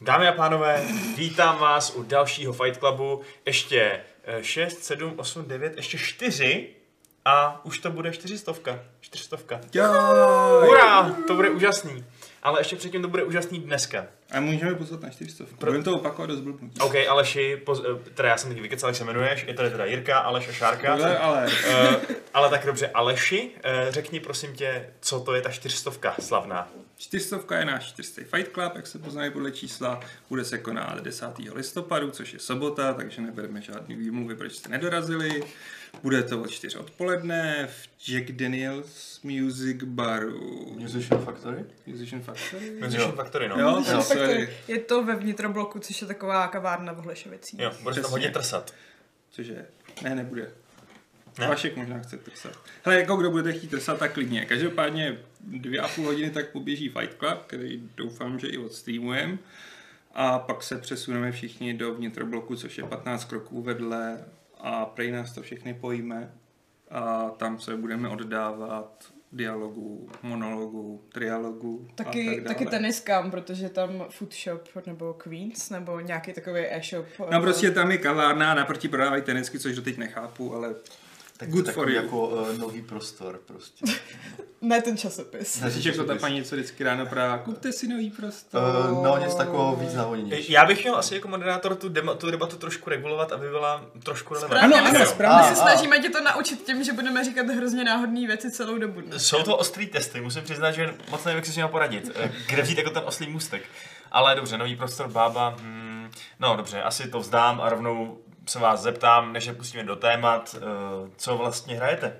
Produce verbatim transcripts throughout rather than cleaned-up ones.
Dámy a pánové, vítám vás u dalšího Fight Clubu. Ještě šest, sedm, osm, devět, ještě čtyři a už to bude čtyřistovka. Čtyřstovka. Hurá, to bude úžasný. Ale ještě předtím to bude úžasný dneska. A můžeme pozvat na čtyřistovku. Pro... Budeme to opakovat dost blbnout. OK, Aleši, poz... teda já jsem teď vykecal, jak se jmenuješ, je tady teda Jirka, Aleš a Šárka. Ale, ale. Uh, ale tak dobře, Aleši, uh, řekni prosím tě, co to je ta čtyřstovka slavná. Čtyřstovka je náš čtyřstý Fight Club, jak se poznají podle čísla. Bude se konat desátého listopadu, což je sobota, takže nebereme žádný výmluvy, proč jste nedorazili. Bude to od čtyři odpoledne v Jack Daniels Music Baru. Musician Factory? Musician Factory? Musician Factory, no. Jo, Musician sorry. Factory. Je to ve vnitrobloku, což je taková kavárna v Holešovicích. Jo, bude se tam hodně trsat. Cože? Ne, nebude. Ne? Vašek možná chce trsat. Hele, jako kdo budete chtít trsat, tak klidně. Každopádně dvě a půl hodiny tak poběží Fight Club, který doufám, že i odstreamujeme. A pak se přesuneme všichni do vnitrobloku, což je patnáct kroků vedle a prej nás to všechny pojíme. A tam se budeme oddávat dialogu, monologu, trialogu Taky, a tak dále. taky teniskám, protože tam food shop nebo Queens nebo nějaký takový e-shop. No prostě tam je kavárna a naproti prodávají tenisky, což doteď nechápu, ale Tak good to for takový you. jako uh, nový prostor prostě. Ne ten časopis. Ne, Víš, jako ta paní, co vždycky ráno právě, kupte si nový prostor. Uh, no něco takového víc navonější. Já bych měl asi jako moderátor tu, dema, tu debatu trošku regulovat, aby byla trošku relevantní. Správně, Ano, my, ano, se, správně. my se snažíme tě to naučit tím, že budeme říkat hrozně náhodné věci celou dobu. dnes. Jsou to ostrý testy, musím přiznat, že moc nevím, jak si s nimi poradit. Eh, Kde vzít jako ten oslý můstek. Ale dobře, nový prostor bába, hmm, no dobře, asi to vzdám a rovnou se vás zeptám, než se pustíme do témat, eh, co vlastně hrajete?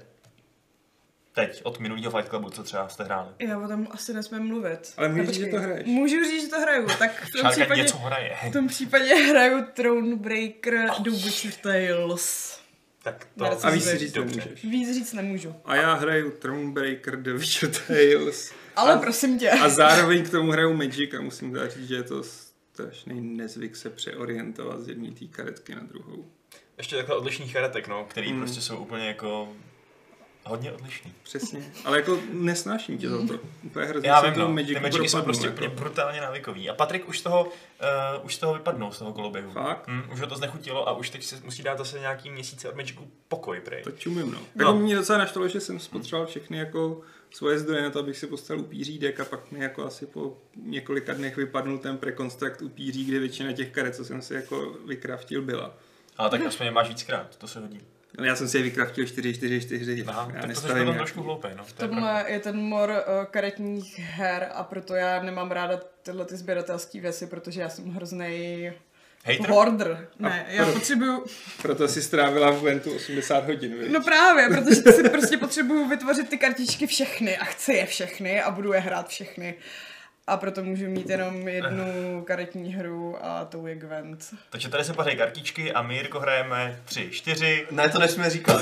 Teď, od minulého Fight Clubu, co třeba jste hráli. Já o tom asi nesmím mluvit. Ale můžeš No, říct, že počkej. to hraješ. Můžu říct, že to hraju. Tak v tom, Šárka případě, něco hraje. v tom případě hraju Thronebreaker oh, The Witcher Tales. Tak to... A A víc si Dobře. říct nemůžeš. Víc říct nemůžu. A já hraju Thronebreaker The Witcher Tales. Ale a, prosím tě. A zároveň k tomu hraju Magic a musím teda říct, že je to strašný nezvyk se přeorientovat z jedné té karetky na druhou. Ještě takhle odlišných karetek, no, který Hmm. prostě jsou úplně jako hodně odlišný. Přesně. Ale jako nesnáším tě za to. Úplně hrozně Já jsem vím, toho no, Magicu ty Magicy jsou propadnul, prostě jako. úplně brutálně návykový. A Patrik už z toho, uh, už z toho vypadnul, z toho koloběhu. Fakt? Hmm, už ho to znechutilo a už teď se musí dát zase nějaký měsíce od Magicu pokoj, prej. To čumím, no. No. Jako mě docela naštvalo, že jsem spotřeboval všechny jako svoje zdroje na to, abych si postavil upíří deck a pak mi jako asi po několika dnech vypadnul ten prekonstrukt upíří, kde většina těch karet, co jsem si jako vykraftil, byla. Ale tak aspoň je máš víckrát, to se hodí. Ale já jsem si je vykraftil čtyři čtyři čtyři. Aha, Já tak to jsi nestavím potom nějak- trošku hloupej, no. V tomhle je ten mor uh, karetních her a proto já nemám ráda tyhle ty sběratelské věci, protože já jsem hroznej Hater? hoarder. Ne, A já proč? potřebuju... Proto si strávila v Ventu osmdesát hodin, víš? No právě, protože si prostě potřebuju vytvořit ty kartičky všechny a chci je všechny a budu je hrát všechny. A proto můžu mít jenom jednu karetní hru a tou je Gwent. Takže tady se pařejí kartičky a my, Jirko, hrajeme tři, čtyři. Ne, to nesmíme říkat.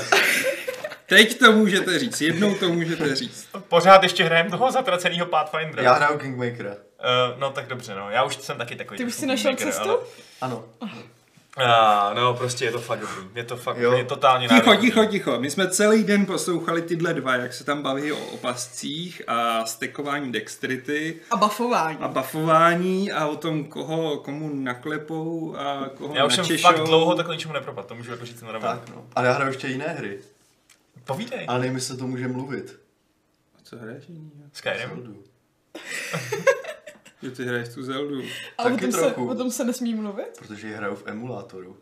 Teď to můžete říct, jednou to můžete říct. Pořád ještě hrajeme toho zatraceného Pathfindera. Já hraju Kingmakera. Uh, no tak dobře, no. Já už jsem taky takový. Ty už trošku si našel kingmaker, cestu? Ale... Ano. Ah, no, prostě je to fakt dobrý. Je to fakt, Jo. je totálně Ticho, náročný. ticho, ticho. My jsme celý den poslouchali tyhle dva, jak se tam baví o opascích a stekování dexterity A buffování. a buffování a o tom, koho, komu naklepou a koho Já už jsem načešou. fakt dlouho takhle ničemu nepropadl, to můžu jako říct na rovinu. Tak no. Ale já hraju ještě jiné hry. Povídej. Ale nevím, jestli to může mluvit. Co hraješ jinýho? Skyrim? Zeldu. Že ty hraješ tu Zeldu. A o taky tom, se, trochu. o tom se nesmí mluvit? Protože ji hraju v emulátoru.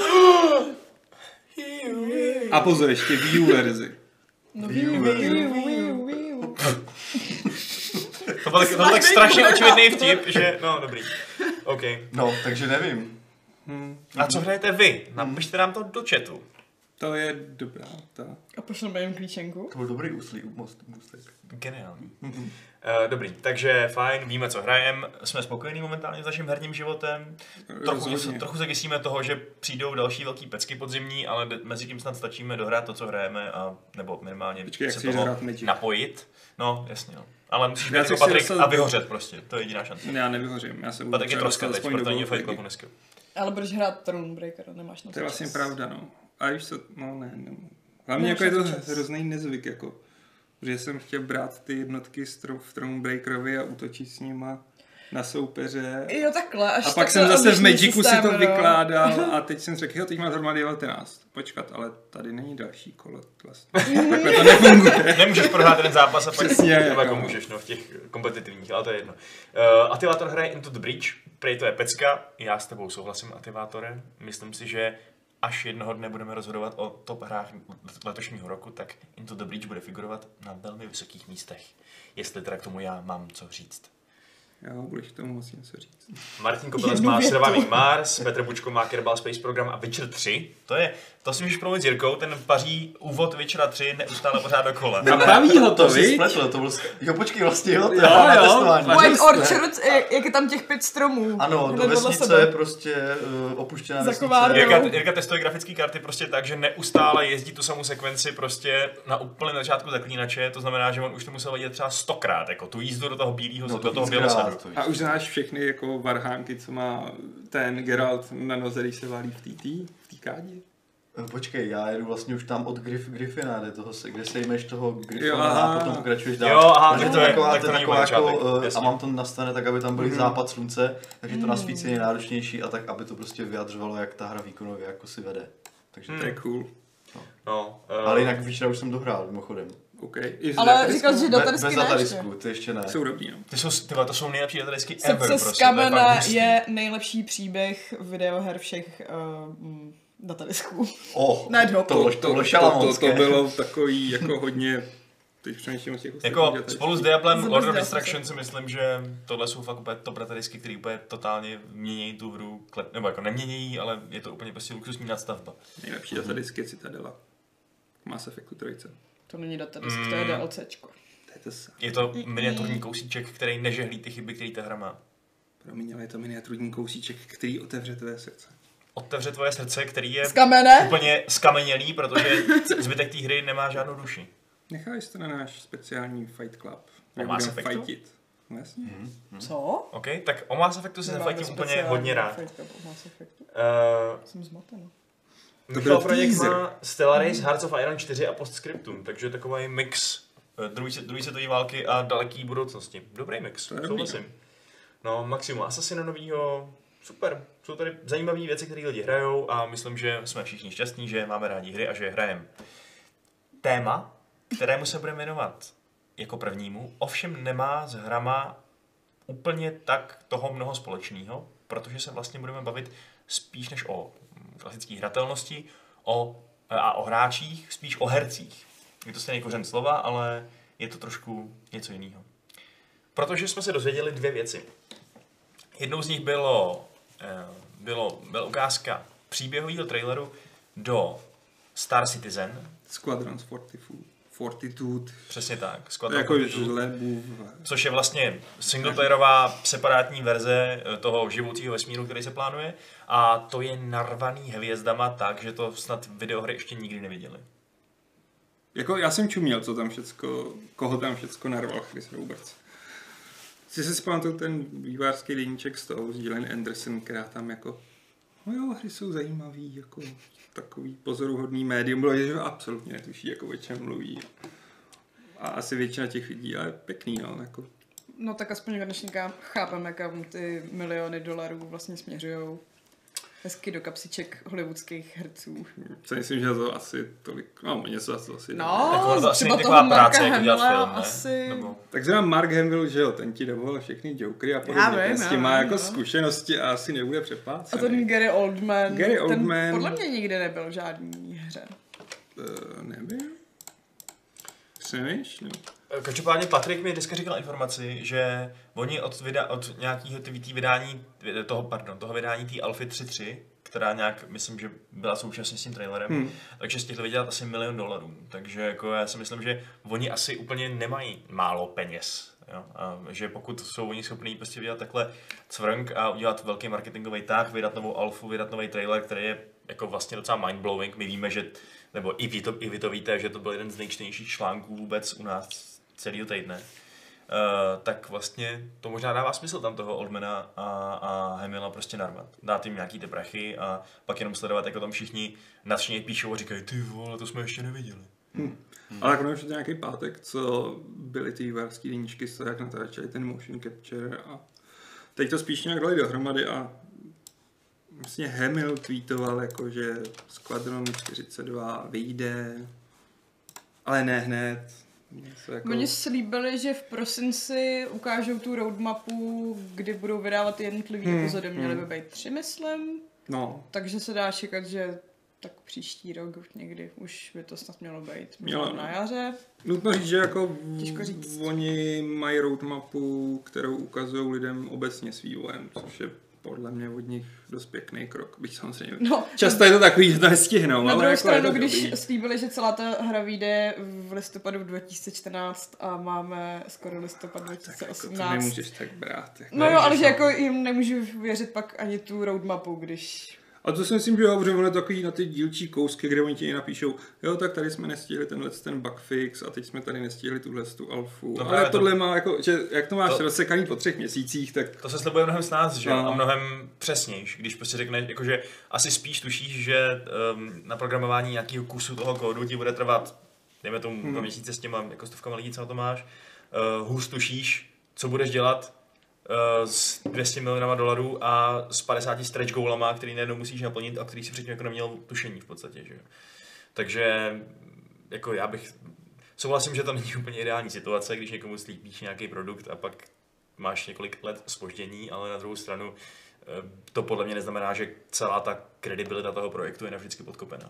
A pozor, ještě Wii U verzi. No, Wii U Wii U, verzi. Wii U, Wii U, Wii U. To byl, tak, to byl tak strašně očividný vtip, že... No, dobrý. OK. No, takže nevím. Hm. A co hrajete vy? Napište nám to do chatu. To je dobrá, ta. A pošleme jim klíčenku. To byl dobrý úslí, most, můstek. Geniální. Uh, dobrý, takže fajn, víme, co hrajeme, jsme spokojení momentálně s naším herním životem. Trochu, Rozhodně. trochu se děsíme toho, že přijdou další velký pecky podzimní, ale de- mezi tím snad stačíme dohrát to, co hrajeme, a, nebo minimálně Počkej, jak se chceš toho hrát Magic? napojit. No, jasně, no. Ale musíš Já být si jako chci Patrik dostat- a vyhořet prostě, to je jediná šance. Já nevyhořím, já se budu Patrik je třeba troska dostat teď, aspoň proto do není Gold Fight Clubu ligy. dneska. Ale budeš hrát Thronebreaker, nemáš na to To je vlastně čas. pravda, no. A víš co, no ne, ne. Hlavně Nemáš jako je na to to čas. hrozný nezvyk, jako. Že jsem chtěl brát ty jednotky z Thro- v Thronebreakerovi a útočit s nima. na soupeře. Jo, takhle. Až A pak jsem zase v Magicu si to vykládal a teď jsem řekl, jo, teď má zhruba devatenáct. Počkat, ale tady není další kolo vlastně. Takhle to nefunguje. Nemůžeš prohrát ten zápas a pak Přesně, jako jako. můžeš, no, v těch kompetitivních, ale to je jedno. Uh, Activator hraje Into the Breach, prej to je pecka, já s tebou souhlasím, Activatore. Myslím si, že až jednoho dne budeme rozhodovat o top hrách letošního roku, tak Into the Breach bude figurovat na velmi vysokých místech. Jestli teda k tomu já mám co říct. Jo, budeš k tomu moc něco říct. Martin Kobeles Jednu má větu. Surviving Mars, Petr Bučko má Kerbal Space Program a Witcher tři. To je, to si můžeš promluvit s Jirkou, ten paří úvod Witchera tři neustále pořád dokola. A baví ho to, To si viď? spletl, to byl... sk- Jo, počkej, vlastně jo, to Jo, je na jo. testování. Vařil White jste. Orchard, jak, jak je tam těch pět stromů. Ano, Hned do vedle vesnice sebe. je prostě uh, opuštěná Za vesnice. kovárnou. Jirka, Jirka testuje grafické karty prostě tak, že neustále jezdí tu samou sekvenci prostě na úplně na začátku zaklínače, to znamená, že on už to musel vidět třeba stokrát, jako tu jízdu do toho bílého, No, do toho víckrát, bělosadu. to víš. A už znáš všechny jako varhánky, co má ten Geralt na noze, když se válí v té tý, v té kádě? Eh, Počkej, já jedu vlastně už tam od Grif, Griffina, kde, toho, se- kde sejmeš toho Jo, Griffina aha. a potom pokračuješ dál. Jo, aha, Takže tak to to je- taková, tak to to je není taková začátek, jako, eh, jasně. a mám to nastavené tak, aby tam byl Mhm. západ slunce, takže to nasvícení je náročnější a tak, aby to prostě vyjadřovalo, jak ta hra výkonově jako si vede. Takže Hmm. To je cool. No, uh, Ale jinak Witchera už jsem dohrál, mimochodem. OK. I z Ale datadisku? říkal jsi, že Be- datadisky bez ne ještě. datadisku, ty ještě ne. Jsou dobrý, no. ty jsou, tyhle, to jsou nejlepší datadisky ever, Srdce prostě, z to je kamene fakt hustý. je nejlepší příběh videoher všech uh, datadisků. Oh, Ne, do- to, bylo- to, to, bylo to, to, šalamonské. to bylo takový jako hodně... Teď přemýšlím o těch ostatních Jako datadiscích. spolu s Diablem Zase Order of bez Destruction si myslím, že tohle jsou fakt úplně top datadisky, které úplně totálně mění tu hru, klep, nebo jako nemění, ale je to úplně prostě luxusní nadstavba. Nejlepší datadisk je Citadela. Mass Effectu trojce. To není datadisk, Mm. to je DLCčko. To je to sa. Je to miniaturní kousíček, který nežehlí ty chyby, který ta hra má. Promiň, ale je to miniaturní kousíček, který otevře tvé srdce. Otevře tvoje srdce, který je Z kamene? úplně skamenělý, protože zbytek té hry nemá žádnou duši. Necháš to na náš speciální Fight Club. O Jak Mass budeme Effectu? fightit. No jasně. Co? OK, tak o Mass Effectu si Nemáme zafajtím úplně speciální hodně rád. Fight Club o Mass Effectu. Uh, Jsem zmatená. To Michal byl Projekt teaser. má Stellaris, Hearts of Iron čtyři a Postscriptum, takže takový mix eh, druhý, svět- druhý světové války a daleký budoucnosti. Dobrý mix, To je dobrý, souhlasím. No, maximum Assassina novýho, super. Jsou tady zajímavé věci, které lidi hrajou a myslím, že jsme všichni šťastní, že máme rádi hry a že je hrajeme. Téma, kterému se budeme věnovat jako prvnímu, ovšem nemá s hrama úplně tak toho mnoho společného, protože se vlastně budeme bavit spíš než o klasické hratelnosti o, a o hráčích, spíš o hercích. Je to stejný kořen slova, ale je to trošku něco jiného. Protože jsme se dozvěděli dvě věci. Jednou z nich bylo, eh, bylo, byla ukázka příběhového traileru do Star Citizen. Squadrons Fortitude. Fortitude. Přesně tak. To Squadron je jako Fortitude. žlebu. Což je vlastně singleplayerová separátní verze eh, toho živoucího vesmíru, který se plánuje. A to je narvaný hvězdama tak, že to snad videohry ještě nikdy neviděli. Jako já jsem čuměl, co tam všecko, koho tam všecko narval Chris Roberts. Si si pamatuju ten vývářský deníček z toho, z Gillian Anderson, která tam jako, no jo, hry jsou zajímavý, jako takový pozoruhodný médium, bylo, že absolutně netuší, jako o čem mluví. A asi většina těch lidí, ale pěkný, no, jako. No tak aspoň konečně chápeme, kam ty miliony dolarů vlastně směřujou. Hezky do kapsiček hollywoodských herců. Co myslím, že to asi tolik, no, něco za to asi No, Tak ono to asi třeba není toho taková Marka práce, jak udělat Hamilla film, ne? asi... Nebo... Tak zrovna Mark Hamill, že jo, ten ti dovolil všechny jokery a podobně, Já vím, ten s já tím má vím, jako no. zkušenosti a asi nebude A přeplácený. ten Gary Oldman, Gary ten Oldman. podle mě nikdy nebyl v žádný hře. Uh, nebyl? Přemýšlím. Každopádně Patrik mi dneska říkal informaci, že oni od, vida, od nějakého tý vydání, toho, pardon, toho vydání té Alfy tři tři, která nějak, myslím, že byla současně s tím trailerem, Hmm. takže z těchto vydělat asi milion dolarů. Takže jako já si myslím, že oni asi úplně nemají málo peněz. Jo? A že pokud jsou oni schopní prostě vydělat takhle cvrnk a udělat velký marketingový tah, vydat novou alfu, vydat nový trailer, který je jako vlastně docela mindblowing. My víme, že, nebo i vy to, i vy to víte, že to byl jeden z nejčtenějších článků vůbec u nás celého týdne. Uh, tak vlastně to možná dává smysl tam toho Oldmana a, a Hamilla prostě narvat. Dát jim nějaký ty prachy a pak jenom sledovat, jako tam všichni nadšeně píšou a říkají, ty vole, to jsme ještě neviděli. Hmm. Ale jako už nějaký pátek, co byly ty vývářský deníčky z toho, jak natáčeli ten motion capture a teď to spíš nějak dali dohromady a vlastně Hamill tweetoval, jako, že Squadron čtyřicet dva vyjde, ale ne hned. Jako... Oni slíbili, že v prosinci ukážou tu roadmapu, kdy budou vydávat jednotlivý hmm. epizody. Měly by být tři, myslím. No. Takže se dá čekat, že tak příští rok někdy už by to snad mělo být. Možná Mělo. na jaře. Nutno říct, že jako Těžko říct. oni mají roadmapu, kterou ukazují lidem obecně s vývojem, což je podle mě od nich dost pěkný krok, byť samozřejmě. No, Často je to takový, že to nestihnou. na ale druhou jako stranu, je to když dobrý. slíbili, že celá ta hra vyjde v listopadu dva tisíce čtrnáct a máme skoro listopad dva tisíce Tak jako to osmnáct. nemůžeš tak brát. Jako No jo, ale že no. jako jim nemůžu věřit pak ani tu roadmapu, když... A to si myslím, že jo, protože ono je takový na ty dílčí kousky, kde oni ti napíšou, jo, tak tady jsme nestihli tenhle ten bug fix a teď jsme tady nestihli tuhle tu alfu. No, ale to- tohle má jako, že jak to máš To- rozsekaný po třech měsících, tak To se slibuje mnohem snáz, že? No. A mnohem přesnějš, když prostě řekneš, jakože asi spíš tušíš, že um, na programování nějakého kusu toho kódu ti bude trvat, dejme tomu Hmm. dva měsíce s těma jako stovkama lidí, co na to máš, uh, hůř tušíš, co budeš dělat uh, s dvě stě milionama dolarů a s padesáti stretch goalama, který najednou musíš naplnit a který si předtím jako neměl tušení v podstatě, že jo. Takže jako já bych, souhlasím, že to není úplně ideální situace, když někomu slíbíš nějaký produkt a pak máš několik let zpoždění, ale na druhou stranu eh, to podle mě neznamená, že celá ta kredibilita toho projektu je navždycky podkopena.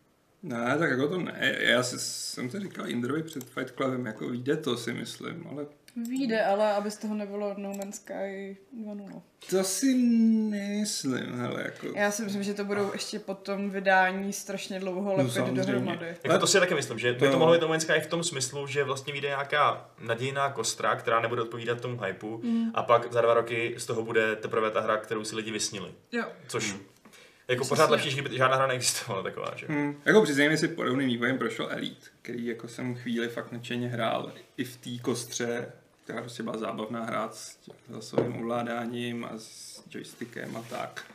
ne, tak jako to ne. Já si, jsem to říkal Indrovi před Fight Clubem, jako vyjde to si myslím, ale Vyjde, ale aby z toho nebylo No Man's Sky dva nula. to si nemyslím, hele, jako... Já si myslím, že to budou ještě po tom vydání strašně dlouho lepit samozřejmě. dohromady. Jako to si taky myslím, že by To- to mohlo být No Man's Sky v tom smyslu, že vlastně vyjde nějaká nadějná kostra, která nebude odpovídat tomu hypeu Mm. a pak za dva roky z toho bude teprve ta hra, kterou si lidi vysnili. Jo. Což Hmm. jako Myslím pořád si, lepší, že by žádná hra neexistovala taková, že? Hmm. Jako přiznejme si, podobným vývojem prošel Elite, který jako jsem chvíli fakt nadšeně hrál i v té kostře, která prostě byla zábavná hrát s tím hlasovým ovládáním a s joystickem a tak.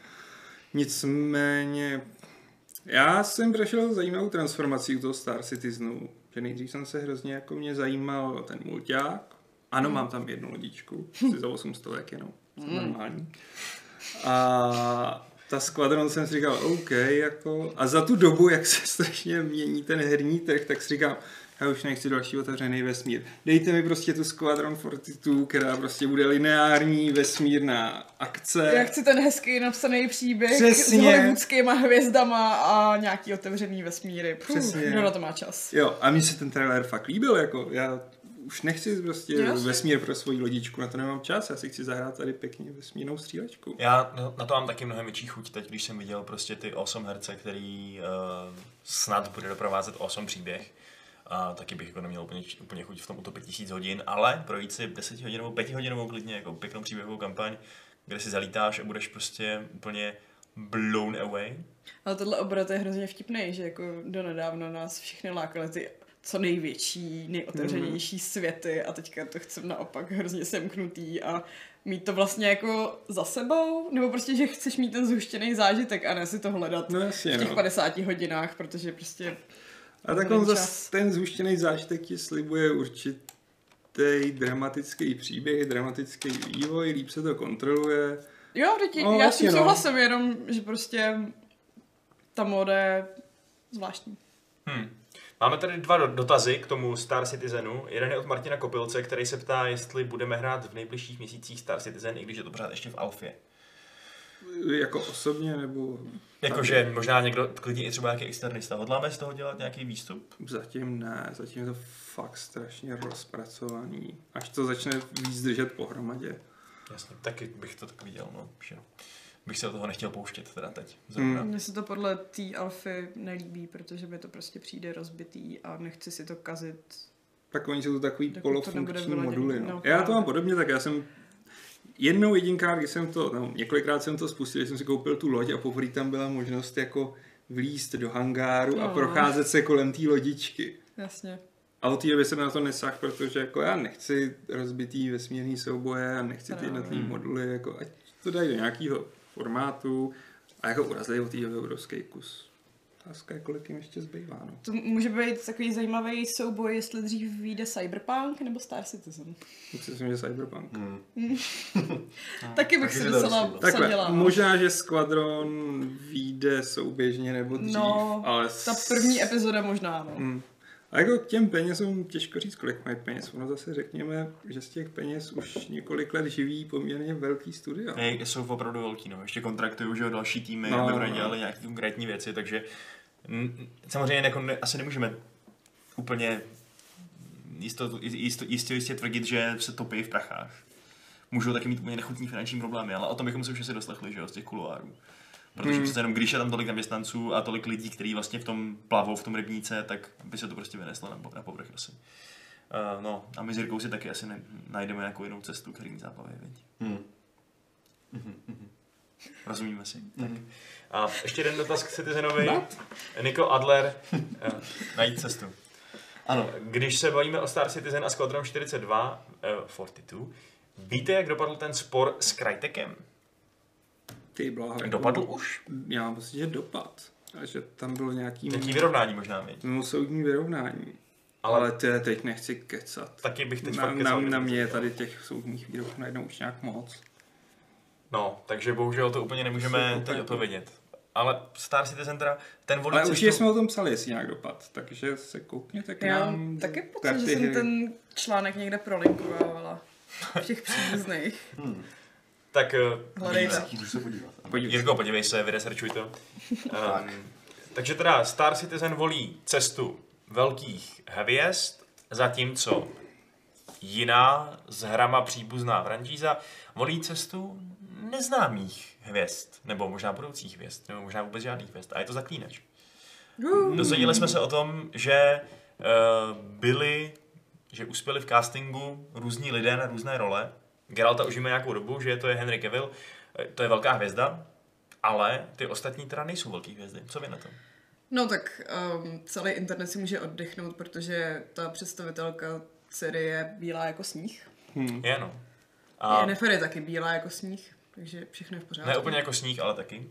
Nicméně, já jsem prošel zajímavou transformací u toho Star Citizenu, že nejdřív jsem se hrozně jako mě zajímal ten mulťák. Ano, mám tam jednu lodičku, asi za osm stovek jenom, to je normální. A ta Squadron jsem si říkal, OK, jako, a za tu dobu, jak se strašně mění ten herní trh, tak si říkám, já už nechci další otevřený vesmír. Dejte mi prostě tu Squadron čtyřicet dva, která prostě bude lineární vesmírná akce. Já chci ten hezký napsaný příběh Přesně. s hollywoodskýma hvězdama a nějaký otevřený vesmíry. Puh, Přesně. kdo na to má čas? Jo, a mně se ten trailer fakt líbil, jako já už nechci prostě Jasně. vesmír pro svoji lodičku, na to nemám čas, já si chci zahrát tady pěkně vesmírnou střílečku. Já na- na to mám taky mnohem větší chuť teď, když jsem viděl prostě ty osm herce, který uh, snad bude doprovázet osm příběh. A taky bych jako neměl úplně, úplně chuť v tom utopit tisíc hodin, ale projít si desetihodinovou, pětihodinovou klidně jako pěknou příběhovou kampaň, kde si zalítáš a budeš prostě úplně blown away. Ale tohle obrat je hrozně vtipný, že jako donedávna nás všechny lákaly ty co největší, nejotevřenější mm. světy a teďka to chcem naopak hrozně semknutý a mít to vlastně jako za sebou, nebo prostě, že chceš mít ten zhuštěný zážitek a ne si to hledat No jasně, v těch no. padesáti hodinách, protože prostě A tak Není on čas. zase ten zhuštěný zážitek ti slibuje určitý dramatický příběh, dramatický vývoj, líp se to kontroluje. jo, teď, No, já jasně, s tím no. souhlasím, jenom, že prostě ta moda je zvláštní. Hmm. Máme tady dva do- dotazy k tomu Star Citizenu. Jeden je od Martina Kopilce, který se ptá, jestli budeme hrát v nejbližších měsících Star Citizen, i když je to pořád ještě v alfě. Jako osobně, nebo... Jakože možná někdo, klidně i třeba nějaký externista. Hodláme z toho dělat nějaký výstup? Zatím ne, zatím je to fakt strašně rozpracovaný. Až to začne víc držet pohromadě. Jasně, taky bych to tak viděl, no. Že bych se do toho nechtěl pouštět teda teď. Zrovna. Hmm. Mně se to podle té alfy nelíbí, protože mi to prostě přijde rozbitý a nechci si to kazit. Tak oni jsou to takový Dokud to nebude polofunkční vyladěný, moduly. no, No. Já to právě. mám podobně, tak já jsem jednou jedinkrát, když jsem to, no, několikrát jsem to spustil, když jsem si koupil tu loď a poprvé tam byla možnost jako vlízt do hangáru a No. procházet se kolem té lodičky. Jasně. A od té doby jsem na to nesáhl, protože jako já nechci rozbitý vesmírný souboje a nechci ty No. jednotlivý moduly, jako ať to dají do nějakého formátu a jako urazili od té doby obrovský kus. Otázka je, kolik jim ještě zbývá, no. To může být takový zajímavý souboj, jestli dřív vyjde Cyberpunk nebo Star Citizen. Myslím, že Cyberpunk. Hmm. Taky bych taky si si docela to Takhle, vsadila. možná, že Squadron vyjde souběžně nebo dřív, No, ale... ta první epizoda možná, no. Hmm. A jako k těm penězům těžko říct, kolik mají peněz. Ono zase řekněme, že z těch peněz už několik let živí poměrně velký studia. Ne, jsou opravdu velký, no. Ještě kontraktují, že jo, další týmy, No, aby no, pro ně no. dělali nějaké konkrétní věci, takže mm, samozřejmě jako ne, asi nemůžeme úplně jisto, jisto, jistě, jistě tvrdit, že se topí v prachách. Můžou taky mít úplně nechutní finanční problémy, ale o tom bychom se už asi doslechli, že jo, z těch kuloárů. Protože Hmm. přece jenom, když je tam tolik zaměstnanců a tolik lidí, kteří vlastně v tom plavou, v tom rybníce, tak by se to prostě vyneslo na, po- na povrch asi. Uh, no a my s Jirkou si taky asi ne, najdeme nějakou jinou cestu, který mi zábaví, viď? Hmm. Rozumíme si. Mhm. Tak. A ještě jeden dotaz k Citizenovi. Niko Adler, uh, najít cestu. Ano. Když se bavíme o Star Citizen a Squadron čtyřicet dva, uh, čtyřicet dva, víte, jak dopadl ten spor s Crytekem? Ty bláho. Dopadl už? Já mám pocit, že dopad. A že tam bylo nějaký... Nějaký vyrovnání možná, viď? Mimo soudní vyrovnání. Ale- Ale, Ale ty, teď nechci kecat. Taky bych teď na, fakt na, kecal, na kdybych mě je to tady těch soudních výroků najednou už nějak moc. No, takže bohužel to úplně nemůžeme Jsou teď úplně- odpovědět. Ale Star Citizen teda, ten volí Ale cestu... určitě jsme o tom psali, jestli nějak dopad. Takže se koukněte k Já nám. mám taky pocit, karty že jsem hry. ten článek někde prolinkovala. V těch příbuzných. Hmm. Tak Hledejte. Můžu se podívat. Podívej. Jirko, podívej se, vyresearchuj to. Um, takže teda Star Citizen volí cestu velkých hvězd, zatímco jiná s hrama příbuzná franšíza volí cestu neznámých hvězd, nebo možná budoucích hvězd, nebo možná vůbec žádných hvězd. A je to Zaklínač. Dozvěděli jsme se o tom, že uh, byli, že uspěli v castingu různí lidé na různé role. Geralta už víme nějakou dobu, že to je Henry Cavill, eh, to je velká hvězda, ale ty ostatní teda nejsou velké hvězdy. Co vy na to? No tak um, celý internet si může oddechnout, protože ta představitelka dcery je bílá jako sníh. Hmm. Je no. A A Yennefer je taky bílá jako sníh, takže všechno je v pořádku. ne úplně jako sníh, ale taky.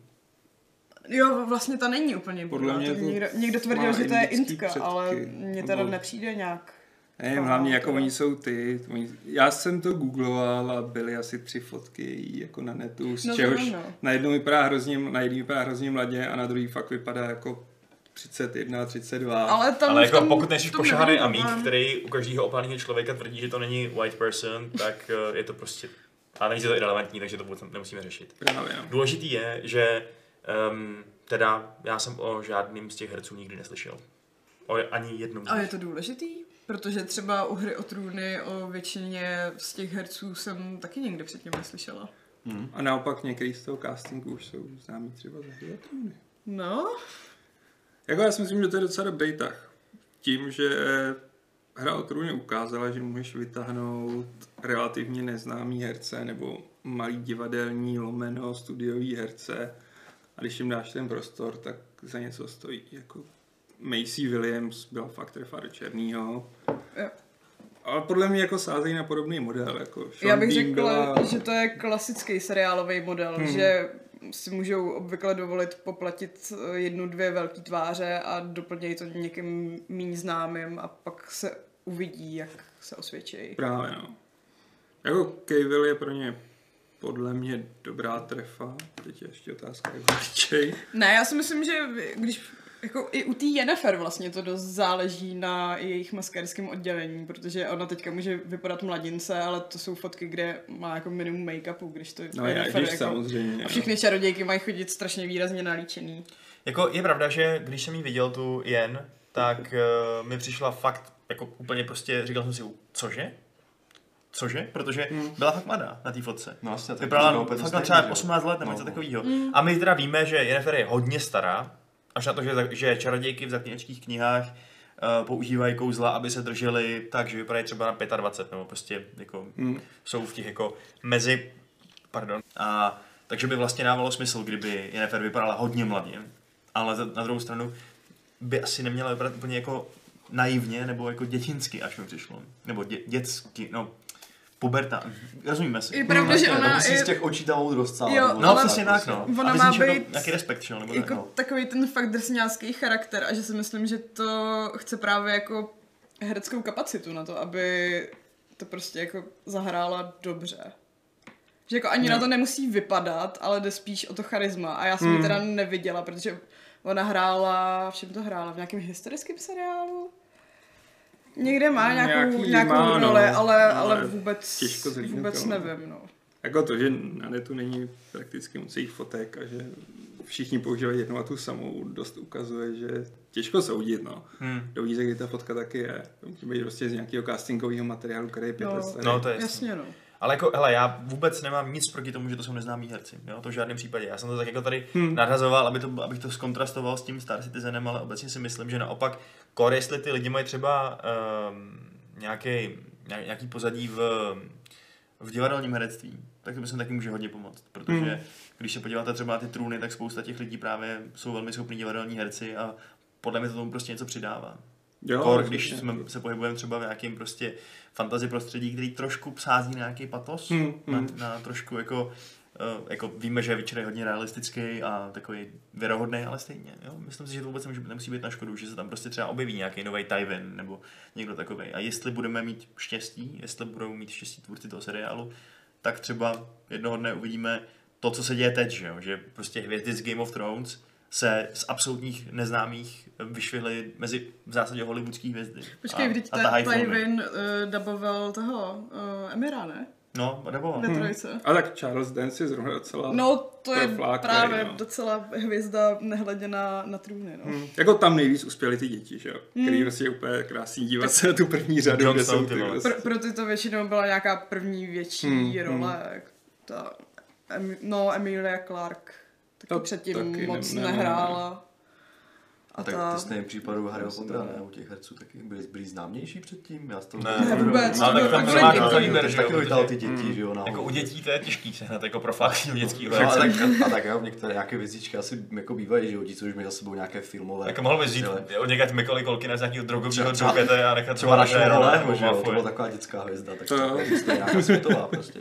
Jo, vlastně ta není úplně Podle bílá. mě To to někdo, někdo tvrdil, má že to je indický Intka, předky, ale mně teda nebo- nepřijde nějak. Nevím, Aha, hlavně jako teda. oni jsou ty, oni, já jsem to googloval a byly asi tři fotky její jako na netu, z No to čehož vím, no. na jednu vypadá hrozně, na jedný vypadá hrozně mladě a na druhý fakt vypadá jako třicet jedna, třicet dva. Ale, tam Ale v jako tom- pokud nejsi v tom pošahaný nevidím amík, problém. který u každého opálného člověka tvrdí, že to není white person, tak eh, je to prostě... A není to irrelevantní, takže to vůbec nemusíme řešit. Právě, no. Důležitý je, že um, teda já jsem o žádným z těch herců nikdy neslyšel. O ani jednom z A je nich. to důležitý? Protože třeba u Hry o trůny o většině z těch herců jsem taky nikdy předtím neslyšela. Hmm. A naopak některý z toho castingu už jsou známí třeba za Hry o trůny. No, Jako já si myslím, že to je docela dobrý tah. Tím, že Hra o trůny ukázala, že můžeš vytáhnout relativně neznámý herce nebo malý divadelní lomeno studiový herce a když jim dáš ten prostor, tak za něco stojí. Jako Macy Williams byla fakt trefa do černýho. Jo. Ale podle mě jako sázejí na podobný model. Jako Sean já bych Bean řekla, byla... že to je klasický seriálový model, Hmm. že si můžou obvykle dovolit poplatit jednu, dvě velké tváře a doplnějí to někým méně známým a pak se uvidí, jak se osvědčí. Právě no. Jako Cavill je pro ně podle mě dobrá trefa. Teď je ještě otázka, jak ho Ne, já si myslím, že když jako i u té Yennefer vlastně to dost záleží na jejich maskérském oddělení, protože ona teďka může vypadat mladince, ale to jsou fotky, kde má jako minimum make-upu, když to No Yennefer jak, samozřejmě. a všechny čarodějky mají chodit strašně výrazně nalíčený. Jako je pravda, že když jsem jí viděl tu Jen, tak uh, mi přišla fakt jako úplně prostě, říkal jsem si, cože? Cože? Protože Hmm. byla fakt mladá na té fotce. No vlastně. tak Vypadala to úplně fakt to na stejný, třeba že jo? osmnáct let nebo No, něco no. takového. Mm. A my teda víme, že Yennefer je hodně stará, až na to, že, že čarodějky v zaklínačských knihách uh, používají kouzla, aby se drželi tak, že vypadají třeba na dvacet pět, nebo prostě jako Hmm. jsou v těch jako mezi, pardon. A takže by vlastně dávalo smysl, kdyby Yennefer vypadala hodně mladě, ale za- na druhou stranu by asi neměla vypadat úplně jako naivně nebo jako dětinsky, až mi přišlo. Nebo dě, dětsky, no puberta. Rozumíme si. Je pravda, že ona Musí je... z těch očí tam dostat. Jo, No, ale přesně tak, no. ona Aby má z něčeho být nějaký respekt, že jo, nebo jako no. takový ten fakt drsňácký charakter a že si myslím, že to chce právě jako hereckou kapacitu na to, aby to prostě jako zahrála dobře. Že jako ani No. na to nemusí vypadat, ale jde spíš o to charisma a já jsem ji Hmm. teda neviděla, protože ona hrála, v čem to hrála, v nějakém historickém seriálu? Někde má nějakou, Nějaký nějakou má, no, roli, ale, ale ale vůbec, těžko zhlídnutelný. vůbec nevím, no. Jako to, že na netu není prakticky moc jejich fotek a že všichni používají jednu a tu samou, dost ukazuje, že těžko soudit, no. Hmm. Doví se, kdy ta fotka taky je. To musí být prostě z nějakého castingového materiálu, který je pět No. let starý. No, to je jasný. Jasně, no. Ale jako, hele, já vůbec nemám nic proti tomu, že to jsou neznámí herci, jo, to v žádném případě. Já jsem to tak jako tady Hmm. nadhazoval, aby to, abych to zkontrastoval s tím Star Citizenem, ale obecně si myslím, že naopak, kor, jestli ty lidi mají třeba um, nějaký, nějaký pozadí v, v divadelním herectví, tak to myslím taky může hodně pomoct, protože Hmm. když se podíváte třeba na ty trůny, tak spousta těch lidí právě jsou velmi schopní divadelní herci a podle mě to tomu prostě něco přidává. Jo, Kor, rozhodně. když jsme, se pohybujeme třeba v nějakém prostě fantasy prostředí, který trošku sází na nějaký patos, Hmm, na, hmm. na trošku jako, uh, jako víme, že Witcher je hodně realistický a takový věrohodný, ale stejně, jo? Myslím si, že to vůbec nemusí, nemusí být na škodu, že se tam prostě třeba objeví nějaký nový Tywin nebo někdo takový. A jestli budeme mít štěstí, jestli budou mít štěstí tvůrci toho seriálu, tak třeba jednoho dne uvidíme to, co se děje teď, že, jo? Že prostě hvězdy z Game of Thrones se z absolutních neznámých vyšvihly mezi v zásadě hollywoodský hvězdy. Počkej, a, vždyť a tahají filmy. Tywin uh, daboval toho uh, Emira, ne? No, nebo Ve trojce. A tak Charles Dance je zrovna docela... No, to je profláklej, právě no. docela hvězda nehledě na, na trůny, no. Hmm. Jako tam nejvíc uspěly ty děti, že jo? Hmm. Který prostě je úplně krásný dívat se na tu první řadu, Jon kde Snow, jsou ty ty vole. prostě... Pro, pro ty to většinou byla nějaká první větší Hmm, role. Ta, em, no, Emilia Clarke taky To předtím taky moc ne- ne- nehrála. A tak to stejný případu Harryho Pottera, ne? U těch herců taky byli, byli známější předtím? Já z toho Ne, Ne, vůbec, ale to tak tam bylo se má děti. ten výběr, že taky jo, vytáhl protože- ty děti, že jo? Jako náhodou. u dětí to je těžký sehnat jako proflákního dětského No, a, herce. tak, a tak jo, některé nějaké věcičky asi jako bývají, že jo, ti, co už mají za sebou nějaké filmové. Jako mohl bys vzít style. od někať Macaulay Culkina z nějakého drogového Třeba- džokete a nechat Třeba třeba našeho role, Holého, že jo, to Malfoy. byla taková dětská hvězda, tak To to, jo. to je nějaká světová prostě.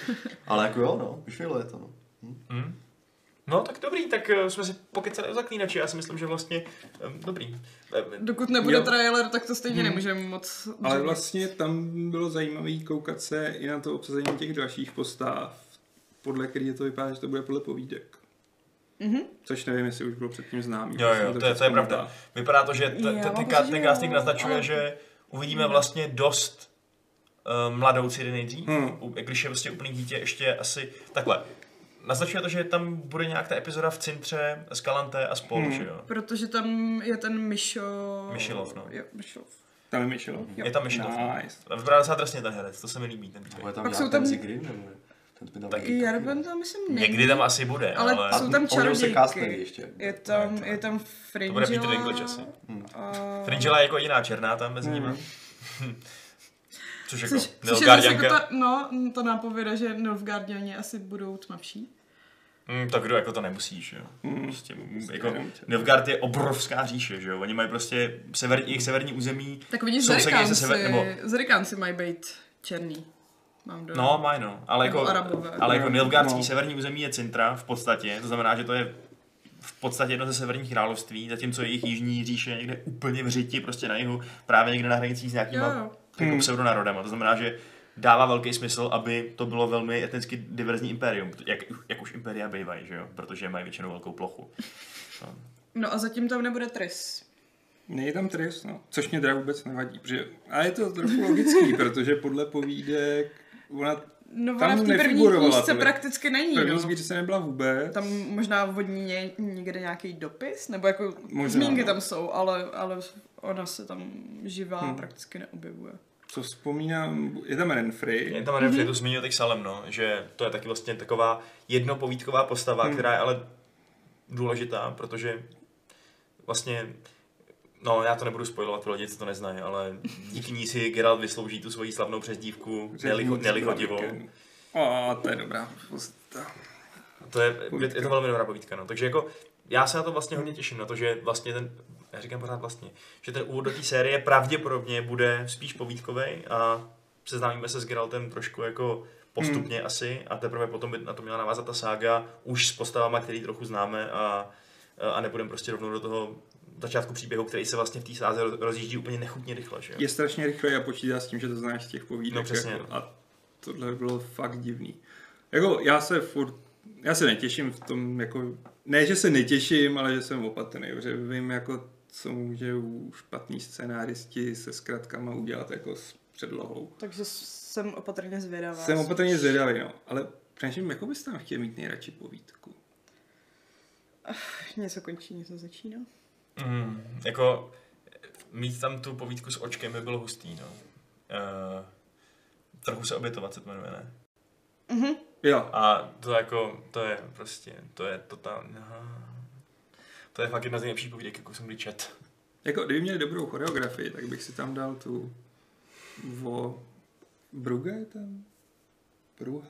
Ale jako jo, no, vyšvihlo je to, no. Hmm. No tak dobrý, tak uh, jsme si pokecali o Zaklínači, já si myslím, že vlastně um, dobrý. Dokud nebude Jo. trailer, tak to stejně Hmm. nemůžeme moc Ale říct. vlastně tam bylo zajímavé koukat se i na to obsazení těch dalších postav, podle kterých to vypadá, že to bude podle povídek. Mhm. Což nevím, jestli už bylo předtím známý. Jo, Vlastně jo, to je, všechno to je pravda. dá. Vypadá to, že t- Já t- mám ten, pocit, ka- že ten jo, casting naznačuje, ale- že uvidíme vlastně dost uh, mladou Ciri nejdřív, Hmm. U- když je vlastně úplný dítě ještě asi takhle. Naznačuje to, že tam bude nějak ta epizoda v Cintře, Escalante a spolu, Hmm. že jo? Protože tam je ten Mišo... Mišilov, no. Jo, Mišilov. Tam je Michelov. Jo. Je tam Michel. Nice. A vypadá docela drsně ten herec, to se mi líbí, ten Nebo příběh. je tam Pak nějak jsou ten tam- Zigrim, nebo ne? Ten by tam Tak taky- Jarben tam myslím není. Někdy tam asi bude, Ale ale... jsou tam A on se castne čarodějky. ještě. Je tam, Ne, to ne. je tam To bude Peter Fringilla. Dinklage asi. Hmm. A... Fringilla je jako jiná černá tam mezi nimi. Hmm. Což jako Což, což je zase jako Nilfgaardianka. ta, no, to nápověda, že Nilfgaardiani asi budou tmavší. Mm, tak kdo jako to nemusíš, jo. Hmm. Prostě, Prostě jako, jenom tě- Nilfgaard je obrovská říše, že jo. Oni mají prostě sever, jejich severní území. Tak vidíš, Sousedí se Zerikánci, sever- nebo- Zerikánci mají být černý. Mám do... No, mají no. Ale Nebo jako, Arabové. ale jako No, Nilfgaardský no. severní území je Cintra v podstatě. To znamená, že to je v podstatě jedno ze severních království, zatímco jejich jižní říše je někde úplně v řiti, prostě na jihu, právě někde na hranicích s Jo, nějakýma jo. jako Hmm. pseudonárodama. To znamená, že dává velký smysl, aby to bylo velmi etnicky diverzní impérium, jak, jak už impéria bývají, že jo? Protože mají většinou velkou plochu. No. No a zatím tam nebude Tris. Není tam Tris, no. Což mě teda vůbec nevadí. Protože... A je to trochu logický, protože podle povídek ona No Tam ona v té první nefigurovala knížce tolik. prakticky není. v první No. sbírce nebyla vůbec. Tam možná vodní je někde nějaký dopis, nebo jako Možná, zmínky no. tam jsou, ale, ale ona se tam živá Hmm. prakticky neobjevuje. Co vzpomínám, je tam Renfrey. Je tam jeden mm-hmm. tu zmínil teď Salem, no, že to je taky vlastně taková jednopovídková postava, Hmm. která je ale důležitá, protože vlastně, no já to nebudu spoilovat pro lidi, co to neznají, ale díky ní si Geralt vyslouží tu svoji slavnou přezdívku Řezník Nelichotivou. Blaviken. A to je dobrá postava. To je, je, je to velmi dobrá povídka, no. Takže jako já se na to vlastně hodně těším, na to, že vlastně ten, já říkám pořád vlastně, že ten úvod do té série pravděpodobně bude spíš povídkovej a seznámíme se s Geraltem trošku jako postupně hmm. asi a teprve potom by na to měla navázat ta sága už s postavama, který trochu známe a, a nebudeme prostě rovnou do toho začátku příběhu, který se vlastně v té sáze rozjíždí úplně nechutně rychle, že jo? Je strašně rychle a počítá s tím, že to znáš z těch povídek. No, přesně, jako, no. A tohle bylo fakt divný. Jako já se furt, já se netěším v tom, jako, ne, že se netěším, ale že jsem opatrný, že vím, jako, co můžou špatný scénáristi se zkratkama udělat jako s předlohou. Takže jsem opatrně zvědavá. Jsem opatrně zvědavý, no, ale přemýšlím, jako bys tam chtěl mít nejradši povídku? Ach, něco končí, něco začíná. Mm, jako mít tam tu povídku s očkem by bylo hustý, no. Uh, trochu se obětovat se to jmenuje, ne? Mhm. Jo. A to jako, to je prostě, to je totálně, to je fakt jedna z nejlepších povídek, jako jsem kdy čet. Jako, kdyby měli dobrou choreografii, tak bych si tam dal tu vo... Brugge je tam? Bruha?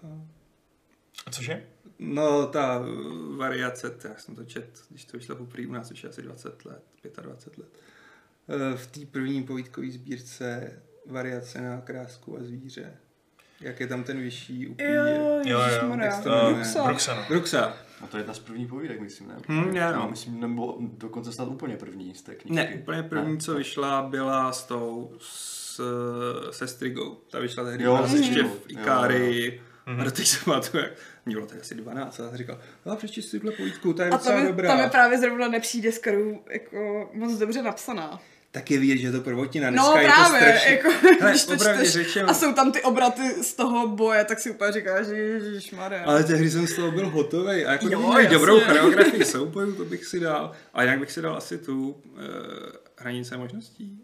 Cože? No, ta variace, já jsem to čet, když to vyšlo poprvé u nás, už je asi dvacet let, dvacet pět let. V té první povídkové sbírce variace na krásku a zvíře. Jak je tam ten vyšší upír. Jo, Jo, jo. ježišmarja. Jak se to jmenuje? Bruxa. Bruxa, no. Bruxa. A to je jedna z prvních povídek, myslím, ne? Hmm, já no. Já myslím, nebo dokonce snad úplně první z té knížky. Ne, úplně první, Ne. co vyšla, byla s tou, s, se Strigou. Ta vyšla tehdy Jo, jo, s ještě Strigou. v Ikárii. Mhm. A doteď se pamatuju, jak mě bylo tady asi dvanáct a já jsem říkal, no přečti si tuhle povídku, ta je A docela tam je, dobrá. tam je právě zrovna nepřijde skoro jako moc dobře napsaná. Tak je vidět, že je to prvotina. No Dneska je to právě, strašně... jako, Hele, když to opravdu čteš řečeno- a jsou tam ty obraty z toho boje, tak si úplně říkáš, že ježišmarja. Ale tehdy jsem z toho byl hotovej. A jako Jo, jo, jasně. dobrou choreografii soubojů, to bych si dal. A jak bych si dal asi tu uh, hranice možností?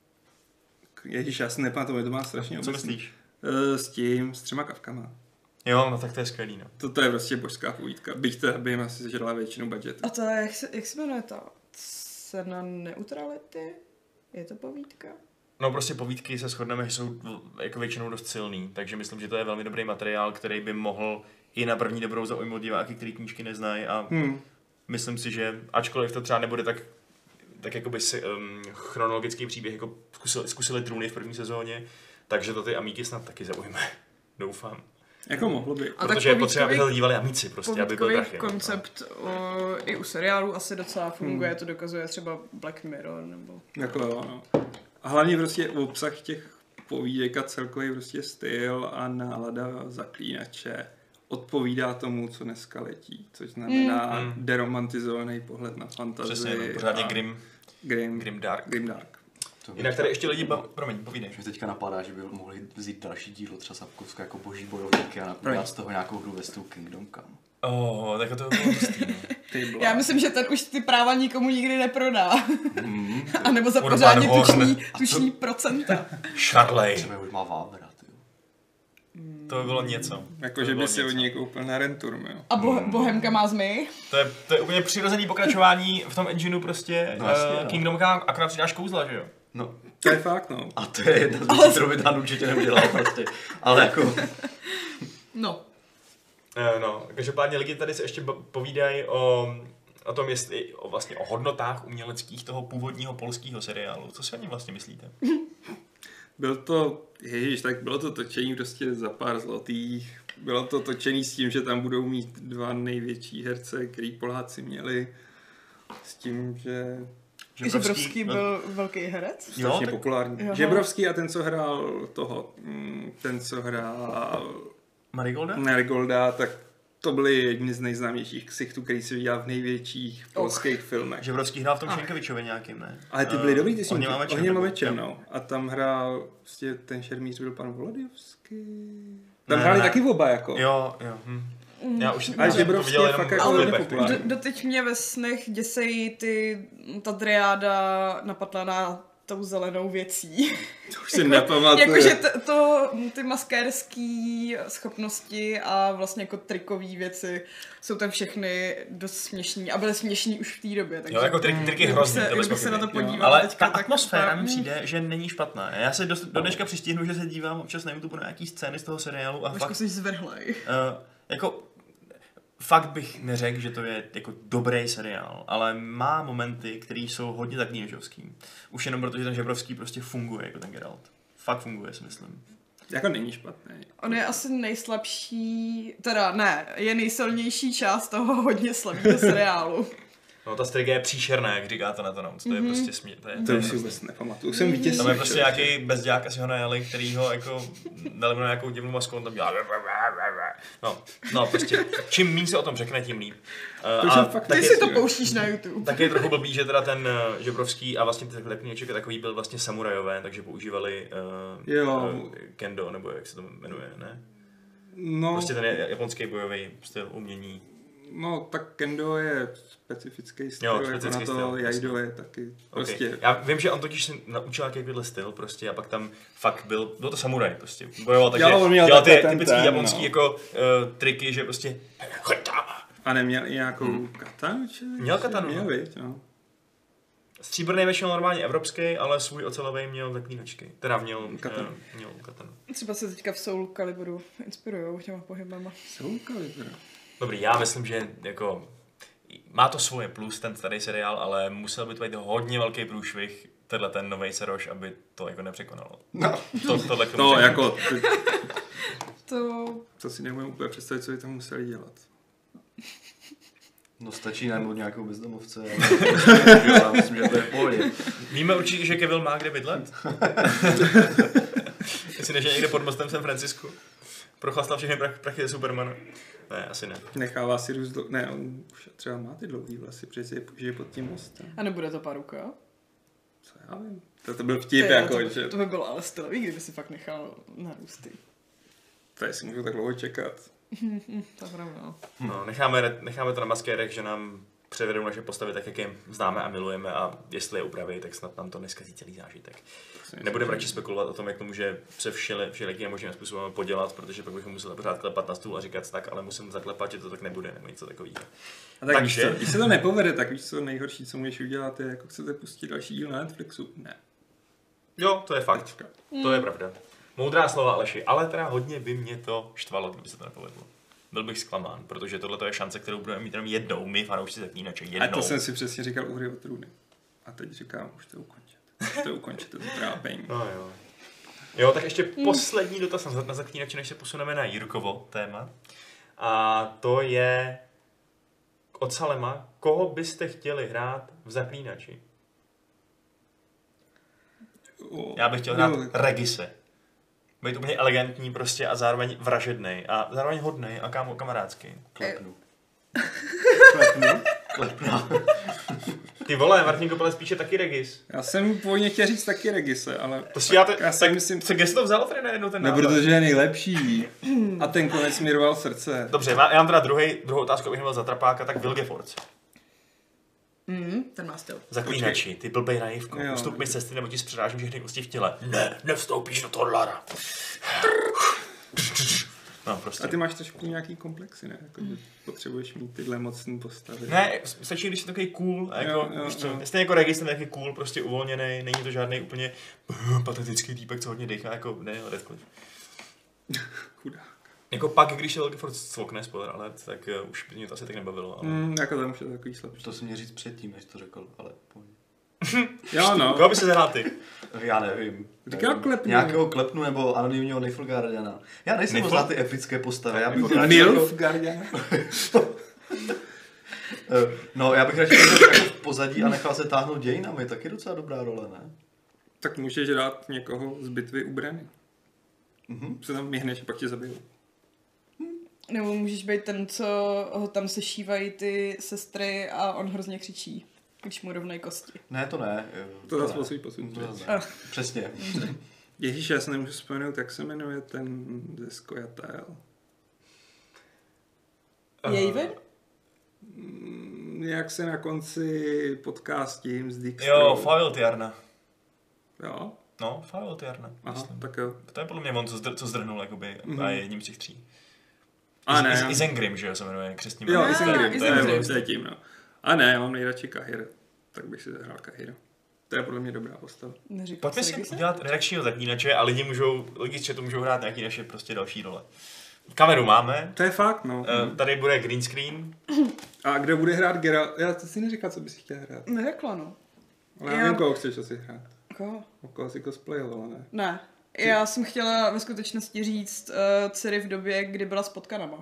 Ježíš, já si nepamatuju, to má strašně Co obecný. myslíš? Uh, s tím, s třema kavkama. Jo, no tak to je skvělý, no. To, to je prostě božská povídka. Byť to by jim asi sežrala většinu budgetu. A to je, jak se, jak se jmenuje ta cena neutrality? Je to povídka? No prostě povídky se shodneme, že jsou jako většinou dost silný, takže myslím, že to je velmi dobrý materiál, který by mohl i na první dobrou zaujmout diváky, který knížky neznají a Hmm. myslím si, že ačkoliv to třeba nebude tak, tak jakoby si, um, chronologický příběh, jako zkusili, zkusili Trůny v první sezóně, takže to ty amíky snad taky zaujme. Doufám. Jako mohlo by. A Protože tak je potřeba, aby povídkový- to dívali amíci prostě, aby byl Povídkový drachy. no. koncept o, i u seriálu asi docela funguje, Hmm. to dokazuje třeba Black Mirror nebo... Jako jo, no. A hlavně prostě obsah těch povídek a celkový prostě styl a nálada zaklínače odpovídá tomu, co dneska letí. Což znamená Mm. deromantizovaný pohled na fantazii. Přesně, no, pořádně a grim, Grim, grim dark. Grim Dark. To Jinak tady ještě lidi, ba- promiň, povídej. Už mi teďka napadá, že by mohli vzít další dílo, třeba Sapkovská jako boží bojovníky a udělat z toho nějakou hru ve stylu Kingdom Come. Oh, tak to bylo hustý, no. Ty bláho. Já myslím, že ten už ty práva nikomu nikdy neprodá. Mm, A nebo za Urban pořádně Horn. tučný, A tučný procenta. Charley. třeba už má Vábera, ty. To by bylo něco. Jako, To že by bylo si od něco. něj koupil na Renturm, jo. A bo- Bohemka má zmy. To je, to je úplně přirozený pokračování v tom engineu prostě No, no, jasně, uh, no. Kingdom Come, akorát přidáš kouzla, že jo? No, To je fakt, no. a to je jedna z věcí, kterou by tam určitě neudělal prostě. Ale jako, No. Uh, no, každopádně lidi tady se ještě b- povídají o, o tom, jestli, o vlastně o hodnotách uměleckých toho původního polského seriálu. Co si o něm vlastně myslíte? Byl to, ježiš, tak bylo to točení prostě za pár zlotých. Bylo to točení s tím, že tam budou mít dva největší herce, který Poláci měli. S tím, že Žebrovský byl velký herec. Jo, strašně tak- populární. Aha. Žebrovský a ten, co hrál toho, mm, ten, co hrál Marigolda? Marigolda, tak to byly jedni z nejznámějších ksichtů, který se viděl v největších polských filmech. Žebrovský hrál v tom Ach. Šenkevičově nějakým, ne? Ale ty byly Eh, dobrý, ty jsi Ohněm a mečem, Ohněm a nebo- mečem, jo. no. A tam hrál, prostě ten šermíř byl pan Volodivský. Tam Ne, hráli ne. taky oba, jako. Jo, jo. Hm. Já už A já jsem Žebrovský to viděl je jenom fakt v jako klipech, hodně takže- populární. Do, doteď mě ve snech děsejí ty, ta driáda napatlaná tou zelenou věcí. To už si nepamatuju. Jakože to, to, ty maskérský schopnosti a vlastně jako trikový věci jsou tam všechny dost směšný a byly směšný už v té době. Takže Jo, jako trik, triky kdybych hrozný, se, to bez kdybych se na to pochyby. podívala Ale teďka, ta tak atmosféra mi mm, přijde, že není špatná. Já se do, do dneška přistihnu, že se dívám občas na YouTube na nějaký scény z toho seriálu a Vašku, fakt, jsi zvrhlej. uh, jako, fakt bych neřekl, že to je jako dobrý seriál, ale má momenty, které jsou hodně zaklínačovský. Už jenom proto, že ten Žebrovský prostě funguje jako ten Geralt. Fakt funguje, si myslím. Jako není špatný. On je asi nejslabší, teda ne, je nejsilnější část toho hodně slabého seriálu. No ta striga je příšerná, jak říká to na to noc. To je Mhm. prostě smě... To, je, To už si vůbec nepamatuju. Jsem vítězný. tam je prostě nějaký bezďák, asi ho najali, který ho jako dali mu na nějakou divnou masku, on tam dělá. No, no prostě, čím méně se o tom řekne, tím líp. To Uh, už a je fakt Ty taky, si to pouštíš na YouTube. taky je trochu blbý, že teda ten uh, Žebrovský a vlastně ten lepníček takový byl vlastně samurajové, takže používali uh, Jo. uh, kendo, nebo jak se to jmenuje, ne? No, Prostě ten japonský bojový styl umění. no, tak kendo je specifický styl, Jo, jako specifický na to styl, jaido je taky Okay. prostě. Já vím, že on totiž si naučil nějakýhle styl prostě a pak tam fakt byl, byl to samuraj prostě, bojoval, takže Jo, on měl dělal ty takhle ten typický ten, japonský no. jako uh, triky, že prostě A neměl i nějakou hmm. katanu? Či? Měl katanu, Měl, no. viď, no. stříbrný meč měl normálně evropský, ale svůj ocelový měl zaklínačky, teda měl Katanu. uh, měl katanu. Třeba se teďka v Soul Caliburu inspirujou těma pohybama. Soul Calibur. Dobrý, já myslím, že jako má to svoje plus ten starý seriál, ale musel by to být hodně velký průšvih tenhle ten novej Seroš, aby to jako nepřekonalo. No. To, tohle k tomu No, řeknu. jako, to, To... to si nemůžu úplně představit, co by tam museli dělat. No stačí najmout nějakou bezdomovce. Já myslím, že to je v pohodě. Víme určitě, že Kevin má kde bydlet? Jestli než je někde pod mostem v San Francisku. Prochlastal všechny prach, prachy ze Supermana. Ne, asi ne. Nechává si růst, dl- ne, on už třeba má ty dlouhý vlasy, přece žije pod tím mostem. A nebude to paruka? Co já vím. To, to byl vtip, Ty, jako, to, že to by bylo ale stylový, kdyby si fakt nechal narůsty. tady si můžu tak dlouho čekat. To je pravda, no. No, necháme, necháme to na maskérech, že nám převedou naše postavy tak, jak je známe a milujeme a jestli je upraví, tak snad nám to neskazí celý zážitek. Nebudeme radši spekulovat o tom, jak to může se všeli, všelijakým možným způsobem podělat, protože pak bychom museli pořád klepat na stůl a říkat tak, ale musím zaklepat, že to tak nebude, nebo něco takového. A tak Takže- víš co, když se to nepovede, tak víš co, nejhorší, co můžeš udělat, je jako chcete pustit další díl na Netflixu. Ne. Jo, to je fakt. Tečka. To je pravda. Moudrá slova, Aleši, ale teda hodně by mě to štvalo, kdyby se to nepovedlo. Byl bych zklamán, protože tohle je šance, kterou budeme mít jenom jednou, my fanoušci Zaklínače, jednou. A to jsem si přesně říkal u Hry o trůny. A teď říkám, už to ukončit. Už to ukončit, to trápení. No jo. Jo, tak ještě poslední dotaz na, na Zaklínače, než se posuneme na Jirkovo téma. A to je od Salema, koho byste chtěli hrát v Zaklínači? O, Já bych chtěl hrát jo, Regise. Být úplně elegantní prostě a zároveň vražednej a zároveň hodnej a kámo kamarádský. Klepnu. Klepnu. Klepnu. Ty vole, Martin Kopele spíše taky Regis. Já jsem původně chtěl říct taky Regise, ale To si já, to, já si tak, myslím, co gesto vzal tady najednou ten no, nápad? protože je nejlepší. A ten konec mi rval srdce. Dobře, má, já mám teda druhý, druhou otázku, abych nebyl za trapáka, tak Vilgefortz. Mm, ten má styl. Zaklínači, ty blbej naivko. Jo. Ustup mi cesty, nebo ti zpřerážím všechny kosti v těle. Ne, nevstoupíš do toho lara. No, prostě. A ty máš trošku nějaký komplexy, ne? Jako, že potřebuješ mít tyhle mocné postavy. Ne, stačí, když jsi takový cool, a jako, Jo, jo, víš co, jo. stejně jako Regis, ten je taky cool, prostě uvolněný, není to žádný úplně uh, patetický týpek, co hodně dechá, jako ne, Redcliffe. Chudák. Jako pak, když se Vilgefortz cvokne, spoiler alert, tak uh, už by mě to asi tak nebavilo, ale... Mm, jako tam už je takový slabší. To jsem měl říct předtím, než to řekl, ale pohodě. Jo, no. Koho by se zahrál ty? Já nevím. Říkal Nevím. klepnu. Nějakého klepnu nebo anonymního Niflgaardiana. Já nejsem Nifl? moc na ty epické postavy. Já bych ho Nilf Guardian. Eh, No, já bych radši byl jako v pozadí a nechal se táhnout dějinami. Taky docela dobrá role, ne? Tak můžeš dát někoho z bitvy u Breny. Mhm. Se tam myhneš a pak tě zabijou. Nebo můžeš být ten, co ho tam sešívají ty sestry a on hrozně křičí, když mu rovnají kosti. Ne, to ne. eh, To zase ne. poslední posun. To zase Ah. ne. Přesně. Ježíš, já se nemůžu vzpomenout, jak se jmenuje ten ze Skojatel. Javen? Mm, Jak se na konci potká s tím s Dijkstrou. Jo, Favilt Jarna. Jo? No, Favilt Jarna, Aha, myslím. tak jo. To je podle mě on, co, zdr, co zdrhnul, jakoby, Mhm. a je jedním z těch tří. A ne. Iz, Iz, Isengrim, že jo, se jmenuje křestní Jo, jméno. Isengrim, To to je- je, to je- to je tím, no. A ne, já mám nejradši Kahir, tak bych si zahrál Kahira. To je podle mě dobrá postava. Neříkal Pojďme jsi si Regise? udělat redakčního zaklínače a lidi můžou, lidi z chatu můžou hrát nějaký naše prostě další role. Kameru máme, To je fakt, no. eh, tady bude green screen. A kdo bude hrát Geralt? Já to si neříkal, co bys chtěl hrát. Neřekla, no. Ale já Já- vím, koho chceš asi hrát. Koho? O koho si cosplayovala, ne? Ne. Já jsem chtěla ve skutečnosti říct uh, dcery v době, kdy byla s potkanama.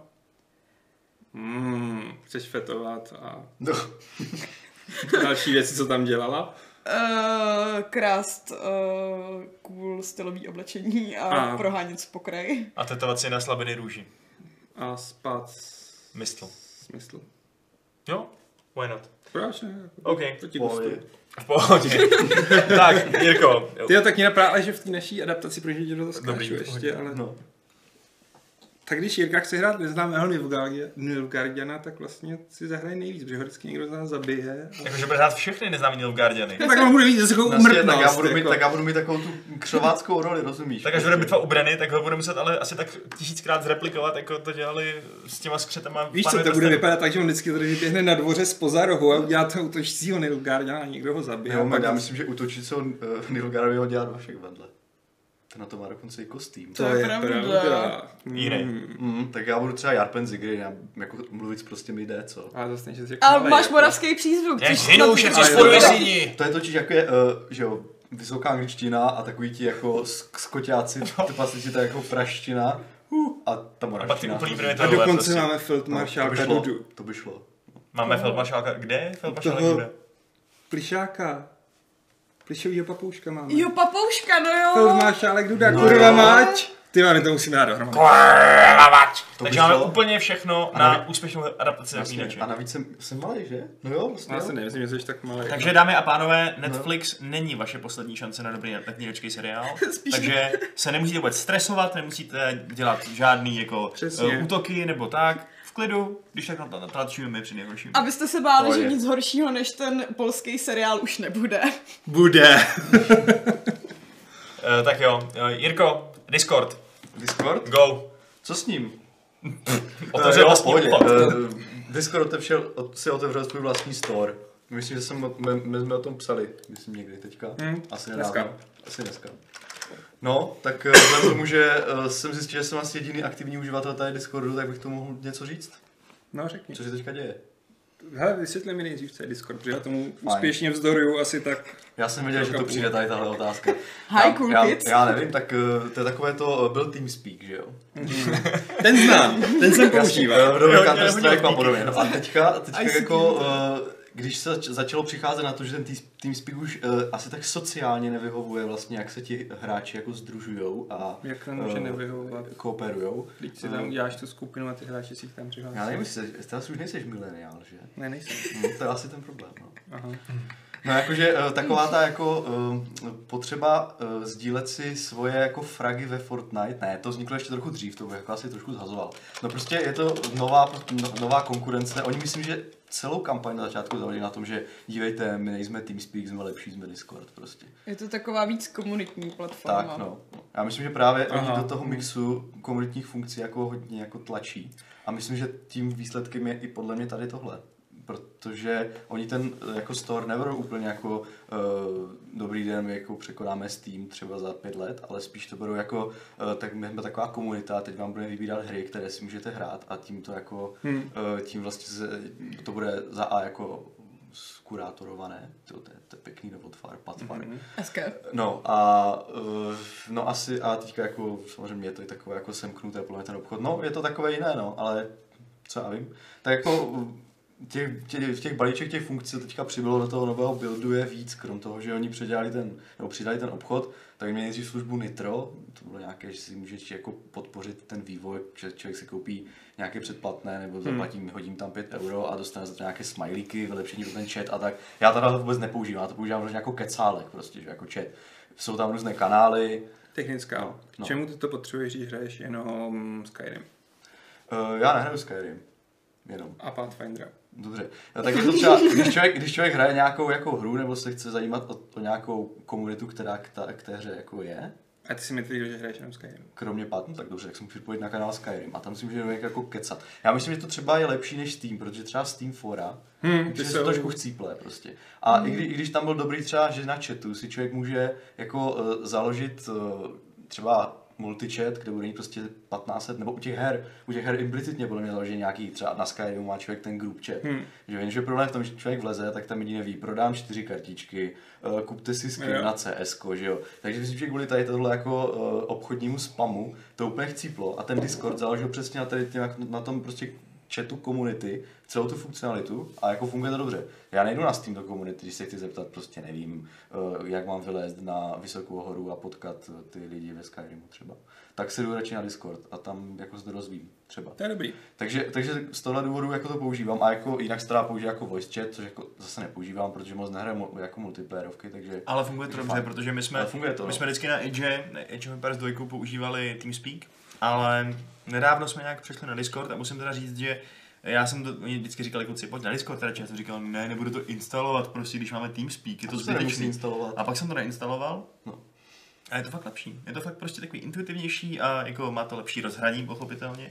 Hmm, chceš fetovat a No. další věci, co tam dělala. Uh, krást uh, cool stylový oblečení a A. prohánět z pokraji. A tetovat si na slabiny růži. A spát Mysl. smysl. Jo? Why not? Proč ne? OK. To ti Pohodě. gustu. V pohodě. Tak, Jirko. Ty jo, tak mě napadá, že v té naší adaptaci, protože ti do toho Dobrý, skáču v pohodě. ještě, ale... No. Tak když Jirka chce hrát neznámého Nilfgaardia- Nilfgaardiana, tak vlastně si zahraje nejvíc, protože ho vždycky někdo z nás zabije. A... Jakože bude hrát všechny neznámý Nilfgaardiany. No, tak on bude mít zase takovou Vlastně, tak, umrtnost. já budu mít, jako. tak já budu mít takovou tu křováckou roli, rozumíš? Tak až bude bitva u Breny, tak ho bude muset ale asi tak tisíckrát zreplikovat, jako to dělali s těma skřetama. Víš co, to bude vypadat tak, že on vždycky tady běhne na dvoře spoza rohu a udělá toho útočícího Nilfgaardiana a někdo ho zabije. Jo, a pak já myslím, že útočícího uh, Nilfgaardovi ho dělá Vašek vedle. Ten na to má dokonce i kostým. to, To je je pravda. pravda. pravda. Jiný. Mm. Mm, tak já budu třeba Jarpen Zigry, já, jako mluvit prostě mi jde, co? Ale zase nejsi řekl Ale malej, máš jako. moravský přízvuk. Jak což hynou snad- všetci Ale spolu jo. jesíni. To je totiž jako je, uh, že jo, vysoká angličtina a takový ti jako sk- skoťáci, trpasliči, to je jako praština uh, a ta A pak ty moravština. úplný A primitové dokonce prostě. máme No, to by feldmaršálka šlo, Dudu. to by šlo. Máme feldmaršálka, kde? Feldmaršálek Toho- kde? Plišáka. Plišovýho papouška máme. Jo, papouška, no jo. Feldmaršálek Duda, No kurva jo. mať. Ty máme to musíme dát dohromady. To Takže by máme šlo. úplně všechno A na navíc- úspěšnou adaptaci Jasně. Zapínače. A navíc jsem, jsem malej, že? No jo, vlastně Já si jo. nemyslím, že jsi tak malý. Takže dámy a pánové, Netflix není vaše poslední šance na dobrý letníčký seriál, Spíš takže se nemusíte vůbec stresovat, nemusíte dělat žádný jako Přesně. uh, útoky nebo tak. V klidu, když tak na to natlačíme my při nejhorším. Abyste se báli, Pohodě. že nic horšího než ten polský seriál už nebude. Bude. Uh, tak jo, uh, Jirko, Discord, Discord? go. Co s ním? Otevřel Jo, vlastní pohodě. obchod. Eh, Discord otevřel, si otevřel svůj vlastní store. Myslím, že jsem, my, my jsme o tom psali, myslím někdy teďka. Hmm, Asi dneska. nedávno. Asi dneska. No, tak eh, vzhledem k tomu, že eh, jsem zjistil, že jsem asi jediný aktivní uživatel tady Discordu, tak bych to mohl něco říct. No řekni. Co se teďka děje? Hele, vysvětli mi nejdřív, co je Discord, protože já tomu úspěšně vzdoruju asi tak. Já jsem věděl, že to přijde tady tahle otázka. Hi, já, cool já, kids. já nevím, tak eh, to je takové to, eh, byl TeamSpeak, že jo? Ten znám, ten jsem používal. V době Jo, Counter jo, Strike a hodně podobně. No a teďka, teďka I C T. jako, eh, když se zač- začalo přicházet na to, že ten tý- TeamSpeak už eh, asi tak sociálně nevyhovuje vlastně, jak se ti hráči jako združujou a Jak nemůže eh, nevyhovovat? kooperujou. Když si tam uděláš tu skupinu a ty hráči si jich tam přihlásí. Já nevím, jestli ty asi už nejseš mileniál, že? Ne, nejsem. No, to je asi ten problém, no. Aha. No jakože eh, taková ta jako eh, potřeba eh, sdílet si svoje jako fragy ve Fortnite, ne, to vzniklo ještě trochu dřív, to bych jako asi trošku zhazoval. No prostě je to nová, no, nová konkurence, oni myslím, že celou kampaň na začátku zavodili na tom, že dívejte, my nejsme TeamSpeak, jsme lepší, jsme Discord prostě. Je to taková víc komunitní platforma. Tak no, já myslím, že právě Aha. oni do toho mixu komunitních funkcí jako hodně jako tlačí a myslím, že tím výsledkem je i podle mě tady tohle. Protože oni ten eh, jako store neberou úplně jako uh, dobrý den, my jako překonáme Steam třeba za pět let, ale spíš to berou jako, uh, tak my jsme taková komunita, teď vám budeme vybírat hry, které si můžete hrát a tím to jako, Hmm. uh, tím vlastně se, to bude za A jako skurátorované, to, to, je, to je pěkný novotvar, patvar. Mhm. Hezké. No a uh, no asi a teďka jako samozřejmě je to i takové jako semknuté podle mě ten obchod. No je to takové jiné no, ale co já vím. Tak jako těch, těch, těch balíček těch funkcí co teďka přibylo do toho nového buildu je víc, krom toho, že oni předělali ten, nebo přidali ten obchod, tak měli nejdřív službu Nitro, to bylo nějaké, že si můžeš jako podpořit ten vývoj, že člověk si koupí nějaké předplatné, nebo zaplatím, hodím tam pět euro a dostane za to nějaké smajlíky, vylepšení pro ten chat a tak. Já to vůbec nepoužívám, já to používám prostě jako kecálek prostě, že jako chat. Jsou tam různé kanály. Technická. No, K no. čemu ty to potřebuješ, když hraješ jenom Skyrim Uh, já nehraju Skyrim, jenom. a Pathfindera? Dobře. No, tak je to třeba, když člověk, když člověk hraje nějakou jako hru nebo se chce zajímat o, o nějakou komunitu, která k, ta, k té hře jako je, A ty si mi tvrdil, že hraješ jenom Skyrim. kromě Patnu, tak dobře, tak jsem připojit na kanál Skyrim a tam si může člověk jako kecat. Já myslím, že to třeba je lepší než Steam, protože třeba Steam fora, Hmm, že ty se jsou- to trošku chcíplé prostě. A hmm. i, kdy, i když tam byl dobrý třeba, že na chatu si člověk může jako uh, založit uh, třeba multichat, kde bude mít prostě patnáct set, nebo u těch her, u těch her implicitně podle mě založí nějaký, třeba na Skyrimu má člověk ten group chat, hmm. že vím, že problém v tom, že člověk vleze, tak tam jedině ví, prodám čtyři kartičky, uh, kupte si skin yeah. na C S ko, že jo, takže myslím, že kvůli tady tohle jako uh, obchodnímu spamu to úplně chcíplo a ten Discord založil přesně na, tady tím, na tom prostě chatu komunity, celou tu funkcionalitu a jako funguje to dobře. Já nejdu na Steam do komunity, když se chci zeptat, prostě nevím, jak mám vylézt na vysokou horu a potkat ty lidi ve Skyrimu třeba. Tak si jdu radši na Discord a tam jako se to rozvím třeba. To je dobrý. Takže, takže z tohle důvodu jako to používám a jako jinak se to dá použít jako voice chat, což jako zase nepoužívám, protože moc nehraju jako multiplayerovky, takže... Ale funguje to dobře, protože my jsme, to, my jsme vždycky na Age, Age of Empires dva používali TeamSpeak, ale nedávno jsme nějak přešli na Discord a musím teda říct, že já jsem to, oni vždycky říkali, kluci, pojď na Discord, teda já jsem říkal, ne, nebudu to instalovat, prostě když máme TeamSpeak, je to zbytečný. A pak jsem to neinstaloval. No. A je to fakt lepší. Je to fakt prostě takový intuitivnější a jako má to lepší rozhraní, pochopitelně.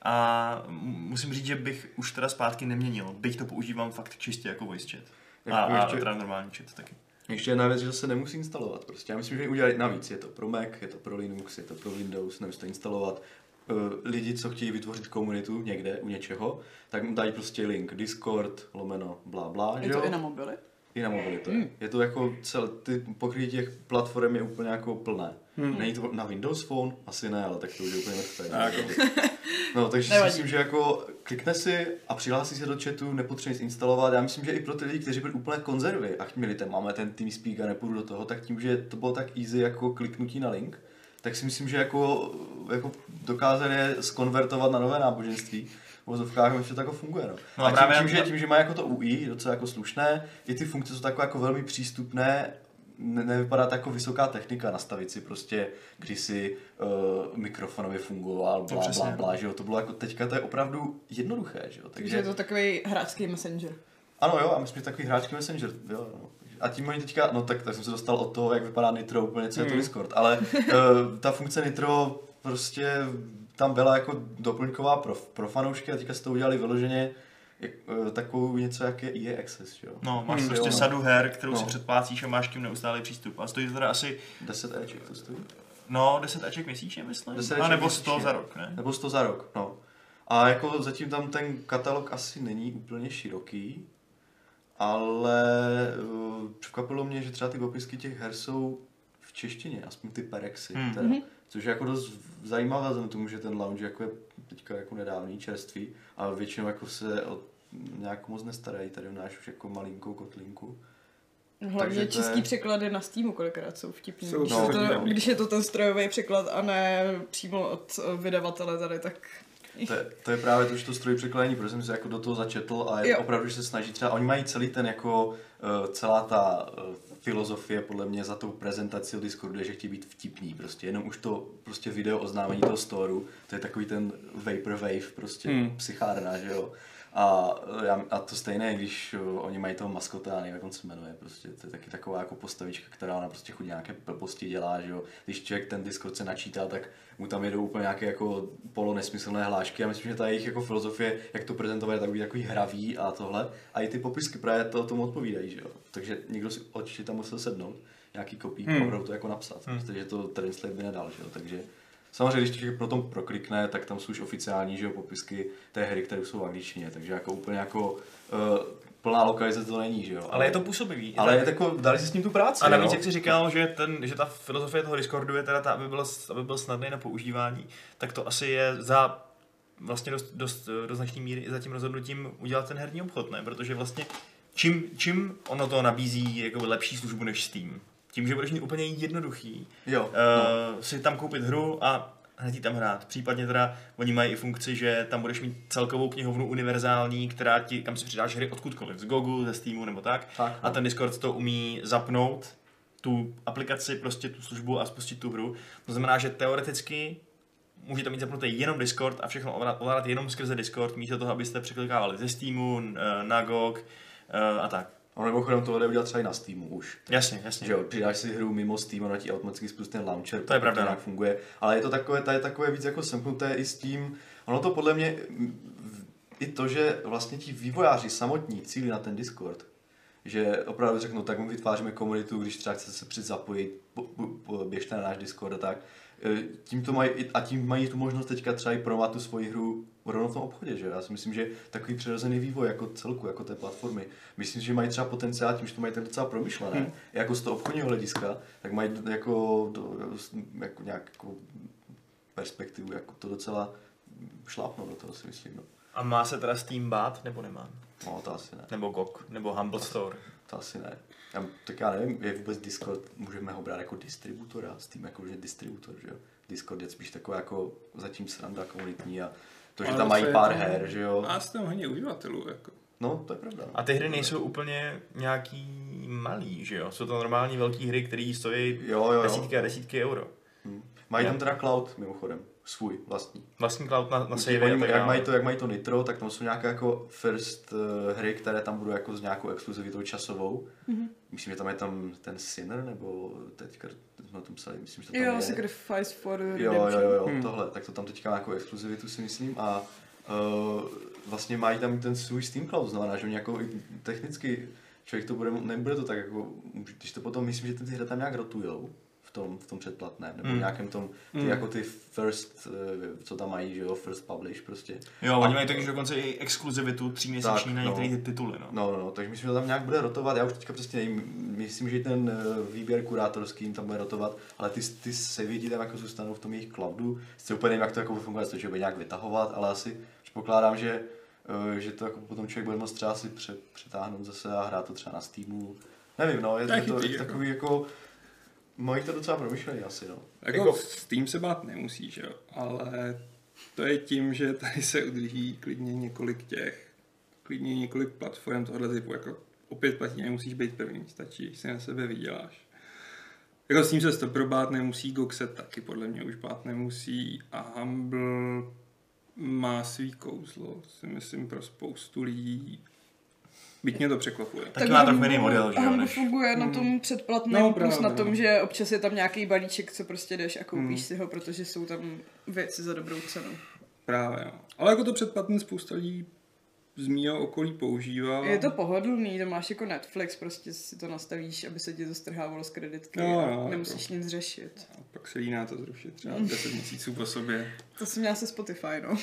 A musím říct, že bych už teda zpátky neměnil, byť to používám fakt čistě jako voice chat. A, a ještě, teda normální chat taky. Ještě jedna věc, že se nemusí instalovat prostě. Já myslím, že udělali navíc. Je to pro Mac, je to pro Linux, je to pro Windows, nemusí to instalovat. Lidi, co chtějí vytvořit komunitu někde, u něčeho, tak mu dají prostě link Discord, lomeno, blá, blá, je to jo? I na mobily? I na mobily to je. Hmm. Je to jako celé, ty pokrytí těch platform je úplně jako plné. Hmm. Není to na Windows Phone? Asi ne, ale tak to už je úplně mrtvé. No, takže si myslím, že jako klikne si a přihlásí se do chatu, nepotřebuje nic instalovat. Já myslím, že i pro ty lidi, kteří byli úplně konzervy a měli ten, máme ten TeamSpeak a nepůjdu do toho, tak tím, že to bylo tak easy jako kliknutí na link, tak si myslím, že jako, jako dokázali je skonvertovat na nové náboženství. V vozovkách myslím, že to jako funguje. No. No a, a tím, tím, že, tím, že má jako to U I docela jako slušné, i ty funkce jsou takové jako velmi přístupné, ne, nevypadá to jako vysoká technika nastavit si prostě, když si uh, mikrofonově fungoval, blá, blá, blá, že jo, to bylo jako teďka, to je opravdu jednoduché, že jo. Takže je to takový hráčský messenger. Ano jo, a myslím, že takový hráčský messenger, jo, no. A tím oni teďka, no tak, tak jsem se dostal od toho, jak vypadá Nitro, úplně co je to Discord, ale uh, ta funkce Nitro prostě tam byla jako doplňková pro, pro fanoušky a teďka se to udělali vyloženě jak, uh, takovou něco, jak je E A Access, jo. No, máš hmm, prostě jo, sadu her, kterou no. si předplácíš a máš k tím neustálý přístup. A stojí to teda asi... deset éček to stojí? No, deset éček měsíčně, myslím. A nebo sto za rok, ne? Nebo sto za rok, no. A jako zatím tam ten katalog asi není úplně široký, ale uh, překvapilo mě, že třeba ty popisky těch her jsou v češtině, aspoň ty perexy, hmm. teda, což je jako dost zajímavé vzhledem tomu, že ten launch jako je teďka jako nedávný, čerstvý, ale většinou jako se o nějak moc nestarají, tady máš už jako malinkou kotlinku. Hlavně český je... překlady na Steamu kolikrát jsou vtipný. Jsou, když, no, to, no. když je to ten strojový překlad a ne přímo od vydavatele tady, tak... To je, to je právě to, že to strojí překladení, protože jsem se jako do toho začetl a je opravdu, že se snaží třeba, oni mají celý ten jako, uh, celá ta uh, filozofie podle mě za tou prezentací Discordu je, že chtějí být vtipný prostě, jenom už to prostě video oznámení toho storu, to je takový ten vaporwave prostě, hmm. psychárna, že jo. A, a to stejné, když oni mají toho maskota, nevím, jak on se jmenuje, prostě, to je taky taková jako postavička, která ona prostě chodí nějaké blbosti dělá, že jo. Když člověk ten Discord se načítá, tak mu tam jedou úplně nějaké jako polo nesmyslné hlášky a myslím, že ta jejich jako filozofie, jak to prezentovat, je takový, takový hravý a tohle. A i ty popisky právě to tomu odpovídají, že jo. Takže někdo si určitě tam musel sednout, nějaký kopí, hmm. opravdu to jako napsat, hmm. protože to translate by nedal, že jo. Takže samozřejmě, když člověk pro tom proklikne, tak tam jsou už oficiální, že jo, popisky té hry, které jsou v angličtině, takže jako úplně jako uh, plná lokalizace to není, že jo. Ale je to působivý. Ale je jako, dali si s ním tu práci, a navíc, jak jsi říkal, že, ten, že ta filozofie toho Discordu je teda ta, aby byl, aby byl snadný na používání, tak to asi je za vlastně dost, dost do značné míry za tím rozhodnutím udělat ten herní obchod, ne? Protože vlastně čím, čím ono to nabízí jako lepší službu než Steam. Tím, že budeš mít úplně jednoduchý, jo, uh, no. si tam koupit hru a hned ji tam hrát. Případně teda oni mají i funkci, že tam budeš mít celkovou knihovnu univerzální, která ti, kam si přidáš hry odkudkoliv, z Google, ze Steamu nebo tak. tak a ten Discord to umí zapnout, tu aplikaci, prostě tu službu a spustit tu hru. To znamená, že teoreticky můžete mít zapnutý jenom Discord a všechno ovládat jenom skrze Discord, místo toho, abyste překlikávali ze Steamu, na G O G a tak. A mimochodem tohle jde udělat třeba i na Steamu už. Jasně, jasně. Že jo, přidáš si hru mimo Steam, ono ti automaticky spustí ten launcher, to je pravda, to nějak funguje. Ale je to takové, to je takové víc jako semknuté i s tím, ono to podle mě, i to, že vlastně ti vývojáři samotní cílí na ten Discord, že opravdu řeknou, tak my vytváříme komunitu, když třeba chcete se přizapojit, běžte na náš Discord a tak. Tím to mají, a tím mají tu možnost teďka třeba i promovat tu svoji hru rovnou v tom obchodě, že? Já si myslím, že takový přirozený vývoj jako celku, jako té platformy, myslím, že mají třeba potenciál tím, že to mají tak docela promyšlené, hmm. jako z toho obchodního hlediska, tak mají jako, jako nějak jako perspektivu, jako to docela šlápnout do toho, si myslím. No. A má se teda Steam bát, nebo nemá? No, to asi ne. Nebo G O G, nebo Humble to Store? To asi ne. Já, tak já nevím, je vůbec Discord, můžeme ho brát jako distributora, Steam jako že distributor, že jo? Discord je spíš taková jako zatím sranda komunitní a to, že ale tam mají pár tam, her, že jo? A tam hodně uživatelů, jako. No, to je pravda. A ty hry nejsou úplně nějaký malý, že jo? Jsou to normální velké hry, které stojí jo, jo, jo. desítky a desítky euro. Hmm. Mají tam teda cloud, mimochodem. Svůj, vlastní. Vlastní cloud na, na save. Oni, jak, mají to, jak mají to Nitro, tak tam jsou nějaké jako first uh, hry, které tam budou jako s nějakou exkluzivitou časovou. Mm-hmm. Myslím, že tam je tam ten Sinner, nebo teďka jsme o tom psali, myslím, že to tam jo, je. Sacrifice for Redemption. Jo, jo, jo, jo hmm. tohle, tak to tam teďka má jako exkluzivitu, si myslím, a uh, vlastně mají tam ten svůj Steam Cloud, znamená, že oni jako technicky, člověk to bude, nebude to tak jako, když to potom, myslím, že ty hry tam nějak rotujou. V tom, v tom předplatném, nebo mm. nějakém tom, ty mm. jako ty first, co tam mají, že jo, first publish prostě. Jo, oni mají taky dokonce i exkluzivitu tříměsíční na některé ty tituly, no. No, no, no, takže myslím, že to tam nějak bude rotovat, já už teďka přesně nevím, myslím, že ten výběr kurátorský jim tam bude rotovat, ale ty, ty savey tam jako zůstanou v tom jejich cloudu, sice úplně nevím, jak to jako bude fungovat, že bude nějak vytahovat, ale asi předpokládám, že, že to jako potom člověk bude moct třeba si přetáhnout zase a hrát to třeba na Steamu, nevím, no, je, je to je takový jako mají to docela promyšlený asi, no. Jako, jako s tím se bát nemusí, že jo, ale to je tím, že tady se udrží klidně několik těch, klidně několik platform tohoto typu, jako opět platí, nemusíš být první, stačí, když si na sebe vyděláš. Jako s tím se to probát nemusí, G O G se taky podle mě už bát nemusí a Humble má svý kouzlo, si myslím, pro spoustu lidí. Byť mě to překvapuje. Tak má trochu jiný model, že jo? Humble funguje na tom předplatném, no, plus právě, na tom, no. že občas je tam nějaký balíček, co prostě jdeš a koupíš hmm. si ho, protože jsou tam věci za dobrou cenu. Právě, jo. Ale jako to předplatné spousta lidí z mýho okolí používá. Je to pohodlný, to máš jako Netflix, prostě si to nastavíš, aby se ti to strhávalo z kreditky no, a no, nemusíš jako. nic řešit. A pak se líná to zrušit třeba deset měsíců po sobě. To jsem měla se Spotify, no.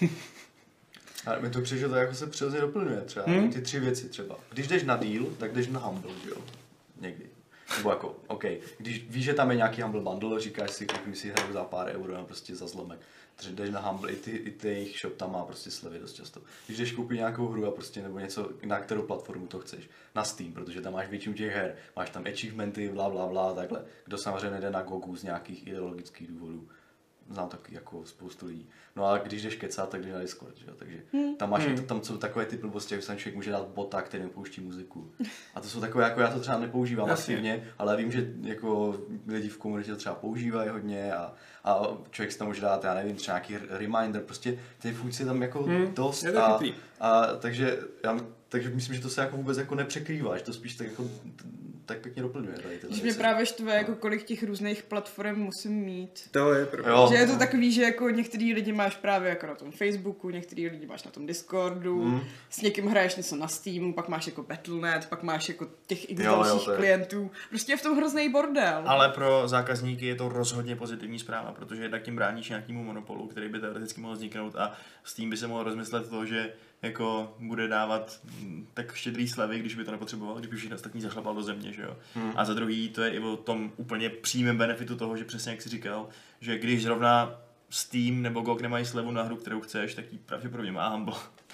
Ale mi to přijde, že to jako se přirozeně doplňuje třeba, hmm? ty tři věci třeba. Když jdeš na deal, tak jdeš na Humble, jo? Někdy. Nebo jako, OK, když víš, že tam je nějaký Humble bundle, říkáš si, koupím si hru za pár euro, nebo prostě za zlomek. Takže jdeš na Humble, i ty, i ty jejich shop tam má prostě slevy dost často. Když jdeš koupit nějakou hru a prostě, nebo něco, na kterou platformu to chceš, na Steam, protože tam máš většinu těch her, máš tam achievementy, bla, bla, bla, takhle. Kdo samozřejmě nejde na G O G z nějakých ideologických důvodů. Znám taky jako spoustu lidí. No a když jdeš kecat, tak jdeš na Discord, že jo? Takže hmm. tam máš hmm. tam jsou takové ty blbosti, jak se člověk může dát bota, který nepouští muziku. A to jsou takové, jako já to třeba nepoužívám aktivně, ale vím, že jako lidi v komunitě to třeba používají hodně a, a člověk si tam může dát, já nevím, třeba nějaký reminder, prostě ty funkce tam jako hmm. dost a, a takže já takže myslím, že to se jako vůbec jako nepřekrývá, že to spíš tak jako tak pěkně doplňuje tady tyhle Když mě právě štve, jako kolik těch různých platform musím mít. To je pravda. Jo. Že je to takový, že jako některý lidi máš právě jako na tom Facebooku, některý lidi máš na tom Discordu, mm. s někým hraješ něco na Steamu, pak máš jako Battle tečka net, pak máš jako těch x dalších je... klientů. Prostě je v tom hrozný bordel. Ale pro zákazníky je to rozhodně pozitivní zpráva, protože tak tím bráníš nějakému monopolu, který by teoreticky mohl vzniknout a Steam by se mohl rozmyslet to, že jako bude dávat tak štědrý slevy, když by to nepotřeboval, když by všichni ostatní zašlapal do země, že jo. Hmm. A za druhý to je i o tom úplně přímém benefitu toho, že přesně jak jsi říkal, že když zrovna Steam nebo G O G nemají slevu na hru, kterou chceš, tak ji pravděpodobně má Humble.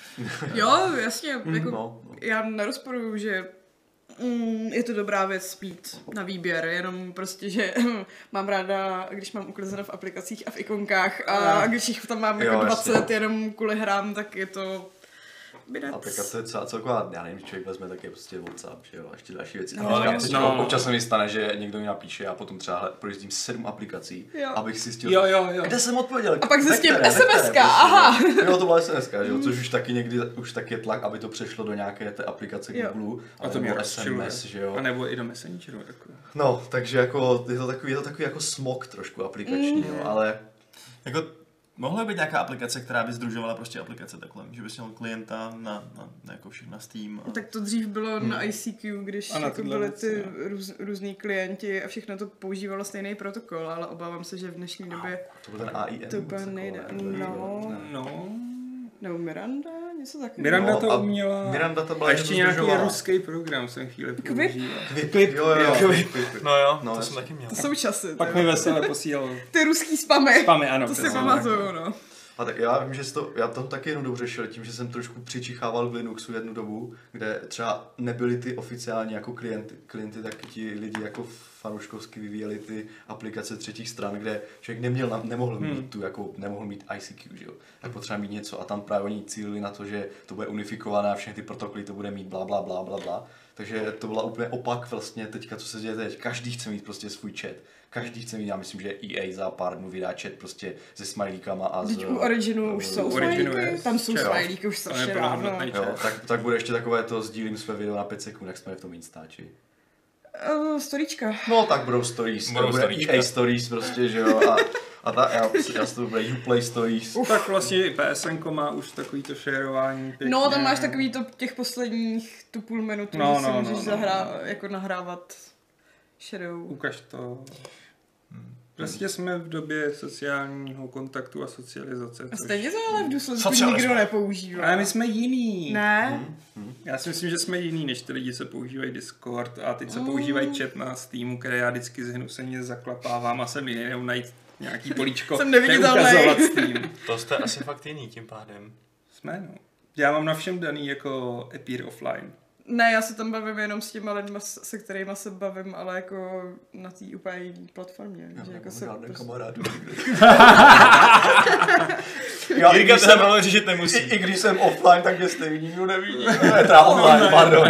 Jo, jasně, jako no, no. já nerozporuju, že mm, je to dobrá věc mít na výběr, jenom prostě, že mám ráda, když mám uklizeno v aplikacích a v ikonkách a když jich tam mám jako jo, dvacet jasně. Jenom kvůli hrám, tak je to Bidec. Aplikace je celá celková, já nevím, člověk vezme taky prostě WhatsApp, že jo, a ještě další věci. No, a no, no. Občas se mi stane, že někdo mi napíše a potom třeba projíždím sedm aplikací, jo. abych si zjistil, jo, jo, jo. kde jsem odpověděl. A pak zjistím es em eska, prostě, aha. Jo, to byla es em eska, že jo, což už taky někdy, už taky je tlak, aby to přešlo do nějaké té aplikace Google, a to mě es em es, že jo. A nebo i do Messengeru. Jako. No, takže jako, je to takový, je to takový jako smog trošku aplikační, mm. jo, ale... Jako mohla být nějaká aplikace, která by združovala prostě aplikace takhle, že bys měl klienta na, na, na jako všechno Steam. A... Tak to dřív bylo Hmm. na I C Q, když A na jako tyhle byly věci, ty no. růz, různý klienti a všechno to používalo stejný protokol, ale obávám se, že v dnešní době To byl ten A I N. to úplně nejde. No, No, nebo Miranda, něco takového. Miranda No, to a uměla. Miranda to byla a ještě jenom nějaký združovala. ruský program jsem chvíli Kvip? používal. Kvip, Kvip, jo, jo, jo. Kvip, Kvip. No jo, No, to jasně. jsem taky měl. To jsou časy. Pak ty. mi veselé posílal Ty ruský spamy. spamy, ano. To si přesně pamatuju, tak. no. A tak já vím, že jsi to, já tam taky jenom dobře šel tím, že jsem trošku přičichával v Linuxu jednu dobu, kde třeba nebyly ty oficiální jako klienty, klienty tak ti lidi jako fanouškovsky vyvíjeli ty aplikace třetích stran, kde člověk neměl, na- nemohl Hmm. mít tu, jako nemohl mít I C Q, že jo. Tak potřeba mít něco a tam právě oni cílili na to, že to bude unifikované a všechny ty protokoly to bude mít bla bla bla bla bla. Takže to byla úplně opak vlastně teďka, co se děje teď. Každý chce mít prostě svůj chat. Každý chce mít, já myslím, že E A za pár dnů vydá chat prostě se smajlíkama a z... Teď u Originu už jsou U Originu smajlíky, je. tam jsou Jo. smajlíky už To je strašně plnohodnotný dávno. chat. Jo, tak, tak bude ještě takové to, sdílím své video na pět sekund, jak jsme v tom Instači. Uh, storíčka. No tak budou stories, Budou bude storíčka. E A stories prostě, že jo, a, a ta, já, já to bude Uplay stories. Tak vlastně P S N ko má už takovýto šerování. Pěkně. No, tam máš takový to těch posledních tu půl minutu, No, že si no, můžeš no, no, zahrá, no. jako nahrávat shadow. Ukaž to. Prostě jsme v době sociálního kontaktu a socializace. A což- stejně to ale v důsledku Socialismus. nikdo nepoužívá. Ale my jsme jiný. Ne? Já si myslím, že jsme jiný, než ty lidi, co používají Discord a teď se Mm. používají chat na Steamu, které já vždycky zhnuseně zaklapávám a jsem jiný, jenom najít nějaký políčko, Jsem neviditelný. neukazovat Steam. To jste asi fakt jiný tím pádem. Jsme, no. Já mám na všem daný jako Appear offline. Ne, já se tam bavím jenom s těma lidma, se kterými se bavím, ale jako na té úplně jiný platformě. že jako se prostě... kamarádů. Já, Jirka teda právě řešit nemusí. I, I když jsem offline, tak mě stejně nikdo nevidí. Ne, teda online, pardon.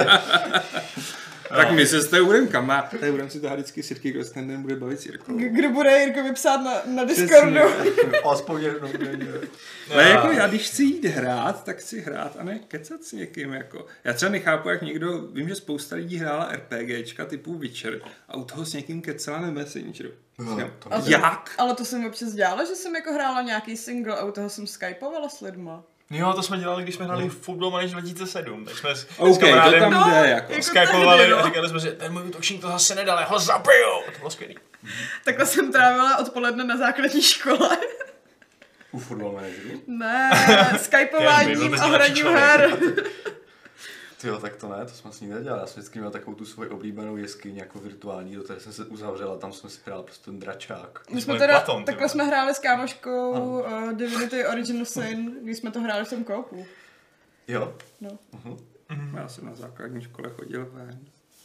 Tak my se s tím budeme kama, tady budeme si to vždycky sirky, kdo se ten den bude bavit s Jirkou. K- Kdo bude Jirkovi psát na, na Discordu? Aspoň jednou denně. Ale jako já, když chci jít hrát, tak chci hrát a ne kecat s někým. Jako. Já třeba nechápu, jak někdo, vím, že spousta lidí hrála RPGčka typu Witcher a u toho s někým kecala na Messengeru. No, Říkám, to A to- jak? Ale to jsem občas dělala, že jsem jako hrála nějaký single a u toho jsem skypovala s lidma. Jo, to jsme dělali, když jsme hráli Football Manager dva tisíce sedm. Tak jsme s, OK, s kamarádem to tam No, jde jako. jako skypovali tehdy, no. a říkali jsme si, ten můj útočník to zase nedal, já ho zabiju. To bylo skvělý. Takhle jsem trávila odpoledne na základní škole. U Football Manageru? Ne, Kežby, skypováním byl bys a nejlepší hraním člověk. her. Tyjo, tak to ne, to jsem asi nedělal. Já jsem vždycky měl takovou tu svoji oblíbenou jeskyni jako virtuální, do které jsem se uzavřel a tam jsem si hrál prostě ten dračák. My jsme byli teda, Platon, ty takhle vole. jsme hráli s kámoškou uh, Divinity Original Sin, když jsme to hráli v tom koupu. Jo? No. Uh-huh. Já jsem na základní škole chodil ven.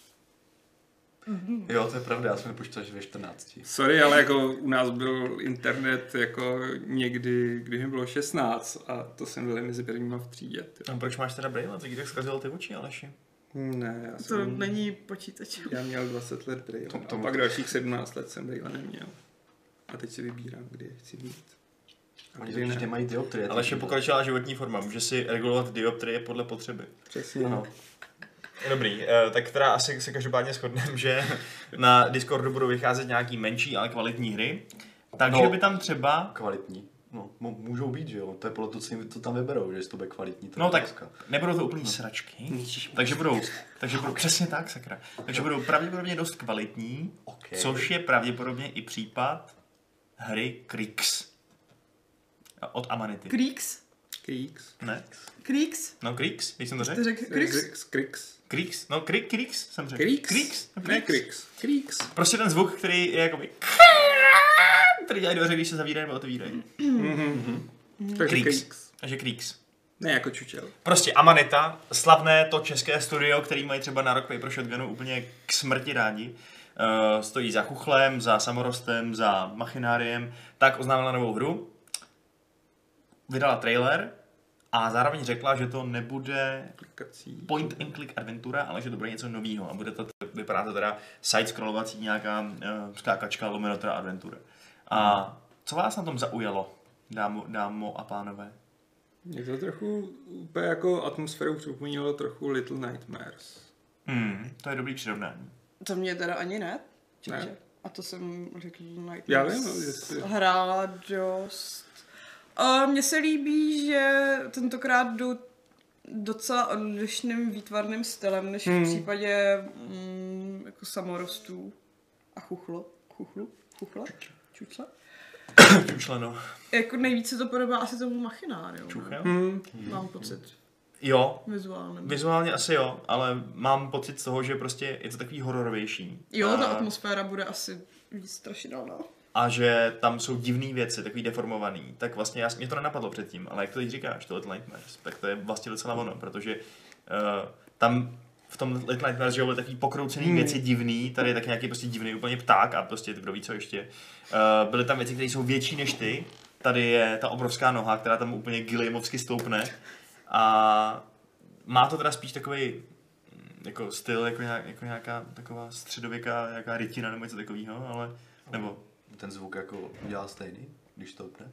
Jo, to je pravda, já jsem nepočítal, že ve čtrnácti. Sorry, ale jako u nás byl internet jako někdy, když mi bylo šestnáct a to jsem byl mezi prvníma v třídě. A proč máš teda brýle? Tak tak zkazil ty oči, Aleši? Ne, já To jsem... není počítač. Já měl dvacet let brýle To- a to- pak dalších sedmnáct let jsem brýle neměl. A teď si vybírám, kdy je chci mít. A Oni kdy totiž ne. nemají dioptrie. Aleši je pokračovala životní forma, může si regulovat dioptrie podle potřeby. Přesně. Ano. Dobrý, eh, tak teda asi se každopádně shodneme, že na Discordu budou vycházet nějaký menší, ale kvalitní hry. Takže No. by tam třeba... Kvalitní. No, mo- můžou být, že jo? To je podle toho, co jim to tam vyberou, že jestli to bude kvalitní. To je No tak otázka. nebudou to úplný sračky, takže budou, takže budou, přesně tak, sakra. Takže budou pravděpodobně dost kvalitní, Okay. což je pravděpodobně i případ hry Krix. Od Amanity. Creeks? Krix. Ne? Creeks? No Krix, když jsem to Ty řekl? řekl Creeks? Krix. Krix. Krix, no Krix, Krix jsem řekl. Krix. Krix, no, Ne Krix. Krix. Prostě ten zvuk, který je jakoby... který dělají dveře, když se zavírají nebo otvírají. Takže Krix. Krix. Takže Krix. Ne jako čučel. Prostě Amanita, slavné to české studio, který mají třeba na Rock Paper Shotgunu úplně k smrti rádi. Uh, stojí za Chuchlem, za Samorostem, za Machináriem, tak oznámila novou hru. Vydala trailer a zároveň řekla, že to nebude Klikací. point and click adventura, ale že to bude něco nového a bude to, vypadá to teda side-scrollovací nějaká uh, skákačka, lomeno teda adventura. A co vás na tom zaujalo, dámo, dámo a pánové? Mě to trochu úplně jako atmosférou připomínalo trochu Little Nightmares. Hmm, to je dobrý přirovnání. To mě teda ani ne. Čiže. Ne. A to jsem řekl Nightmares. Já vím, no, jestli... Hrála dost. A mně se líbí, že tentokrát jdu docela odlišným výtvarným stylem, než Hmm. v případě mm, jako samorostů a chuchlo. Chuchlu? Chuchla? Čučla? Čučleno. Jako nejvíc se to podobá asi tomu machináriu. Čuch, jo? Hmm. Mám pocit. Jo, Vizuálně. vizuálně asi jo, ale mám pocit z toho, že prostě je to takový hororovější. Jo, ta A- atmosféra bude asi víc strašidelná. a že tam jsou divné věci, takový deformovaný, tak vlastně já, mě to nenapadlo předtím, ale jak to teď říkáš, to Little Nightmares, tak to je vlastně docela ono, protože uh, tam v tom Little Nightmares, že byly takový pokroucený Hmm. věci divný, tady je taky nějaký prostě divný úplně pták a prostě kdo ví co ještě. Uh, byly tam věci, které jsou větší než ty, tady je ta obrovská noha, která tam úplně Gilliamovsky stoupne a má to teda spíš takový jako styl, jako, nějak, jako nějaká taková středověká nějaká rytina nebo něco takového, ale nebo Ten zvuk jako dělá stejný, když to upne.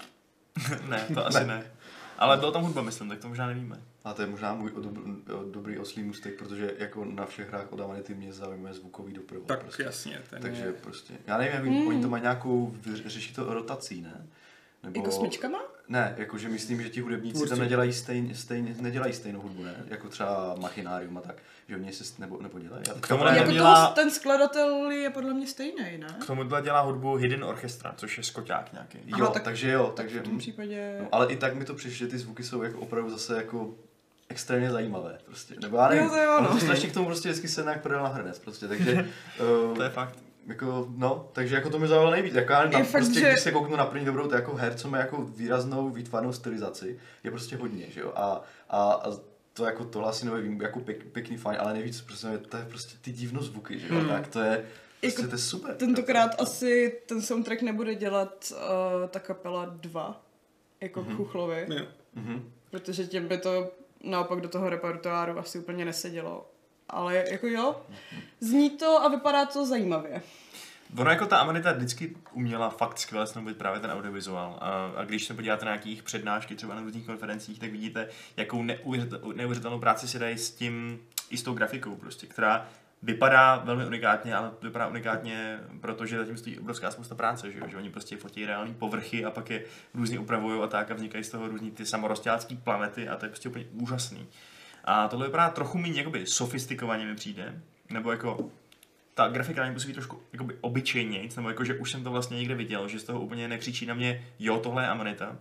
ne, to asi ne. Ale byla tam hudba, myslím, tak to možná nevíme. A to je možná můj dob- dobrý oslý můstek, protože jako na všech hrách od Amanity mě zaujme zvukový doprovod. Tak prostě. jasně. Ten Takže je... prostě, já nevím, jak Hmm. oni to mají nějakou, vyř- řeší to rotací, ne? Nebo... Jako smyčkama? Ne, jakože myslím, že ti hudebníci Tvůrci. tam nedělají, stejn, stejn, nedělají stejnou hudbu, ne? Jako třeba Machinarium a tak, že oni se nebo, nebo dělají. Já K tomu právě- nevím. Jako dělá- to, ten skladatel je podle mě stejný, ne? K tomuhle dělá hudbu Hidden Orchestra, což je skoťák nějaký. Jo, Aha, tak, tak- takže jo, Tak takže... v tom případě... No, ale i tak mi to přišlo, že ty zvuky jsou jako opravdu zase jako extrémně zajímavé prostě. Nebo já nevím, Jo, to je ono. ono to strašně k tomu prostě vždycky se nějak prodal na hrnec prostě, takže... uh, To je fakt. Jako, no, takže jako to mi zaujalo nejvíc. Jako já na, Je fakt, prostě, že- když se kouknu na první dobrou, to jako her, co má jako výraznou výtvarnou stylizaci, je prostě hodně, že jo. A, a, a to jako tohle asi nevím, jako pěk, pěkný fajn, ale nejvíc prostě, to je prostě ty divno zvuky, že jo. Hmm. Tak to je, prostě Jako to je super. Tentokrát asi ten soundtrack nebude dělat uh, ta kapela dva, jako Mhm. mm-hmm. Chuchlovi, Jo. Mhm. protože těm by to naopak do toho repertoáru asi úplně nesedělo. Ale jako jo, zní to a vypadá to zajímavě. Ono jako ta Amanita vždycky uměla fakt skvěle snoubit právě ten audiovizuál. A, a když se podíváte na nějakých přednášky třeba na různých konferencích, tak vidíte, jakou neuvěřitel, neuvěřitelnou práci si dají s tím, i s tou grafikou prostě, která vypadá velmi unikátně, ale vypadá unikátně, protože zatím stojí obrovská spousta práce, že, jo? Že oni prostě fotí reální povrchy a pak je různě upravují a tak a vznikají z toho různý ty samorozťácký planety a to je prostě úplně úžasný. A tohle vypadá trochu méně jakoby sofistikovaně mi přijde, nebo jako ta grafika na mě působí trošku jakoby obyčejnějc, nebo jako, že už jsem to vlastně někde viděl, že z toho úplně nekřičí na mě, jo, tohle je Amanita.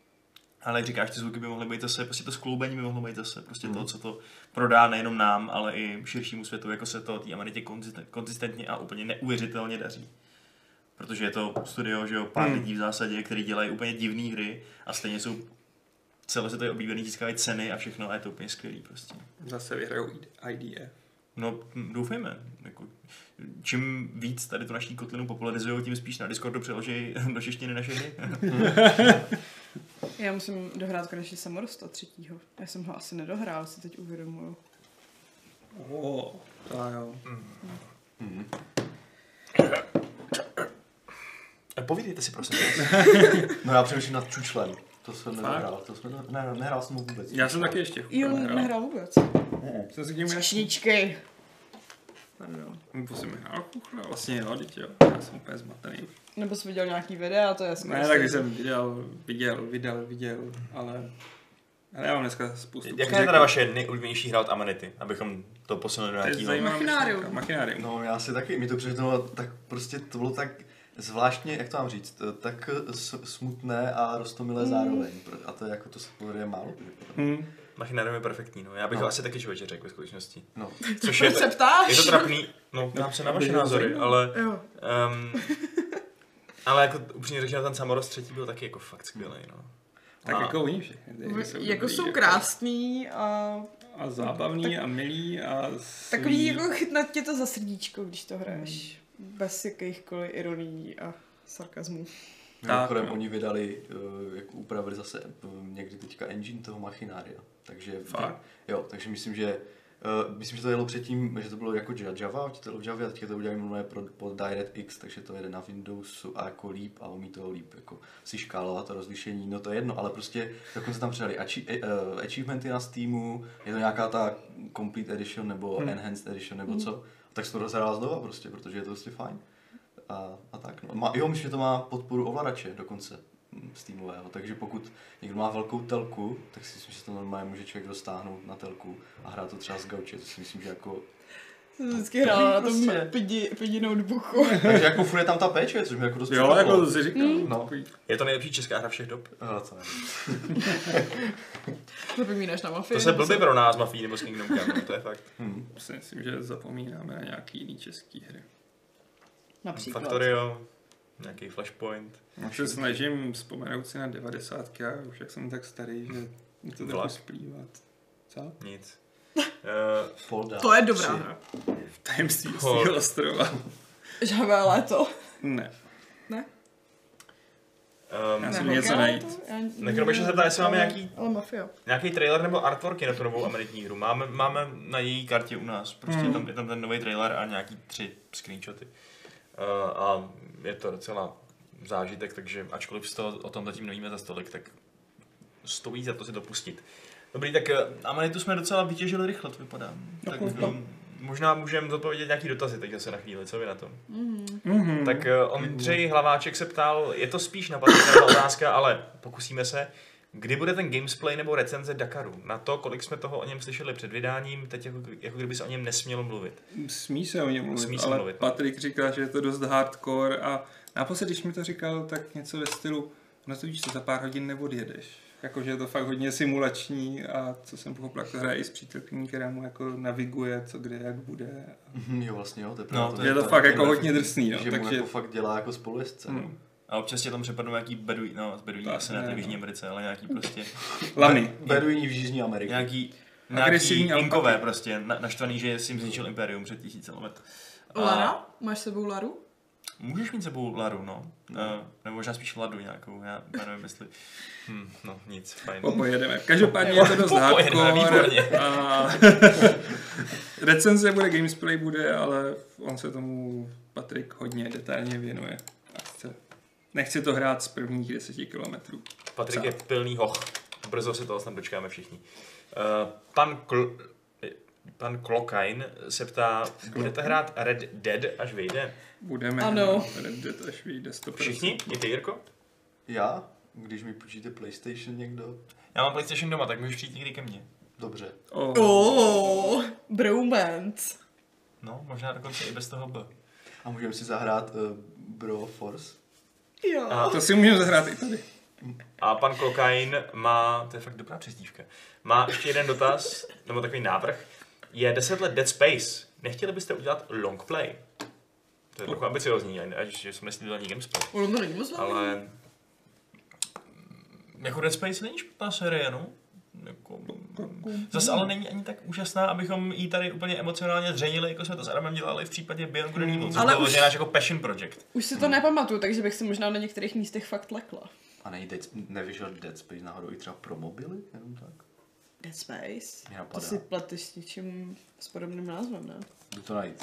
Ale jak říkáš, ty zvuky by mohly být zase, prostě to skloubení by mohlo být zase, prostě mm. to, co to prodá nejenom nám, ale i širšímu světu, jako se to té Amanitě konzistentně a úplně neuvěřitelně daří. Protože je to studio, že jo, pár Mm. lidí v zásadě, který dělají úplně divné hry a stejně jsou celosvětově oblíbený, získávají ceny a všechno a je to úplně skvělý prostě. Zase vyhrajou I D F. No, hm, doufejme. Jako, čím víc tady tu naší kotlinu popularizují, tím spíš na Discordu přeloží do češtiny naše hry. Já musím dohrát konečně Samorosta třetího. Já jsem ho asi nedohrál, si teď uvědomuju. Oh, to jo. Mhm. Povídejte si prosím. No já přemýšlím nad Čučlem. To jsem Fakt? nehrál, to jsem ne, ne, nehrál jsem ho vůbec. Já jsem taky ještě Jo, nehrál. nehrál vůbec. Jsem si k němu Třešničky. Pardon. To jsem hrál kuchla, vlastně jo, teď jo. Já jsem úplně zmatený. Nebo jsi viděl nějaký videa, to je skoro Ne, tak stejný. když jsem viděl, viděl, viděl, viděl, ale... Ale já mám dneska spoustu Jaká je přířeků. teda vaše nejoblíbenější hra od Amanity, abychom to posunuli do To je nějakého... zajímavá Machinárium. myšlenka. Machinárium. No já si taky, mi to přišlo tak prostě to bylo tak zvláštně, jak to mám říct, tak s- smutné a roztomilé Mm. zároveň. A to je jako to se povede málo. Hmm. Machinarium je perfektní, no. Já bych No. ho asi taky člověče řekl ve skutečnosti. No. Což je, Proč se ptáš? je to trapný, no, ptám se na vaše Aby- názory, ale... Jo. Um, ale jako upřímně řečeno, ten Samorost třetí byl taky jako fakt skvělý, no. Tak A- jako oni všechny. ty jsou Jako dobrý, jsou krásný a A zábavný a milý a takový svý. jako chytnat tě to za srdíčko, když to hraješ. Bez jakýchkoliv ironií a sarkazmů. Mimochodem, no. oni vydali, uh, jako upravili zase uh, někdy teďka engine toho Machinária. Takže, Fakt? jo, takže myslím, že Uh, myslím, že to jelo předtím, že to bylo jako Java, že to bylo v Javě a teďka to udělali mluvé pro, pro DirectX, takže to jede na Windowsu a jako líp a umí toho líp, jako si škálovat to rozlišení, no to je jedno, ale prostě dokonce tam přidali achi- uh, achievementy na Steamu, je to nějaká ta Complete Edition nebo hmm. Enhanced Edition nebo hmm. co, tak se to rozhrál znova prostě, protože je to prostě fajn. A, a tak, no. Má, jo, myslím, že to má podporu ovladače dokonce. Steamového, takže pokud někdo má velkou telku, tak si myslím, že to normálně může člověk dostáhnout na telku a hrát to třeba z gauče, to si myslím, že jako... Jsem vždycky hrála na tom prostě. pidi, pidi notebooku. Takže jako furt je tam ta péče, což mi jako dost Jo, překvapilo. jako to si říkal. Mm. No. Je to nejlepší česká hra všech dob? No, to nevím. Zapomínáš na mafii? To se blbě pro nás, Mafii nebo s Kingdom Come, to je fakt. Hmm. Si myslím, že zapomínáme na nějaký jiný český hry. Například. Factorio, nějaký Flashpoint. Já se snažím vzpomenout si na devadesátky, a už jak jsem tak starý, že mi to trochu Vlak. splývá. Co? Nic. Uh, Folda. To je dobrá tři. hra. Tajemství Hol. Ostřího ostrova. Žhavé léto. Ne. Ne? um, Já Ne, jsem něco Hoká najít. léto? Já- Nekrobeše se ptá, jestli máme ale- nějaký- Ale mafia. nějaký trailer nebo artworky na tu novou američní hru. Máme, máme na její kartě u nás. Prostě Hmm. tam, je tam ten nový trailer a nějaký tři screenshoty. Uh, a je to docela zážitek, takže ačkoliv z toho, o tom zatím nevíme za stolik, tak stojí za to si to pustit. Dobrý, tak uh, Amanitu jsme docela vytěžili rychle, to vypadá. Tak um, možná můžeme zodpovědět nějaký dotazy teď zase na chvíli, co vy na tom? Mhm. Mhm. Tak uh, Ondřej Hlaváček se ptal, je to spíš napadná otázka, ale pokusíme se. Kdy bude ten gamesplay nebo recenze Dakaru? Na to, kolik jsme toho o něm slyšeli před vydáním, teď jako, jako kdyby se o něm nesmělo mluvit. Smí se o něm mluvit, Smí se ale mluvit, no. Patrik říká, že je to dost hardcore a naposled, když mi to říkal, tak něco ve stylu, no to víš, co za pár hodin neodjedeš. Jakože je to fakt hodně simulační a co jsem pochopil, jak to hraje i s přítelkyní, která mu jako naviguje, co kde, jak bude. Mhm, jo, vlastně jo, to je No, pravda. to Je to je fakt ten jako efekt, hodně drsný, no, že mu takže- jako fakt dělá jako spolujezdce. Hmm. No. A občas tě tam přepadnou nějaký beduí, no, z beduí To asi asi ne, ne, to v Jižní no. Americe, ale nějaký prostě, Lamy. Beduini v Jižní Americe. nějaký, Agresivní nějaký alpaky. inkové prostě, na, naštvaný, že jsi jim zničil impérium před tisíce let. A Lara? Máš s sebou Laru? Můžeš mít sebou Laru, no. Uh, nebo možná spíš Ladu nějakou, já nevím, jestli... Hm, no, nic, fajn. Popojedeme. Každopádně je to dost Popojedeme, hardcore. výborně. A recenze bude, gamesplay bude, ale on se tomu Patrik hodně detailně věnuje. A chce, nechce to hrát z prvních deseti kilometrů. Patrik je pilný hoch. Brzo se toho snad dočkáme všichni. Uh, pan Kl... Pan Klokajn se ptá, budete hrát Red Dead, až vyjde? Budeme Ano. hrát Red Dead, až vyjde sto procent. Všichni? I ty, Jirko? Já? Když mi půjčíte PlayStation někdo? Já mám PlayStation doma, tak můžeš přijít někdy ke mně. Dobře. Oh. Oh, bromance. No, možná dokonce i bez toho B. A můžeme si zahrát uh, Bro Force? Jo. A, To si můžeme zahrát i tady. a pan Klokajn má, to je fakt dobrá přezdívka, má ještě jeden dotaz, nebo takový návrh. Je deset let Dead Space. Nechtěli byste udělat long play? To je trochu ambiciozní, až že jsem neslíbil ani gamesplay. Ono to není moc ale... Ale... Jako Dead Space není špatná série, no. Jako... Zase ale není ani tak úžasná, abychom jí tady úplně emocionálně zřejili, jako jsme to s Adamem dělali v případě Beyond Good and Evil, což Ale bylo už- už... náš jako passion project. Už si to nepamatuju, takže bych si možná na některých místech fakt lekla. A nej, Dead, nevyšel Dead Space náhodou i třeba pro mobily? Jenom tak? Dead Space? Mě To napadá. si pleteš s něčím s podobným názvem, ne? Jdu to najít.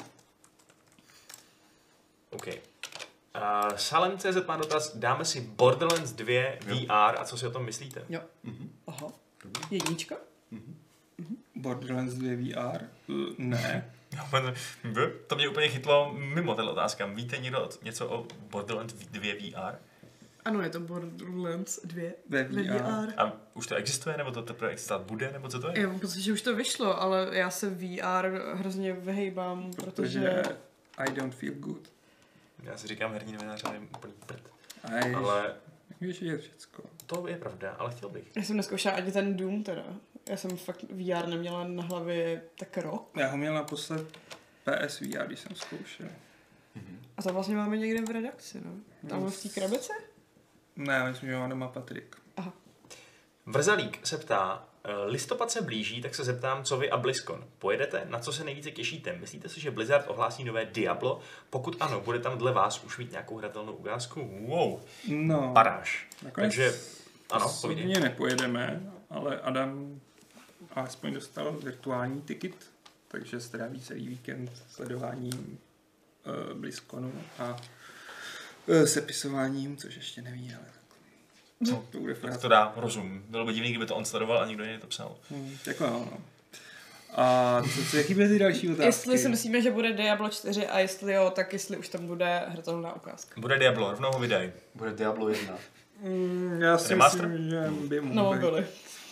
OK. Uh, Salem tečka cé zet má dotaz, dáme si Borderlands dva V R a co si o tom myslíte? Jo. Mhm. Aha. Jednička? Borderlands dva V R? Uh, ne. To mě úplně chytlo mimo tato otázka. Víte někdo něco o Borderlands dva V R? Ano, je to Borderlands dva Ve V R. A už to existuje, nebo to teprve existovat bude, nebo co to je? Já mám pocit, že už to vyšlo, ale já se V R hrozně vyhejbám, protože... Protože I don't feel good. Já si říkám herní novinář, ale je úplný prd. A Ale víš, je všecko. to je pravda, ale chtěl bych. Já jsem neskoušela ani ten Doom teda. Já jsem fakt V R neměla na hlavě tak rok. Já ho měl naposled P S V R, když jsem zkoušel. A to vlastně máme někde v redakci, no. Tam v té krabici? Ne, myslím, že má doma Patrik. Aha. Vrzalík se ptá, listopad se blíží, tak se zeptám, co vy a BlizzCon. Pojedete? Na co se nejvíce těšíte? Myslíte si, že Blizzard ohlásí nové Diablo? Pokud ano, bude tam dle vás už mít nějakou hratelnou ukázku? Wow, No, paráž. nakonec Takže, ano, osobně povídej. nepojedeme, ale Adam alespoň dostal virtuální tiket, takže stráví celý víkend sledováním uh, BlizzConu a uh, sepisováním, což ještě neví, ale Co? to bude Tak fakt. to dá rozum. Bylo by divný, kdyby to on sledoval a nikdo jiný to psal. Hmm, jako jo, no. A co, co, jaký byly ty další otázky? Jestli si myslíme, že bude Diablo čtyři a jestli jo, tak jestli už tam bude hratelná ukázka. Bude Diablo, rovnou ho vydaj. Bude Diablo jedna. Mm, já si Remaster? myslím, že by mohl No, být. byly.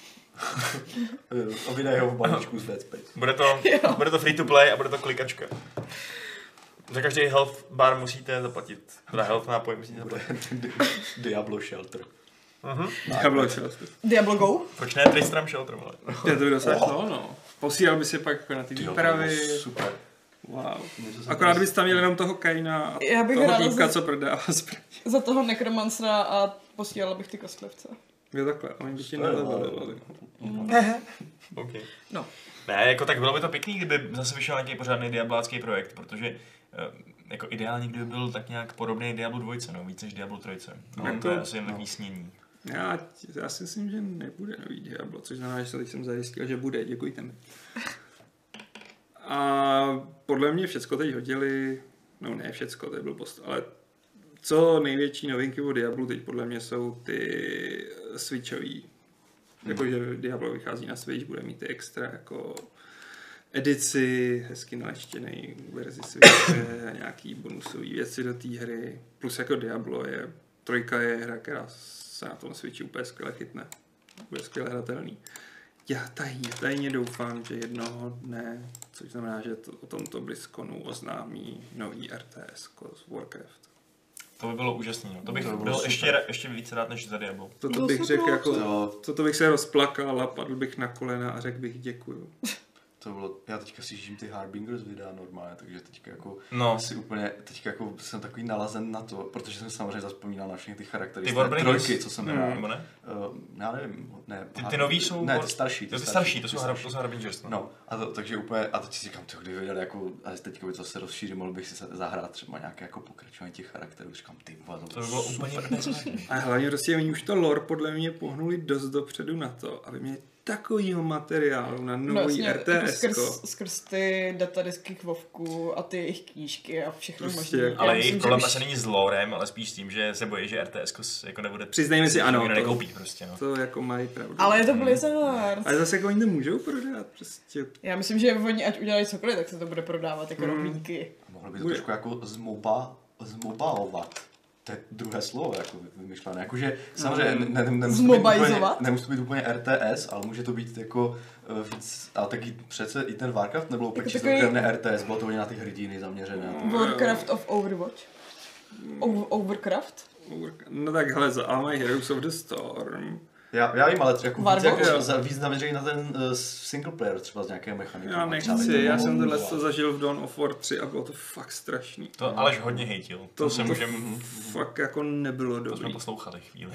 A vydají ho v balíčku z Dead Space. Bude to, bude to free to play a bude to klikačka. Za každý health bar musíte zaplatit. Teda health nápoj musíte Bude zaplatit. Diablo Shelter. Mhm. Diablo Shelter. Diablo Go? Proč ne Tristram Shelter, vole? Je to by docela Oh. to, no. Posílal by si pak jako na ty Tyjo, to výpravy. bylo super. Wow. Něco jsem Akorát tady- bys tam měl jenom toho Kaina a Já bych toho ráda týpka, za- co prodává zbraně. Za toho nekromancera a posílala bych ty kostlivce. Jo takhle, oni by ti To je, nelevelovali. Okay. No. Ne, jako tak bylo by to pěkný, kdyby zase vyšel nějaký pořádný diablácký projekt, protože eh, jako ideálně kdyby byl tak nějak podobný Diablo dva, no, víc než Diablo tři. No, Jako- to je asi jen no. takový snění. Já, já si myslím, že nebude nový Diablo, což znamená, že teď jsem zajistil, že bude, děkujte mi. A podle mě všecko teď hodili, no ne všecko, to je blbost, ale co největší novinky o Diablu teď podle mě jsou ty switchový. Hmm. Jakože Diablo vychází na Switch, bude mít ty extra jako edici, hezky naleštěnej verzi Switche, nějaký bonusové věci do té hry. Plus jako Diablo je, trojka je hra, která se na tom Switchi úplně skvěle chytne. Bude skvěle hratelný. Já tajně, tajně doufám, že jednoho dne, což znamená, že to, o tomto BlizzConu oznámí nový R T S z Warcraft. To by bylo úžasné. No. To bych To by byl bylo ještě, super. ra- ještě víc rád než za Diablo. Toto No bych super. řekl jako, To, toto bych se rozplakal a padl bych na kolena a řekl bych děkuju. to bylo, já teďka si žijím ty Harbingers videa normálně, takže teďka jako No. asi úplně, teďka jako jsem takový nalazen na to, protože jsem samozřejmě zazpomínal na všechny ty charaktery Ty z té Warbringers? trojky, co jsem Hmm. hrál. Nebo ne? Uh, já nevím, ne. Ty, ty nový jsou... Ne, ty starší. Ty, ty starší, to jsou, hra, to jsou Harbingers. No. No, a to, takže úplně, a teď si říkám, tyho, kdyby viděl jako, a teďka by to se rozšířil, mohl bych si se zahrát třeba nějaké jako pokračování těch charakterů, říkám, ty vole, To by bylo úplně bezvadný. A hlavně prostě oni už to lore podle mě pohnuli dost dopředu na to, aby měli takovýho materiálu na No, nový jasně, R T S. jako skrz, skrz ty datadisky k Vovku a ty jejich knížky a všechno Prostě, možné. Ale Já jejich myslím, že problém už- asi není s lorem, ale spíš s tím, že se bojí, že R T S jako nebude... Přiznejme si, ano, Nikdo to- nekoupí prostě, no. To jako mají pravdu. Ale je to Blizzard. Ale zase jako oni to můžou prodat, prostě. Já myslím, že oni ať udělají cokoliv, tak se to bude prodávat jako Mm. rohlíky. A mohli by to Bude. trošku jako zmoba, zmobaovat. To je druhé slovo, jako vymyšlené. Jakože samozřejmě ne, ne, nemusí, to být úplně, Zmobajzovat? nemusí to být úplně R T S, ale může to být jako uh, víc, ale taky přece i ten Warcraft nebyl úplně Jako čistokrevné takový- R T S, bylo to hodně na ty hrdiny zaměřené. No. Warcraft of Overwatch. O- Overcraft? No tak hele, za A mají Heroes of the Storm. Já, já vím, ale třeba jako víc, Warwolf? jako, Jo. za, víc zaměřený na ten uh, single player, třeba z nějaké mechaniky. Já nechci, já jsem tohle to zažil v Dawn of War tři a bylo to fakt strašný. To Aleš hodně hejtil. To, To, se to můžeme... fakt jako nebylo To jsme dobrý. poslouchali chvíli.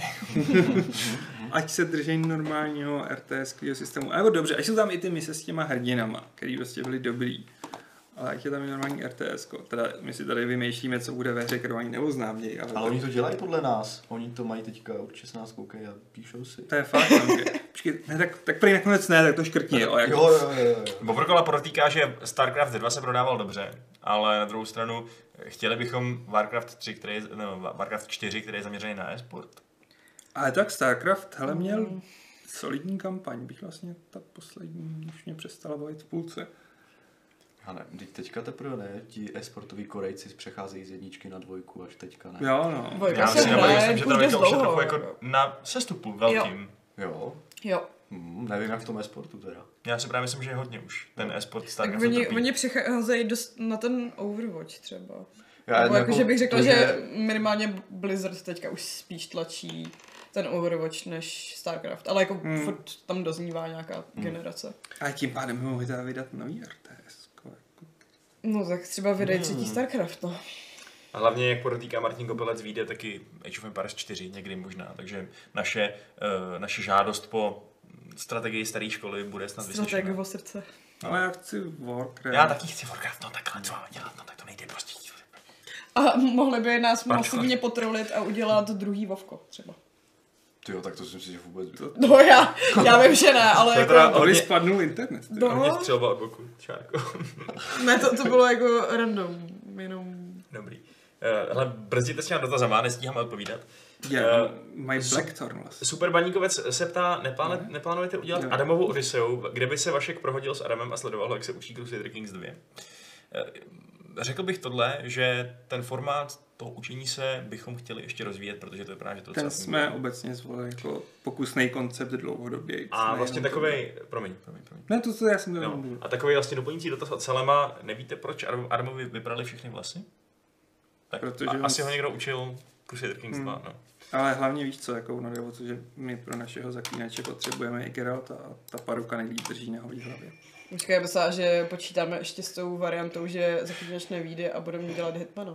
Ať se drží normálního R T S systému. A nebo dobře, ať jsou tam i ty mise s těma hrdinama, který prostě byli dobrý. Ale ať je tam i normální R T S. Teda my si tady vymýšlíme, co bude ve hře, kterou ani neuznámějí. Ale, Ale oni to dělají podle nás. Oni to mají teďka, určitě se nás koukají a píšou si. to je fakt. Okay. Počkej, ne, tak, tak prý nakonec ne, tak to škrtni. Jo, jako. Jo, jo, jo, jo. Bobrkola podotýká, že StarCraft dva se prodával dobře, ale na druhou stranu chtěli bychom Warcraft tři, který je, no, Warcraft čtyři, který je zaměřený na e-sport. Ale tak StarCraft, hele, měl solidní kampaň, bych vlastně ta poslední už mě přestala bavit v půlce. Já nevím, teď teďka teprve ne, ti e-sportoví Korejci přecházejí z jedničky na dvojku, až teďka ne. Jo, no. Dvojka Já se si nebavím, hraje myslím, že ta už dost dvojka už je dlouho, trochu jako jako. na sestupu velkým. Jo? Jo. Hmm, nevím jak v tom e-sportu teda. Já si právě myslím, že je hodně už. Ten e-sport Tak StarCraft oni, trpí. oni přicházejí dost na ten Overwatch třeba. Já Nebo jako, že bych řekla, to, že minimálně Blizzard teďka už spíš tlačí ten Overwatch než StarCraft. Ale jako Hmm. furt tam doznívá nějaká Hmm. generace. A tím pádem mohli teda vydat nový R T S. Jako. No tak třeba vydají Hmm. třetí StarCraft, no. A hlavně, jak podotýká Martin Kopelec, vyjde taky Age of Empires čtyři někdy možná. Takže naše, uh, naše žádost po strategii staré školy bude snad vyslyšena. Strategovo srdce. Ale já chci Warcraft. Já taky chci Warcraft, no takhle, co máme dělat, no tak to nejde prostě. A mohli by nás Proč? masivně potrolit a udělat druhý Vovko třeba. Tyjo, tak to si myslím, že vůbec... To- No já, já vím, že ne, ale To je jako... teda- Tady hodně- spadnul internet. ty. No. Hodně střelba od boku, čárko. Ne, to, to bylo jako random, jenom... Dobrý. Uh, hele, brzdíte s těma dotazama, nestíháme odpovídat. Je, Eh, mají su- Blackthorn vlastně. Super Baníkovec se ptá, nepláne, Ne. neplánujete udělat Ne. Adamovu Odysseu, kde by se Vašek prohodil s Adamem a sledoval, jak se učí Crusader Kings dva? Eh, Řekl bych tohle, že ten formát toho učení se bychom chtěli ještě rozvíjet, protože to je právě to, Ten jsme obecně zvolili jako pokusný koncept dlouhodobě. A vlastně takovej, promiň, promiň, promiň. Ne, to, co já jsem to no. A takový vlastně doplňující dotaz od Salema, nevíte, proč Armovi vybrali všechny vlasy? Tak Protože a, on... asi ho někdo učil Crusader Kings dva, hmm. no. Ale hlavně víš co, jako ono jde o to, že my pro našeho zaklínače potřebujeme i Geralta a ta paruka nejlíp drží na hlavě. Počkej, já myslím, že počítáme ještě s tou variantou, že zaklínač nevíde a budeme dělat hitmana.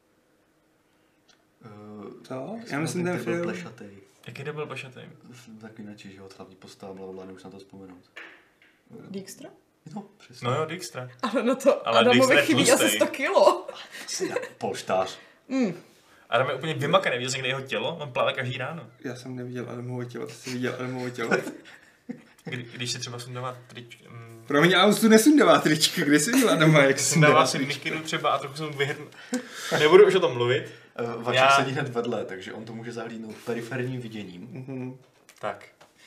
Uh, Co? Já myslím ten film. Plešatej. Jaký to byl plešatej? Zaklínači, že ho hlavní postava, blablabla, nemusím na to vzpomenout. Dijkstra? No, přesně. No jo, Dijkstra. Ale na to Ale Adamovi chybí asi sto kilo. Polštář. Mm. Adam je úplně vymakaný, viděl jsi někde jeho tělo? On plave každý ráno. Já jsem neviděl Adamovo tělo, ty jsi viděl Adamovo tělo. Kdy, když se třeba sundává trič... Um... Promiň, ale on tu nesundává trička, kde jsi viděl Adama, jak sundává si mikinu třeba a trochu jsem vyhrn... Nebudu už o tom mluvit. Uh, Vašek Já... sedí hned vedle, takže on to může zahlídnout periferním viděním. Mm-hmm. Tak.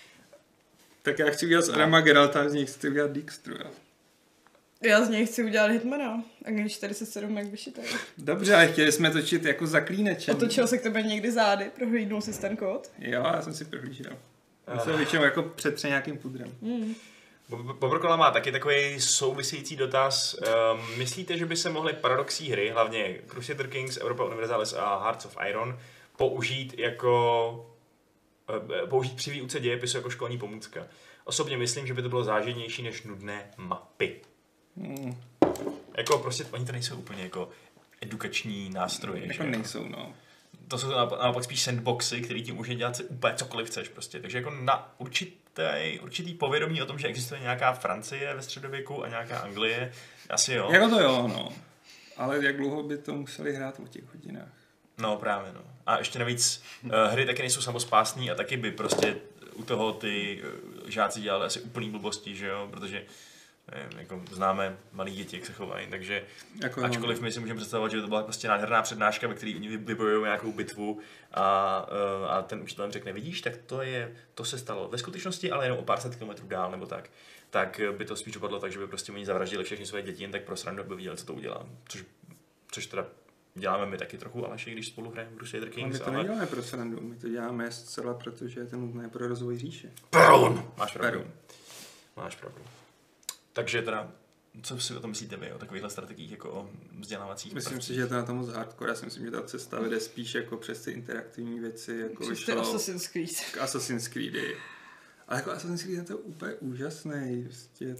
Tak já chci udělat z Adama Geralta, z něj chci udělat Dijkstru, jo. Já z něj chci udělat hitmana. A když čtyřicet sedm jak vyšitej. Dobře, ale chtěli jsme točit jako zaklínače. Otočil se k tebe někdy zády, prohlídnul si ten kód? Jo, já jsem si prohlížel. Já jsem většinou jako přetře nějakým pudrem. Mm. Bobrkola má taky takový související dotaz. Um, myslíte, že by se mohly paradoxní hry, hlavně Crusader Kings, Europa Universalis a Hearts of Iron, použít jako uh, použít při výuce dějepisu jako školní pomůcka? Osobně myslím, že by to bylo záživnější než nudné mapy. Mm. Jako prostě, oni to nejsou úplně jako edukační nástroje. Jako že? nejsou, no. To jsou naopak spíš sandboxy, který ti může dělat si úplně cokoliv chceš prostě. Takže jako na určitý, určitý povědomí o tom, že existuje nějaká Francie ve středověku a nějaká Anglie, asi jo. Jako to jo, no. Ale jak dlouho by to museli hrát o těch hodinách? No právě, no. A ještě navíc uh, hry taky nejsou samospásný a taky by prostě u toho ty uh, žáci dělali asi úplný blbosti, že jo, protože nevím, jako známe malí děti, jak se chovají, takže jako ačkoliv no. my si můžeme představovat, že by to byla prostě nádherná přednáška, ve které oni vybojují nějakou bitvu a, a ten učitel jim řekne, vidíš, tak to je, to se stalo ve skutečnosti, ale jenom o pár set kilometrů dál nebo tak, tak by to spíš dopadlo tak, že by prostě oni zavraždili všechny své děti, jen tak pro srandu by viděli, co to udělá, což, což teda děláme my taky trochu, Aleši, když spolu hrajeme Crusader Kings. My to ale... neděláme pro srandu, my to děláme zcela, protože je to nutné pro rozvoj říše. Perun! Máš pravdu. Perun. Máš pravdu. Takže teda, co si o tom myslíte vy, o takovýchhle strategiích jako o vzdělávacích? Myslím prvcích? si, že je to na tom moc hardcore. Já si myslím, že ta cesta vede spíš jako přes ty interaktivní věci, jako přes ty Assassin's Creed. K Assassin's Creedy. Ale jako Assassin's Creed je to úplně úžasný. Prostě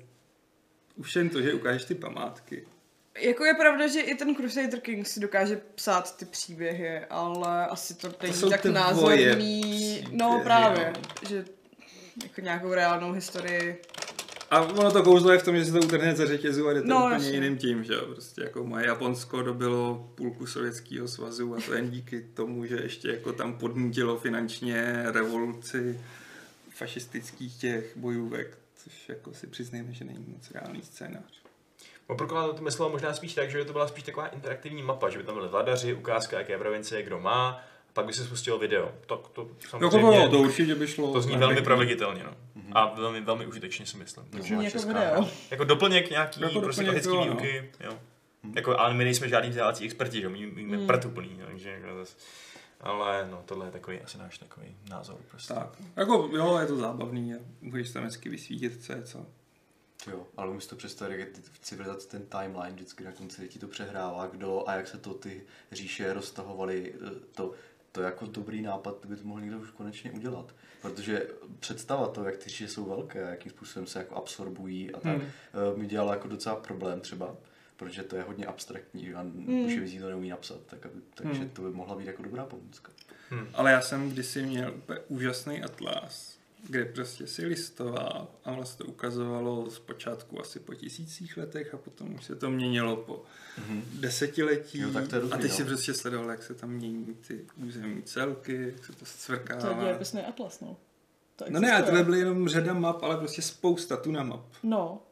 už jen to, že ukážeš ty památky. Jako je pravda, že i ten Crusader Kings dokáže psát ty příběhy, ale asi to není to tak názorný. No právě, no. Že jako nějakou reálnou historii. A ono to kouzlo je v tom, že se to utrhne ze řetězu a jde to no, úplně jasně. jiným tím, že jo. Prostě jako moje Japonsko dobilo půlku Sovětského svazu a to jen díky tomu, že ještě jako tam podnítilo finančně revoluci fašistických těch bojůvek, což jako si přiznejme, že není moc reálný scénář. Poprokládat to myslelo možná spíš tak, že by to byla spíš taková interaktivní mapa, že by tam byly vladaři, ukázka, jaké provincie kdo má, a pak by se spustilo video. Tak to samozřejmě... No, to určitě by šlo. To zní velmi proveditelně, no. Mm-hmm. A velmi, velmi užitečně si myslím. Takže jako video. Jako doplněk nějaký jako prostě klasický výuky, no. Jo. Mm-hmm. Jako, ale my nejsme žádný vzdělávací experti, že my jsme mm. prd úplný, takže jako zase... Ale no, tohle je takový, asi náš takový názor prostě. Tak, jako jo, je to zábavný a můžeš tam hezky vysvítit, co je co. Jo, ale umíš to představit, jak je v civilizaci ten timeline, vždycky na konci ti to přehrává, kdo a jak se to ty říše roztahovaly, to, to jako dobrý nápad by to mohl někdo už konečně udělat. Protože představa to, jak ty říše jsou velké, jakým způsobem se jako absorbují a tak, hmm. mi dělalo jako docela problém třeba, protože to je hodně abstraktní a hmm. už je to neumí napsat, tak aby, takže hmm. to by mohla být jako dobrá pomůcka. Hmm. Ale já jsem kdysi měl úplně úžasný atlas, kde prostě si listoval a vlastně to ukazovalo zpočátku asi po tisících letech a potom už se to měnilo po mm-hmm. desetiletí. Jo, tak to je dobrý, a teď no. si prostě sledoval, jak se tam mění ty územní celky, jak se to scvrkává. To je dějepisný atlas, no. To no ne, a tohle byly jenom řada map, ale prostě spousta tuna map. No.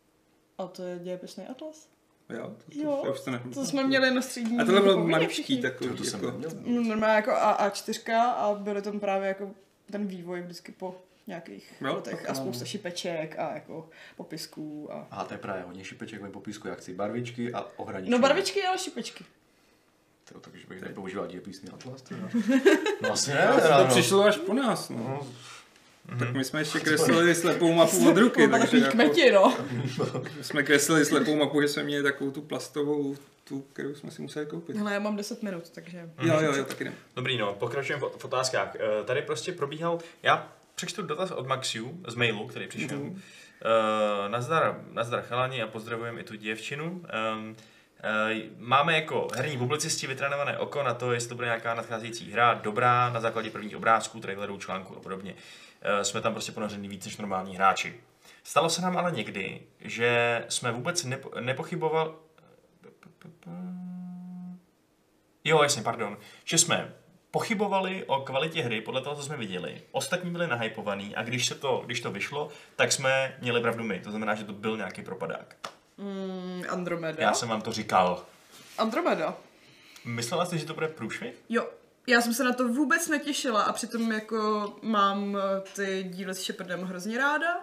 A to je dějepisný atlas? Jo, to, jo, to, to, to jsme měli na střední. A tohle bylo maličký takový. To, to jako... Normálně jako A čtyři a byly tam právě jako ten vývoj vždycky po nějakých jo, letech a spousta šipeček a jako popisků. A... Aha, to je právě hodně šipeček, mají popisku, jak chci barvičky a ohraničky. No barvičky, ale šipečky. To, takže bych nepoužíval dějepisný atlas. No asi ne. To no. přišlo až po nás, no. No. Mm-hmm. Tak my jsme ještě kreslili slepou mapu od ruky, takže Takový jako, kmeti, no. my jsme kreslili slepou mapu, že jsme měli takovou tu plastovou, tu, kterou jsme si museli koupit. Hele, já mám deset minut, takže... Jo, jo, jo, taky ne. Dobrý, no, pokračujeme v otázkách. Uh, tady prostě probíhal, já přečtu dotaz od Maxiu z mailu, který přišel. Mm-hmm. Uh, nazdar, nazdar chalani a pozdravujeme i tu děvčinu. Um, Uh, máme jako herní publicisti vytrénované oko na to, jestli to bude nějaká nadcházející hra, dobrá, na základě prvních obrázků, trailerů, článků a podobně. Uh, jsme tam prostě ponoření víc než normální hráči. Stalo se nám ale někdy, že jsme vůbec nepo, nepochybovali... Jo, jasně, pardon. Že jsme pochybovali o kvalitě hry podle toho, co jsme viděli. Ostatní byli nahypovaní a když, se to, když to vyšlo, tak jsme měli pravdu my. To znamená, že to byl nějaký propadák. Mm, Andromeda. Já jsem vám to říkal. Andromeda. Myslela jste, že to bude průšvih? Jo. Já jsem se na to vůbec netěšila a přitom jako mám ty díly s Shepardem hrozně ráda.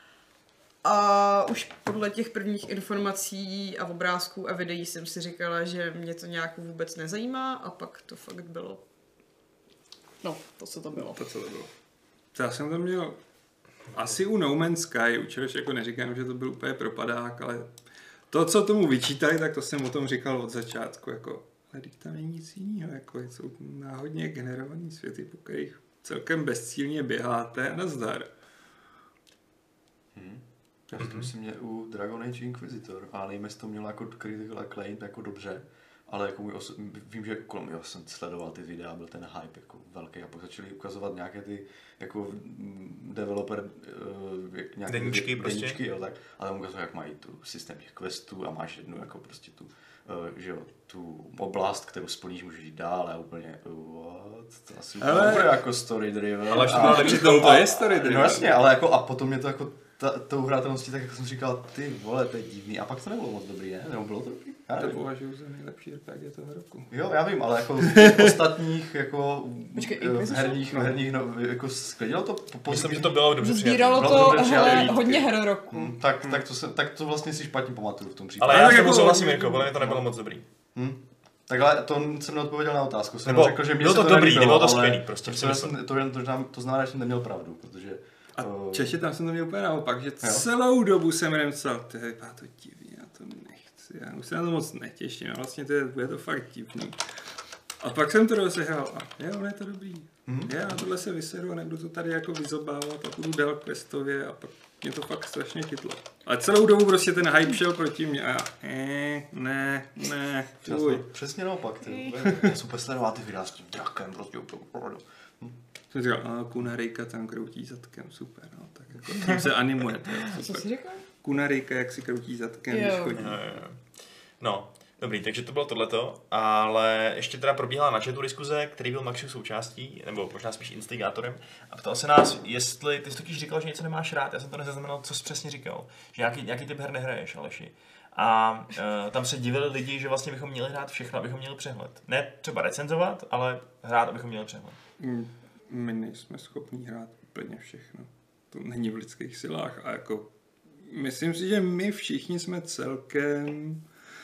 A už podle těch prvních informací a obrázků a videí jsem si říkala, že mě to nějak vůbec nezajímá a pak to fakt bylo. No, to co to bylo. To, co to bylo. To já jsem to měl asi u No Man's Sky, u čehož jako neříkám, že to byl úplně propadák, ale to, co tomu vyčítali, tak to jsem o tom říkal od začátku, jako, ale teď tam není nic jiného, jako jsou náhodně generovaný světy, po kterých celkem bezcílně běháte a nazdar. Hmm. Já mm-hmm. myslím, že u Dragon Age Inquisitor, ale nevím, jestli to mělo jako critical acclaim jako dobře, ale jako můj oso- vím, že kolem mě jsem sledoval ty videa, byl ten hype jako velký a pak začali ukazovat nějaké ty jako developer uh, nějaké deníčky, prostě. deníčky, jo, tak, ale tam ukazují, jak mají tu systém těch questů a máš jednu jako prostě tu, uh, že jo, tu oblast, kterou splníš, můžeš jít dál a úplně what, to asi ale... bude jako story driven. Ale a přitom to je story driven. No jasně, ale jako a potom mě to jako ta, tou hratelností, tak jako jsem říkal, ty vole, to je divný. A pak to nebylo moc dobrý, ne? Nebo bylo to dobrý? Já to považuji za nejlepší R P G toho roku. Jo, já vím, ale jako z těch ostatních jako Počkej, herních, no. herních no, jako sklidilo to po, myslím, že to bylo dobře přijaté. Sbíralo Bylo to, to dobře hele, přijaté. hodně her roku. Hmm, tak, hmm. tak, to se, tak to vlastně si špatně pamatuju v tom případě. Ale já tak s tebou jako- souhlasím, Jirko, podle mě to nebylo moc dobrý. Hmm. Takhle to jsem neodpověděl na otázku. Jsem Nebo řekl, že mě bylo se to to dobrý, nelíbilo, nebylo to ale skvělý, prostě To, si to, myslím. to, to, to znamená, že jsem neměl pravdu, protože... A uh, Češi tam jsem to měl úplně naopak, že celou dobu jsem jenom psal, to vypadá to divně, já to nechci, já už se na to moc netěším, a vlastně to je, bude to fakt divný. A pak jsem to rozehrál a jo, je to dobrý. Mm-hmm. Já tohle se vyseru a nebudu to tady jako vyzobávat, pak budu dál questově a pak mě to fakt strašně chytlo. Ale celou dobu prostě ten hype šel proti mě a já, eh, ne, ne, fuj. Přesně naopak, ty. Já jsem úplně sledoval ty videa s tím drakem, prostě úplně. Jsem říkal, a Kunarejka tam kroutí zadkem, super, no, tak jako tím se animuje, to je Co super. jsi říkal? Kunarejka, jak si kroutí zadkem, Jo. když chodí. No, no, dobrý, takže to bylo tohleto, ale ještě teda probíhala na chatu diskuze, který byl Maxiu součástí, nebo možná spíš instigátorem, a ptal se nás, jestli, ty jsi totiž říkal, že něco nemáš rád, já jsem to nezaznamenal, co jsi přesně říkal, že nějaký, nějaký typ her nehraješ, Aleši. A uh, tam se divili lidi, že vlastně bychom měli hrát všechno, abychom měli přehled. Ne třeba recenzovat, ale hrát, abychom měli přehled. Mm, My nejsme schopni hrát úplně všechno. To není v lidských silách a jako myslím si, že my všichni jsme celkem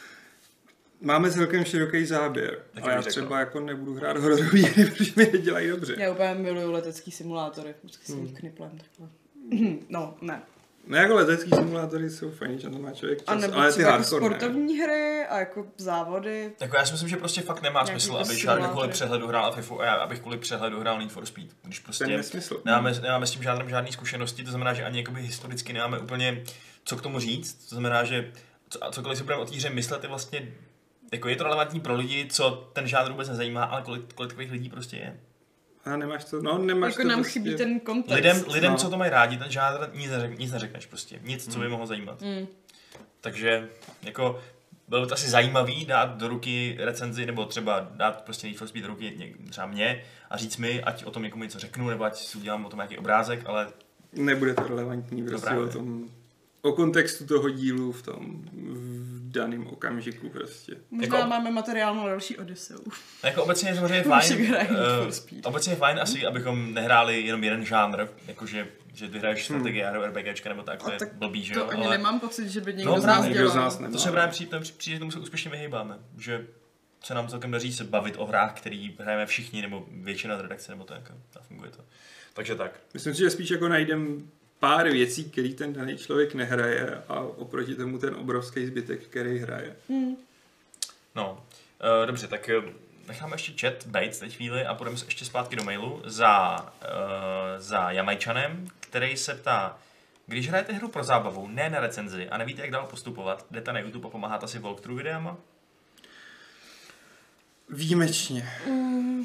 máme celkem široký záběr. Tak a já bych třeba řekl. jako nebudu hrát hororový hry, protože mi je dělají dobře. Já úplně miluju letecký simulátory, vždycky jsem Hmm. kniplem takhle. No, ne. No jako letecký simulátory jsou fajn, že to má člověk A čas, nebo ale ty třeba jako hardcore ne. sportovní hry a jako závody. Jako já si myslím, že prostě fakt nemá Nějaký smysl, prostě aby člověk simulátory. kvůli přehledu hrál FIFU a já abych kvůli přehledu hrál Need for Speed. Když To je prostě nesmysl. nemáme, nemáme s tím žádným žádný zkušenosti, to znamená, že ani jakoby historicky nemáme úplně co k tomu říct. To znamená, že co, a cokoliv si budeme o té hře myslet, je vlastně jako je to relevantní pro lidi, co ten žánr vůbec nezajímá, ale kolik, kolik takových lidí prostě je. A nemáš to, no nemáš Jako to nám prostě... chybí ten kontext. Lidem, lidem no. co to mají rádi, ten žánr, nic, neřek, nic neřekneš prostě. Nic, co by mohlo zajímat. Mm. Takže jako bylo to asi zajímavý dát do ruky recenzi, nebo třeba dát prostě Need for Speed do ruky něk, třeba mě a říct mi, ať o tom někomu něco řeknu, nebo ať si udělám o tom nějaký obrázek, ale Nebude to relevantní prostě právě. o tom, o kontextu toho dílu v tom v daném okamžiku prostě. Možná Jako- máme materiál na další Odiseu. jako obecně je samozřejmě Však fajn, hraje Need for uh, Speed. obecně je fajn asi, abychom nehráli jenom jeden žánr, jakože že ty hraješ strategie a hraješ RPGčka nebo tak, to A je tak blbý, že To jo, ani nemám pocit, že by někdo No, z nás právě, Nikdo z dělal. nás nemá. to se právě přijde, přijde, že tomu se úspěšně vyhýbáme, že se nám celkem daří se bavit o hrách, který hrajeme všichni, nebo většina z redakce, nebo tak. A funguje to. Takže tak. Myslím si, že spíš jako najdem pár věcí, který ten daný člověk nehraje a oproti tomu ten obrovský zbytek, který hraje. Hmm. No, uh, dobře, tak uh, necháme ještě chat bejt teď chvíli a půjdeme se ještě zpátky do mailu za, uh, za Jamajčanem, který se ptá, když hrajete hru pro zábavu, ne na recenzi a nevíte, jak dál postupovat, jdete na YouTube a pomáháte si walkthrough videama? Výjimečně. Mm,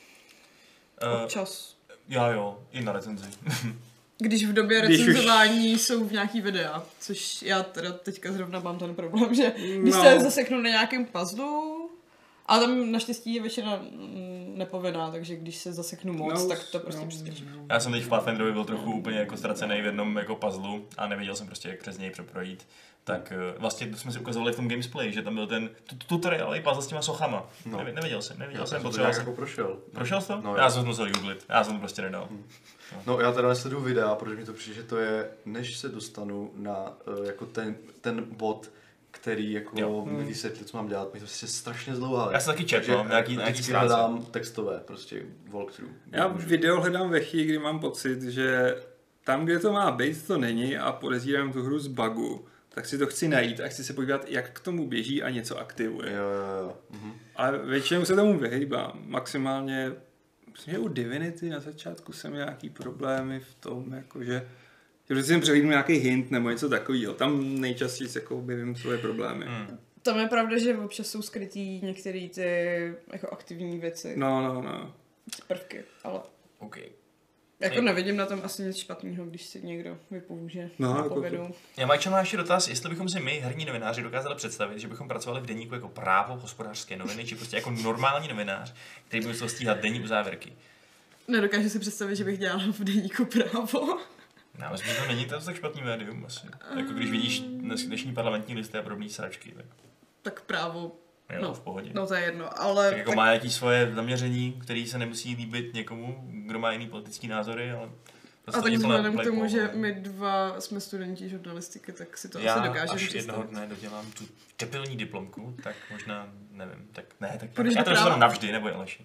Uh, občas. já jo, i na recenzi. Když v době Když už- recenzování jsou v nějaký videa, což já teda teďka zrovna mám ten problém, že když No. se zaseknu na nějakém puzzlu, a tam naštěstí je většina mm, nepovinná, takže když se zaseknu moc, No, tak to prostě no, přeskočím. no. Já jsem teď v Pathfinderovi byl trochu úplně jako ztracený v jednom jako puzzlu a nevěděl jsem prostě, jak přes něj projít. Tak uh, vlastně to jsme si ukazovali v tom gamesplay, že tam byl ten tu- tutoriál puzzle s těma sochama. No. Nevě- nevěděl jsem, nevěděl Já jsem, jsem to potřeboval nějak jsem. jako prošel. Prošel jsi to? No, já já. jsem to musel googlit, já jsem to prostě nedal. No já teda nesleduju videa, protože mi to přijde, že to je, než se dostanu na uh, jako ten, ten bod, který jako Jo. mi vysvětlí, co mám dělat, mi to prostě strašně zdlouhá. Já jsem taky četl, no, nějaký, nějaký vždycky stránce. hledám textové, prostě walkthrough. Já Můžu. video hledám ve chvíli, kdy mám pocit, že tam, kde to má být, to není a podezírám tu hru z bugu, tak si to chci najít a chci se podívat, jak k tomu běží a něco aktivuje. Jo, jo, jo. Mhm. Ale většinou se tomu vyhýbám. Maximálně, myslím, že u Divinity na začátku jsem měl nějaký problémy v tom, jakože že vždycky jsem přehlídnu nějaký hint nebo něco takového. Tam nejčastěji jako objevím svoje problémy. Hmm. Tam je pravda, že občas jsou skrytý některé ty jako aktivní věci, No, no, no. prvky, ale OK. jako Nej- nevidím na tom asi nic špatného, když si někdo vypouže No, na jako povědu. Já Majčan má ještě dotaz, jestli bychom si my, herní novináři, dokázali představit, že bychom pracovali v deníku jako právo, hospodářské noviny, či prostě jako normální novinář, který by musel stíhat denní uzávěrky. Nedokážu si představit, že bych dělala v deníku právo. Já myslím, že to není to tak špatný médium asi. Jako když vidíš dnes, dnešní parlamentní listy a podobné sračky, tak Tak právo, jo, No. v pohodě. no to je jedno, ale Tak jako má nějaký svoje zaměření, který se nemusí líbit někomu, kdo má jiný politický názory, ale a to tak je plná vzhledem k tomu, playboy, že no. my dva jsme studenti žurnalistiky, tak si to Já asi dokážeme až jednoho představit. dne dodělám tu tepelní diplomku, tak možná, nevím, tak ne, tak Půjdeš já do to práva? dostanu navždy, nebo Aleši.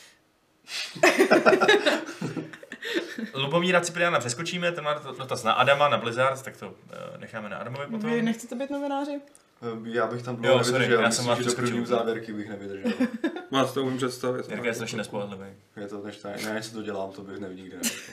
Lubomíra Cipriana přeskočíme, ten má dotaz na Adama, na Blizzard, tak to uh, necháme na Adamovi potom. Vy nechcete být novináři? Eh, Já bych tam Jo, dlouho sorry, nevydržel, já jsem myslím, vás že do přeskočil. první závěrky bych nevydržel. Vás to umím představit. Jirka je strašně nespolehlivý. Je to než ne, ne, co to dělám, to bych nevidí nikde. nevydržel.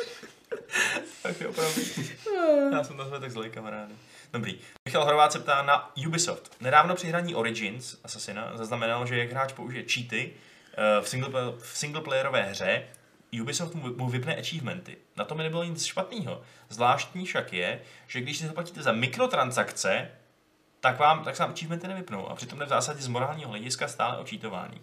Tak jo, opravdu. Já jsem na sebe tak zlej, kamarády. Dobrý. Michal Horváth se ptá na Ubisoft. Nedávno při hraní Origins Assassina zaznamenal, že jak hráč použije cheaty eh, v, single, v singleplayerové hře, Ubisoft mu, mu vypne achievementy. Na tom nebylo nic špatného. Zvláštní však je, že když si zaplatíte za mikrotransakce, tak vám tak se vám achievementy nevypnou. A přitom jde v zásadě z morálního hlediska stále o cheatování.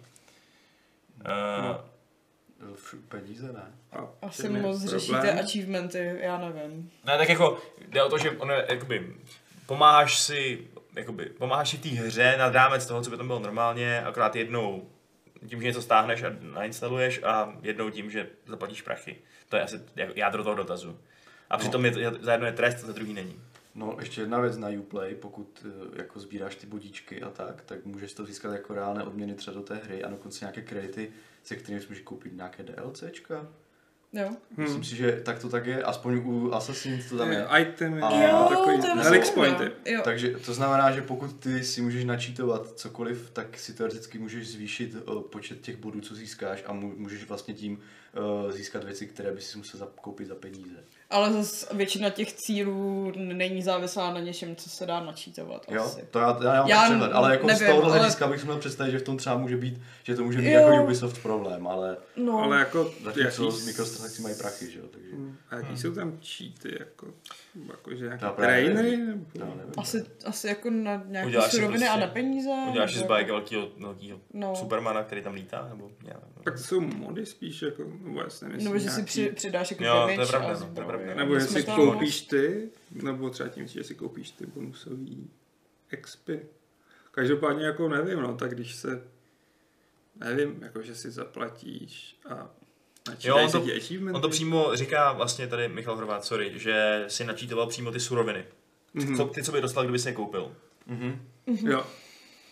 Uh, No. F- Peníze ne. A Asi ten je moc problém. řešíte achievementy, já nevím. Ne, tak jako jde o to, že ono je, jakoby, pomáháš si, jakoby, pomáháš si té hře nad rámec toho, co by tam bylo normálně, akorát jednou tím, že něco stáhneš a nainstaluješ a jednou tím, že zaplatíš prachy. To je asi jádro toho dotazu. A přitom je, za jedno je trest, za druhý není. No, ještě jedna věc na Uplay, pokud eh, jako sbíráš ty bodíčky a tak, tak můžeš to získat jako reálné odměny třeba do té hry a dokonce nějaké kredity, se kterými si můžeš koupit nějaké DLCčka. Jo. Hmm. Myslím si, že tak to tak je, aspoň u Assassin's to tam je. Itemy, A- jo, Jo, takový to je Helix rozumím, pointy. jo. Takže to znamená, že pokud ty si můžeš načítovat cokoliv, tak si teoreticky můžeš zvýšit uh, počet těch bodů, co získáš a mů- můžeš vlastně tím uh, získat věci, které by si musel koupit za peníze. Ale zase většina těch cílů není závislá na něčem, co se dá načítovat Jo, asi. to já, já nemám Já přehled, ale jako nevím, z tohohle ale- hlediska bych si měl představit, že v tom třeba může být, že to může být Jo. jako Ubisoft problém, ale No, Ale jako, zatímco jaký, z mikrotransakcí mají prachy, že jo, takže a jaký jsou tam cheaty, jako, jako že nějaké Já právě trainery? nevím. nebo- já nevím. asi, asi jako na nějaké Uděláš si suroviny prostě- a na peníze. Uděláš si nebo z bajek velkýho, velkýho No. Supermana, který tam lítá, nebo já nevím. Tak to jsou mody spíš, jako, nebo já si nemyslím, Nebo že si nějaký- při, přidáš jako Jo, to je damage pravda, a no, to je zbroj. pravda. Nebo že si Smysluplnost. koupíš ty, nebo třeba tím, že si koupíš ty bonusový expy. Každopádně jako nevím, no, tak když se, nevím, jako že si zaplatíš a Jo, načítají on si to- ti achievementy. On to přímo říká vlastně tady Michal Horváth, sorry, že si načítoval přímo ty suroviny. Mhm. Co, ty, co by dostal, kdyby si je koupil. Mhm. Jo.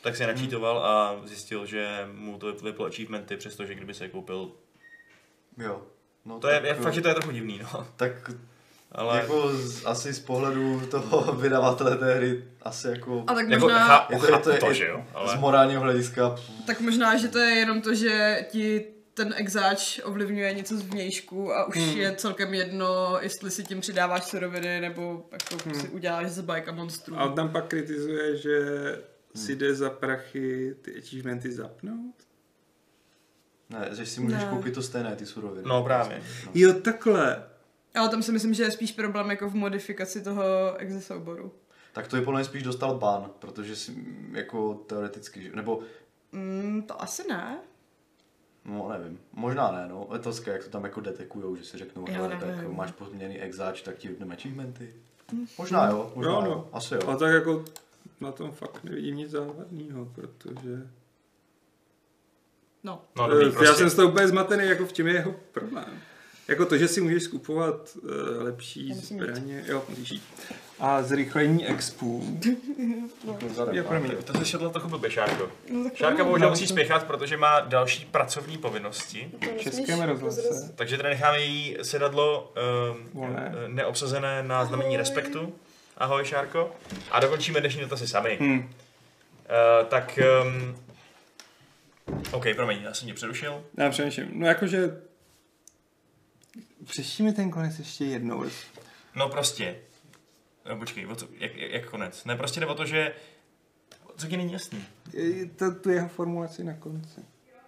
tak si načítoval a zjistil, že mu to vyplo achievementy, přestože kdyby se je koupil. Jo. No, to je, je fakt, že to je trochu divný, no. Tak ale... jako z, asi z pohledu toho vydavatele té hry asi jako... A tak jako možná... chá, je to, je to, je, to, že jo, ale... z morálního hlediska... Tak možná, že to je jenom to, že ti ten exáč ovlivňuje něco z vnějšku a už hmm. je celkem jedno, jestli si tím přidáváš suroviny nebo jako hmm. si uděláš z bajka monstrů. A tam pak kritizuje, že hmm. si jde za prachy ty achievementy zapnout? Ne, že si můžeš ne. koupit to stejné, ty suroviny. No právě. No. Jo, takhle. Ale tam si myslím, že je spíš problém jako v modifikaci toho exe souboru. Tak to je podle mě spíš dostal ban, protože si jako teoreticky, nebo... Mm, to asi ne. No nevím, možná ne, no. Letovské, jak to tam jako detekujou, že si řeknou, Já hele, nevím. tak máš pozměněný exáč, tak ti vypneme achievementy. Možná jo, možná Jo, jo, no. asi jo. A tak jako na tom fakt nevidím nic závadného, protože... No. No, dobrý, Já prostě. jsem z toho úplně zmatený, jako v čem je jeho problém. Jako to, že si můžeš skupovat uh, lepší zbraně, jo, musíš jít. A zrychlení expů. Je pro mě. To se šedlo trochu blbě, Šárko. No, tak Šárka no, bohužel no, musí to- spěchat, protože má další pracovní povinnosti. V Českém rozhlase. Takže teda necháme její sedadlo um, Volné. neobsazené na znamení respektu. Ahoj, Šárko. A dokončíme dnešní dotazy sami. Hmm. Uh, tak... Um, OK, promiň, já jsem tě přerušil. Já přemýšlím. No jakože... Přečti mi ten konec ještě jednou. No prostě. No, počkej, o co, jak, jak konec? Ne, prostě jde o to, že... Co ti není jasný? Je to tu jeho formulaci na konci.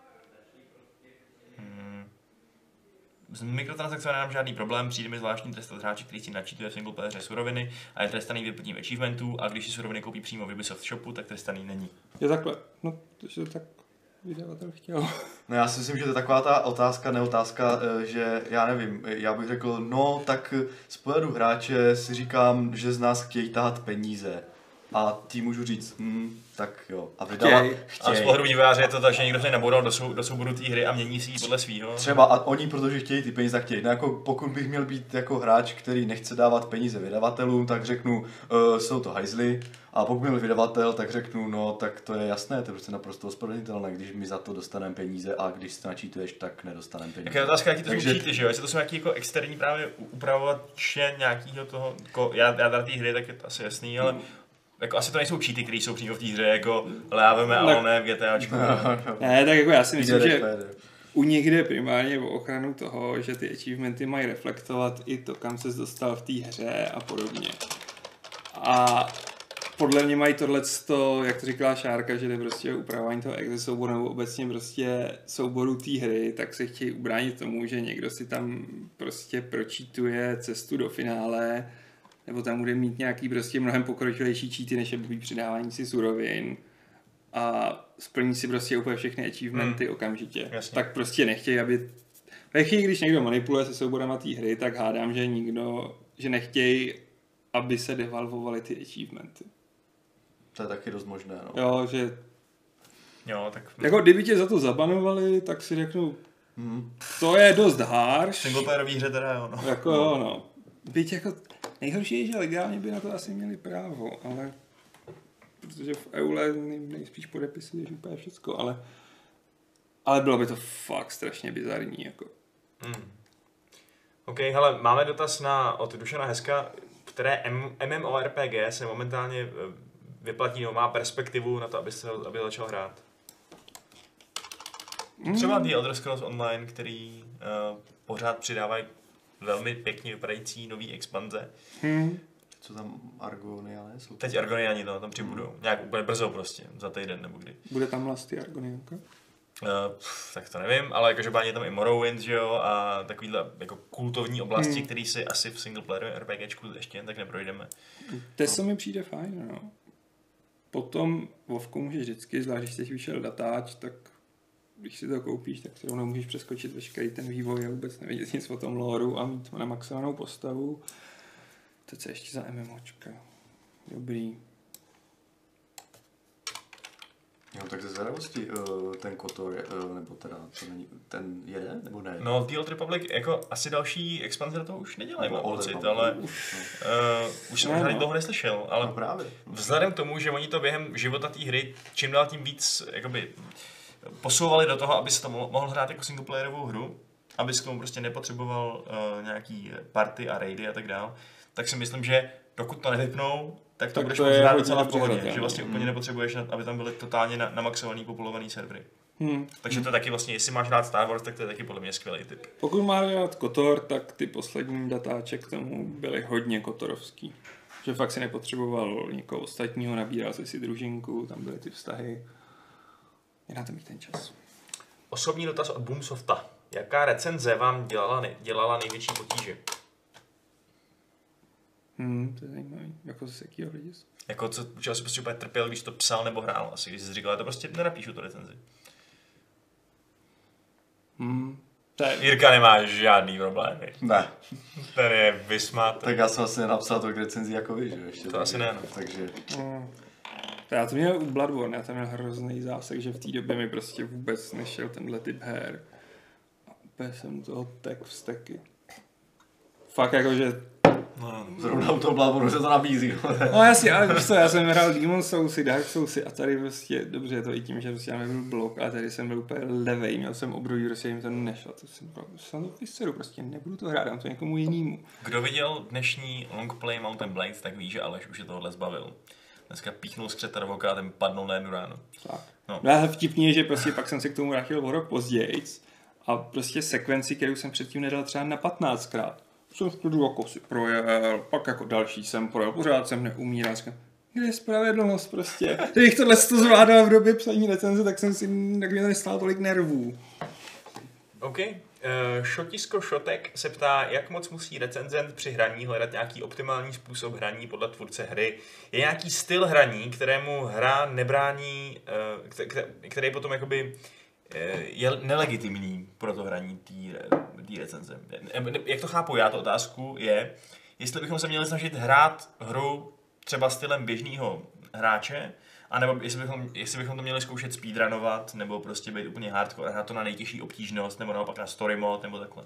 Hmm. S mikrotransakcemi nemám žádný problém, přijde mi zvláštní trestat hráče, který si načítuje v single playeře suroviny a je trestaný vyplněním achievementů a když si suroviny koupí přímo v Ubisoft shopu, tak trestaný není. Je takhle. No, takže to tak vydavatel chtěl. No já si myslím, že to je taková ta otázka, neotázka, eh, že já nevím, eh, já bych řekl, no tak eh, z pohledu hráče si říkám, že z nás chtějí tahat peníze. A tím můžu říct, hm, tak jo. A vydávat Chtěj. A z pohledu vývojáře je to tak, že někdo se naboural do, sou, do souboru té hry a mění si ji podle svýho. Třeba a oni, protože chtějí ty peníze, tak chtějí. No jako pokud bych měl být jako hráč, který nechce dávat peníze vydavatelům, tak řeknu, uh, jsou to hajzly. A pokud byl vydavatel, tak řeknu, no tak to je jasné, to je prostě naprosto ospravedlnitelné, když my za to dostaneme peníze a když se načítuješ, tak nedostaneme peníze. Jak je otázka, jaký to Takže- jsou cheaty, že jo? Jestli to jsou nějaký jako externí právě upravovače nějakýho toho, jako, já, já tady té hry, tak je to asi jasný, ale jako asi to nejsou cheaty, které jsou přímo v té hře, jako láveme, ale ne v GTAčku. Ne, tak jako já si myslím, Jde že rychle, jde. u nich jde primárně o ochranu toho, že ty achievementy mají reflektovat i to, kam ses dostal v té hře a podobně. A podle mě mají tohleto, jak to říkala Šárka, že jde prostě o upravování toho exe souboru nebo obecně prostě souboru té hry, tak se chtějí ubránit tomu, že někdo si tam prostě pročítuje cestu do finále, nebo tam bude mít nějaký prostě mnohem pokročilejší cheaty, než je blbý přidávání si surovin a splní si prostě úplně všechny achievementy hmm. okamžitě. Jasně. Tak prostě nechtějí, aby... Ve chvíli, když někdo manipuluje se souborama té hry, tak hádám, že nikdo, že nechtějí, aby se devalvovaly ty achievementy. To je taky dost možné, no. Jo, že... Jo, tak Jako kdyby tě za to zabanovali, tak si řeknu, Hmm. to je dost harsh. singleplayerový hře teda jo, no. Jako jo, no. Byť jako... Nejhorší je, že legálně by na to asi měli právo, ale... Protože v Eule nej- nejspíš podepisuješ úplně všecko, ale... Ale bylo by to fakt strašně bizarní, jako. Hmm. OK, hele, máme dotaz na, od Dušana Heska, které M- MMORPG se momentálně eh, vyplatí nebo má perspektivu na to, aby se aby začal hrát. Třeba The Elder Scrolls Online, který uh, pořád přidávají velmi pěkně vypadající nový expanze. Hmm. Co tam Argonia, ne? Jsou Teď Argoniani to tam přibudou. Nějak úplně brzo prostě, za týden nebo kdy. Bude tam Lasty Argonianka? Uh, pff, tak to nevím, ale každopádně je tam i Morrowind, že jo, a takovýhle jako kultovní oblasti, Hmm. který si asi v singleplayerovém RPGčku ještě jen tak neprojdeme. Teso mi přijde fajn, no. Potom Vovku můžeš vždycky, zvlášť když jsi vyšel datáč, tak když si to koupíš, tak se rovnou můžeš přeskočit veškerý ten vývoj a vůbec nevědět nic o tom loreu a mít namaxovanou postavu. To co ještě za MMOčka. Dobrý. Jo, tak ze zvědavosti uh, ten Kotor, uh, nebo teda, to není, ten jede, nebo ne? No, The Old Republic, jako asi další expanze do toho už nedělají, mám Old pocit, Republic. ale uh, už jsem Ne, možná no. dlouho neslyšel, ale No právě. vzhledem k tomu, že oni to během života té hry čím dál tím víc jakoby, posouvali do toho, aby se to mohl, mohl hrát jako singleplayerovou hru, aby k tomu prostě nepotřeboval uh, nějaký party a raidy a tak dál, tak si myslím, že dokud to nevypnou, tak to Tak budeš to moct je hrát hodně docela v dobře pohodě, hratelné. že vlastně úplně nepotřebuješ, aby tam byly totálně na, namaxovaný, populovaný servery. Hmm. Takže to je taky vlastně, jestli máš rád Star Wars, tak to je taky podle mě skvělý tip. Pokud máš rád Kotor, tak ty poslední datáče k tomu byly hodně kotorovský. Že fakt si nepotřeboval někoho ostatního, nabíral si si družinku, tam byly ty vztahy. Je na to mít ten čas. Osobní dotaz od Boomsofta. Jaká recenze vám dělala, nej- dělala největší potíže? Hmm, to je zajímavý. Jako z jakýho hlediska? Jako co, čeho si prostě úplně trpěl, když to psal nebo hrál asi, když jsi říkal, já to prostě nenapíšu tu recenzi. Hmm. To je, Jirka nemá žádný problémy. Ne, Ten je vysmát. tak já jsem asi nenapsal to k recenzi jako vy, že jo, ještě. To asi ne, no. Takže, hmm. To já to měl u Bloodborne, já tam měl hrozný zásek, že v té době mi prostě vůbec nešel tenhle typ her. A úplně jsem u toho tek vzteky. Fakt jako, že No, zrovna u toho Bloodborne se to nabízí. no jasně, ale víš co, já jsem hrál Demon Soulsy, Dark Soulsy a tady prostě, dobře je to i tím, že prostě já nebyl blok a tady jsem byl úplně levej, měl jsem období, prostě jim to nešlo, to jsem jsem to vyseru, prostě nebudu to hrát, dám to někomu jinému. Kdo viděl dnešní longplay Mountain Blade, tak ví, že Aleš už je tohle zbavil. Dneska píchnul skřet voka a ten padnul na jednu ráno. Tak. No. No a vtipný je, že prostě pak jsem se k tomu vrátil o rok později a prostě sekvenci, kterou jsem předtím nedal třeba na patnáctkrát. Jsem studu jako si projel, pak jako další jsem projel, pořád jsem neumíral. Kde je spravedlnost prostě? Kdybych tohle to zvládal v době psaní recenze, tak jsem si, tak mě to nestálo tolik nervů. OK. Uh, Šotisko Šotek se ptá, jak moc musí recenzent při hraní hledat nějaký optimální způsob hraní podle tvůrce hry. Je nějaký styl hraní, kterému hra nebrání, uh, který potom jakoby uh, je nelegitimní pro to hraní té recenze. Jak to chápu já, tu otázku je, jestli bychom se měli snažit hrát hru třeba stylem běžného hráče, anebo jestli bychom, jestli bychom to měli zkoušet speedrunovat, nebo prostě být úplně hardcore, hrát to na nejtěžší obtížnost, nebo naopak na story mode, nebo takhle.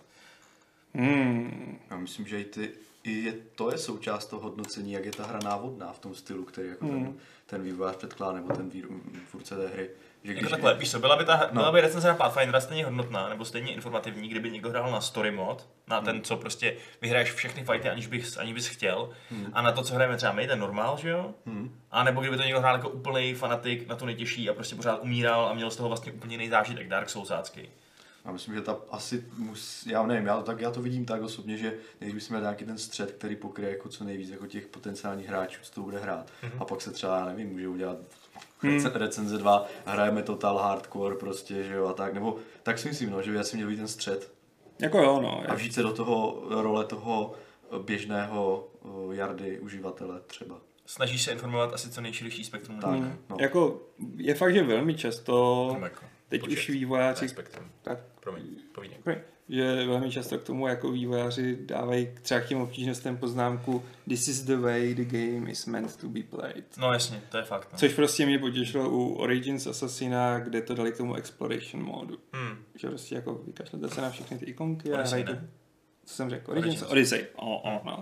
Hmm. Já myslím, že i, ty, i je, to je součást toho hodnocení, jak je ta hra návodná v tom stylu, který jako Hmm. ten, ten vývojář předkládá, nebo ten výru, tvůrce té hry. Že Jako takhle, víš co, byla by, ta, No. byla by recenze na Pathfindera stejně hodnotná, nebo stejně informativní, kdyby někdo hrál na story mode, na ten, co prostě vyhraješ všechny fighty, aniž bys, aniž bys chtěl, Hmm. a na to, co hrajeme třeba my, ten normál, že jo? Hmm. A nebo kdyby to někdo hrál jako úplný fanatik na to nejtěžší a prostě pořád umíral a měl z toho vlastně úplně jiný zážitek, Dark Soulsácký. Já myslím, že ta asi mus, já nevím, já to, tak, já to vidím tak osobně, že než bychom měli nějaký ten střed, který pokryje jako co nejvíc jako těch potenciálních hráčů, co to bude hrát. Mhm. A pak se třeba, já nevím, může udělat Hmm. rece- recenze dva, hrajeme total hardcore prostě, že jo, a tak, nebo tak si myslím, no, že by asi měl být ten střed Jako jo, no. a vžít se do toho role toho běžného uh, jardy uživatele třeba. Snažíš se informovat asi co nejširší spektrum Tak. lidí. Hmm. no. Jako, je fakt, že velmi často, Jenom jako teď počet, už vývojáři, ne spektrum. tak, Promiň, povídej. že velmi často k tomu jako vývojáři dávají třeba k těm obtížnostem poznámku This is the way the game is meant to be played. No jasně, to je fakt. No. Což prostě mě potěšilo u Origins Assassina, kde to dali k tomu exploration módu. Hmm. Že prostě jako vykašlete se na všechny ty ikonky a Odyssey, hrajte. ne? Co jsem řekl? Origins? Origins. Odyssey. O, o, no.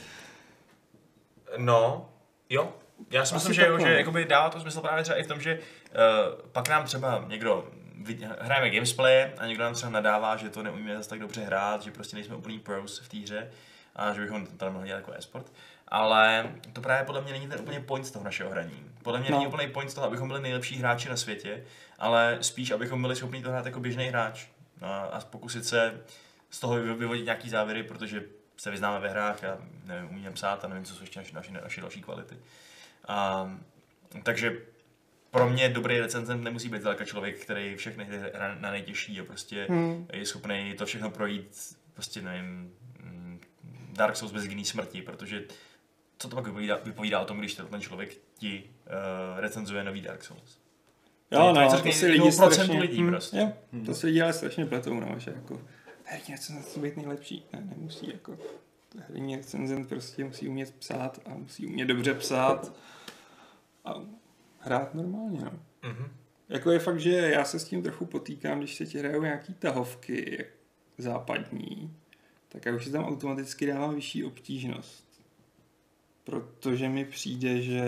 No, jo. Já si Asi myslím, že, jo, takhle. že jakoby dává to smysl právě třeba i v tom, že uh, pak nám třeba někdo, vid- hrajeme gamesplay a někdo nám třeba nadává, že to neumíme zase tak dobře hrát, že prostě nejsme úplný pros v té hře a že bychom to tam mohli dělat jako e-sport. Ale to právě podle mě není ten úplně point z toho našeho hraní. Podle mě No. není úplný point z toho, abychom byli nejlepší hráči na světě, ale spíš, abychom byli schopni to hrát jako běžný hráč. No, a pokusit se z toho vyvo- vyvodit nějaký závěry, protože se vyznáme ve hrách a nevím, umíme psát a nevím, co jsou ještě naše, naše, naše další kvality. A, takže pro mě dobrý recenzent nemusí být zdaleka člověk, který všechny hry hraje na nejtěžší a prostě Hmm. je schopný to všechno projít, prostě nevím, mm, Dark Souls bez jiný smrti, protože co to pak vypovídá, vypovídá o tom, když ten člověk ti uh, recenzuje nový Dark Souls. To Jo, je- to je no, řekněme to si jednoho lidi procentu strašně, lidí hm, prostě. jo, Hmm. to si lidi ale strašně pletou, no, že jako herní recenzent musí být nejlepší, ne, nemusí, jako herní recenzent prostě musí umět psát a musí umět dobře psát a hrát normálně, no. Mhm. Jako je fakt, že já se s tím trochu potýkám, když se ti hrajou nějaký tahovky jak západní, tak já už si tam automaticky dávám vyšší obtížnost. Protože mi přijde, že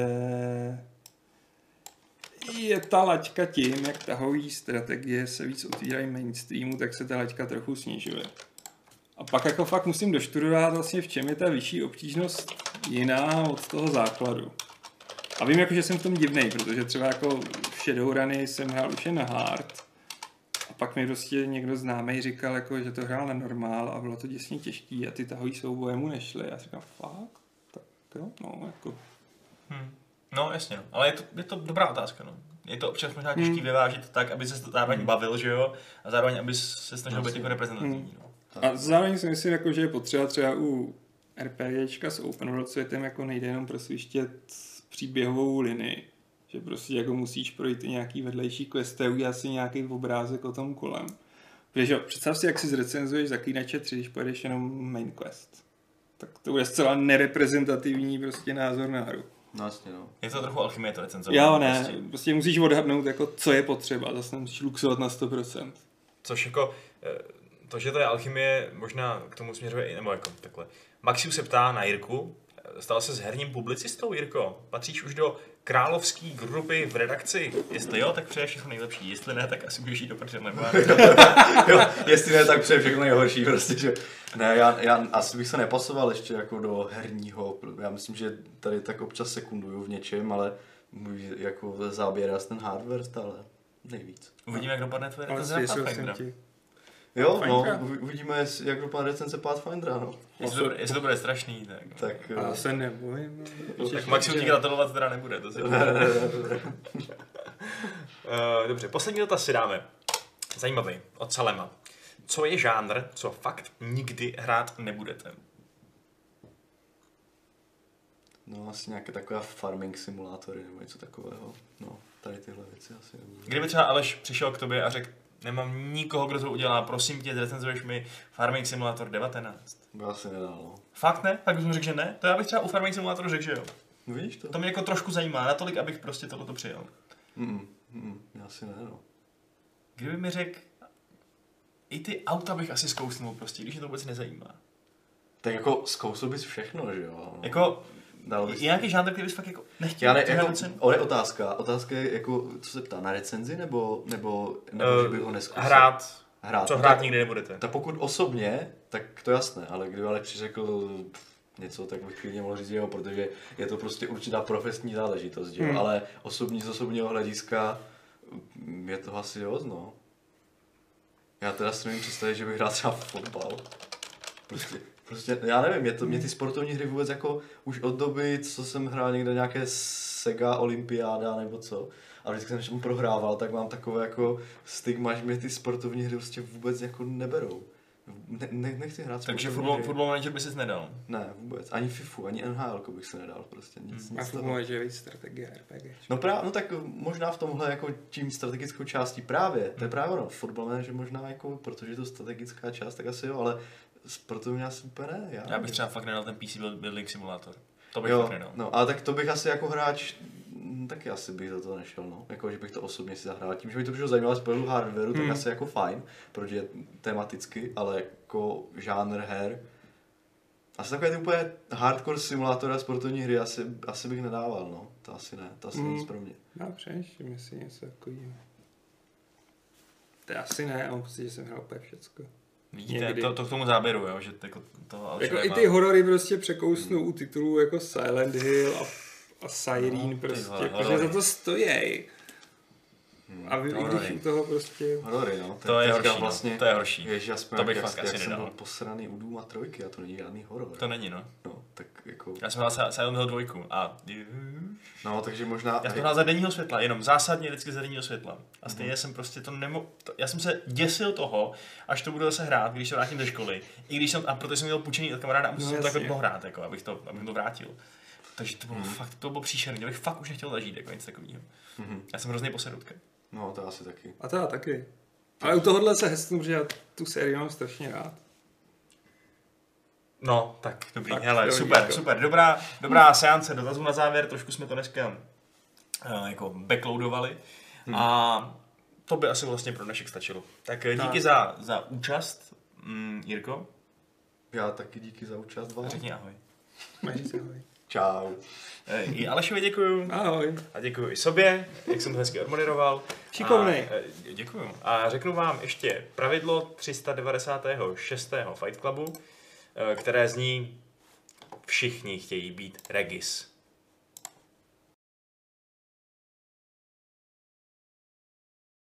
je ta laťka tím, jak tahový strategie se víc otvírají mainstreamu, tak se ta laťka trochu snižuje. A pak jako fakt musím doštudovat vlastně, v čem je ta vyšší obtížnost jiná od toho základu. A vím, jako, že jsem v tom divnej, protože třeba jako v Shadowruny jsem hrál už jen na hard. A pak mi prostě někdo známej říkal, jako, že to hrál na normál a bylo to děsně těžký a ty tahový souboje mu nešly. Já říkám, fakt? Tak jo, no, jako... Hmm. No, jasně, no. Ale je to, je to dobrá otázka, no. Je to občas možná těžký hmm. vyvážit tak, aby se zároveň hmm. bavil, že jo? A zároveň, aby se snažil být jako reprezentativní, hmm. no. A zároveň si myslím, jako, že je potřeba třeba u RPGčka s open world světem jako nejde jenom prosvištět příběhovou linii. Že prostě jako musíš projít i nějaký vedlejší questy a udělat si nějaký obrázek o tom kolem. Protože představ si, jak si zrecenzuješ Zaklínače tři, když pojedeš jenom main quest. Tak to bude zcela nereprezentativní prostě názor na hru. No jasně, no. Je to trochu alchymie to recenzovat. Jo, ne, prostě. prostě musíš odhadnout, jako, co je potřeba, zase nemusíš luxovat na sto procent. Což jako, to, že to je alchymie, možná k tomu směřuje i, nebo jako takhle. Maxiu se ptá na Jirku, stal se s herním publicistou, Jirko? Patříš už do královské grupy v redakci? Jestli jo, tak přeje všechno nejlepší. Jestli ne, tak asi budeš jít do prdele, nebo jo, jestli ne, tak přeje všechno nejhorší, prostě, že... Ne, já, já asi bych se nepasoval ještě jako do herního, já myslím, že tady tak občas sekunduju v něčem, ale můj jako záběr je ten hardware stále nejvíc. Uvidíme, jak dopadne tvoje recenze na Pathfindera. Jo, no, uvidíme, jak dopadne recenze Pathfindera, no. Jestli to, jestli to bude strašný, tak... tak a se nebojím. No, tak Maxiu ti gratulovat teda nebude, to si uh, Dobře, poslední dotaz si dáme. Zajímavý, od Salema. Co je žánr, co fakt nikdy hrát nebudete? No, asi nějaké takové farming simulátory nebo něco takového. No, tady tyhle věci asi nebudu. Kdyby třeba Aleš přišel k tobě a řekl, nemám nikoho, kdo to udělá, prosím tě, zrecenzuješ mi Farming Simulator devatenáct. By asi nedal, no. Fakt ne? Tak bych mu řekl, že ne? To já bych třeba u Farming Simulatoru řekl, že jo. No, vidíš to? To mě jako trošku zajímá, natolik, abych prostě tohleto přijel. Mm, mm, já asi ne, no. Kdyby mi řekl, i ty auta bych asi zkousnul prostě, když mě to vůbec nezajímá. Tak jako zkousil bys všechno, že jo? No. Jako, Dal je nějaký žánr, který bys fakt jako nechtěl? Já ne, jako, on je otázka. Otázka je, jako, co se ptá, na recenzi, nebo, nebo, nebo uh, že bych ho neskusil? Hrát. Hrát. Co hrát nikdy nebudete. Tak pokud osobně, tak to jasné, ale kdyby ale přiřekl něco, tak bych klidně mohl říct jo, protože je to prostě určitá profesní záležitost, hmm. ale osobní z osobního hlediska je to asi dost, no. Já teda si nevím představit, že bych hrál třeba fotbal. Prostě, prostě, já nevím, mě, to, mě ty sportovní hry vůbec jako už od doby, co jsem hrál někde nějaké Sega Olympiáda nebo co, a vždycky jsem prohrával, tak mám takové jako stigma, že mě ty sportovní hry prostě vůbec jako neberou. Ne, ne, nechci hrát. Takže football, football manager by si nedal? Ne, vůbec. Ani FIFU, ani N H L bych se nedal. Prostě nic, hmm. nic a football manager je víc strategie R P G. No, právě, no tak možná v tomhle jako tím strategickou částí právě. To je právě ono. Football manager možná jako, protože je to strategická část, tak asi jo, ale sportovně asi úplně ne. Já, já bych třeba fakt nedal ten P C Building Simulator. To bych jo, fakt nedal. No, ale tak to bych asi jako hráč taky asi bych do toho nešel, no. Jako, že bych to osobně si zahrál. Tím, že by to přišlo zajímavé z pohledu hardwareu, hmm. tak asi jako fajn, protože je tematicky, ale jako žánr her. Asi takové ty úplně hardcore simulátory a sportovní hry asi, asi bych nedával, no. To asi ne, to asi hmm. nic pro mě. Já přemýšlím, jestli něco takového. To asi ne, ale prostě, že jsem hrál úplně všecko. Vidíte, to, to k tomu záběru, jo, že to, to ale jako i ty horory prostě překousnou hmm. u titulů jako Silent Hill a a Siren no, prostě, protože za to stojí. Hmm, a vy, když u toho prostě... Horory, no. To je horší, vlastně, to je horší. Ježi, aspoň to bych jak, fakt jak asi jsem nedal. byl posraný u Doom a trojky a to není žádný horor. To není, no. No, tak jako... Já jsem hrál Silent Hill dvojku a... No, takže možná... Já jsem hrál za denního světla, jenom zásadně vždycky za denního světla. A stejně mm-hmm. jsem prostě to nemohl... Já jsem se děsil toho, až to budu zase hrát, když se vrátím do školy. I když jsem... A protože jsem měl půjčený od kamaráda a musel jsem no, to jako hrát, jako, abych to, abych to vrátil. Takže to bylo mm. fakt, to bylo příšerný, já bych fakt už nechtěl zažít jako nic takového. Mm-hmm. Já jsem hrozný posedutka. No, to asi taky. A to já taky. Ale u tohohle se hezknu, že já tu sérii mám strašně rád. No, tak dobrý, tak, hele, super, jako. super, dobrá, dobrá seance dotazů na závěr, trošku jsme to dneska uh, jako backloadovali. Hmm. A to by asi vlastně pro dnešek stačilo. Tak díky Tak. za, za účast, mm, Jirko. Já taky díky za účast vám. Řekni ahoj. Máš se ahoj. Čau. E, I Alešovi děkuju. Ahoj. A děkuji i sobě, jak jsem to hezky odmoderoval. Šikovnej. A, e, děkuju. A řeknu vám ještě pravidlo tři sta devadesát šest Fight Clubu, e, které zní: všichni chtějí být Regis.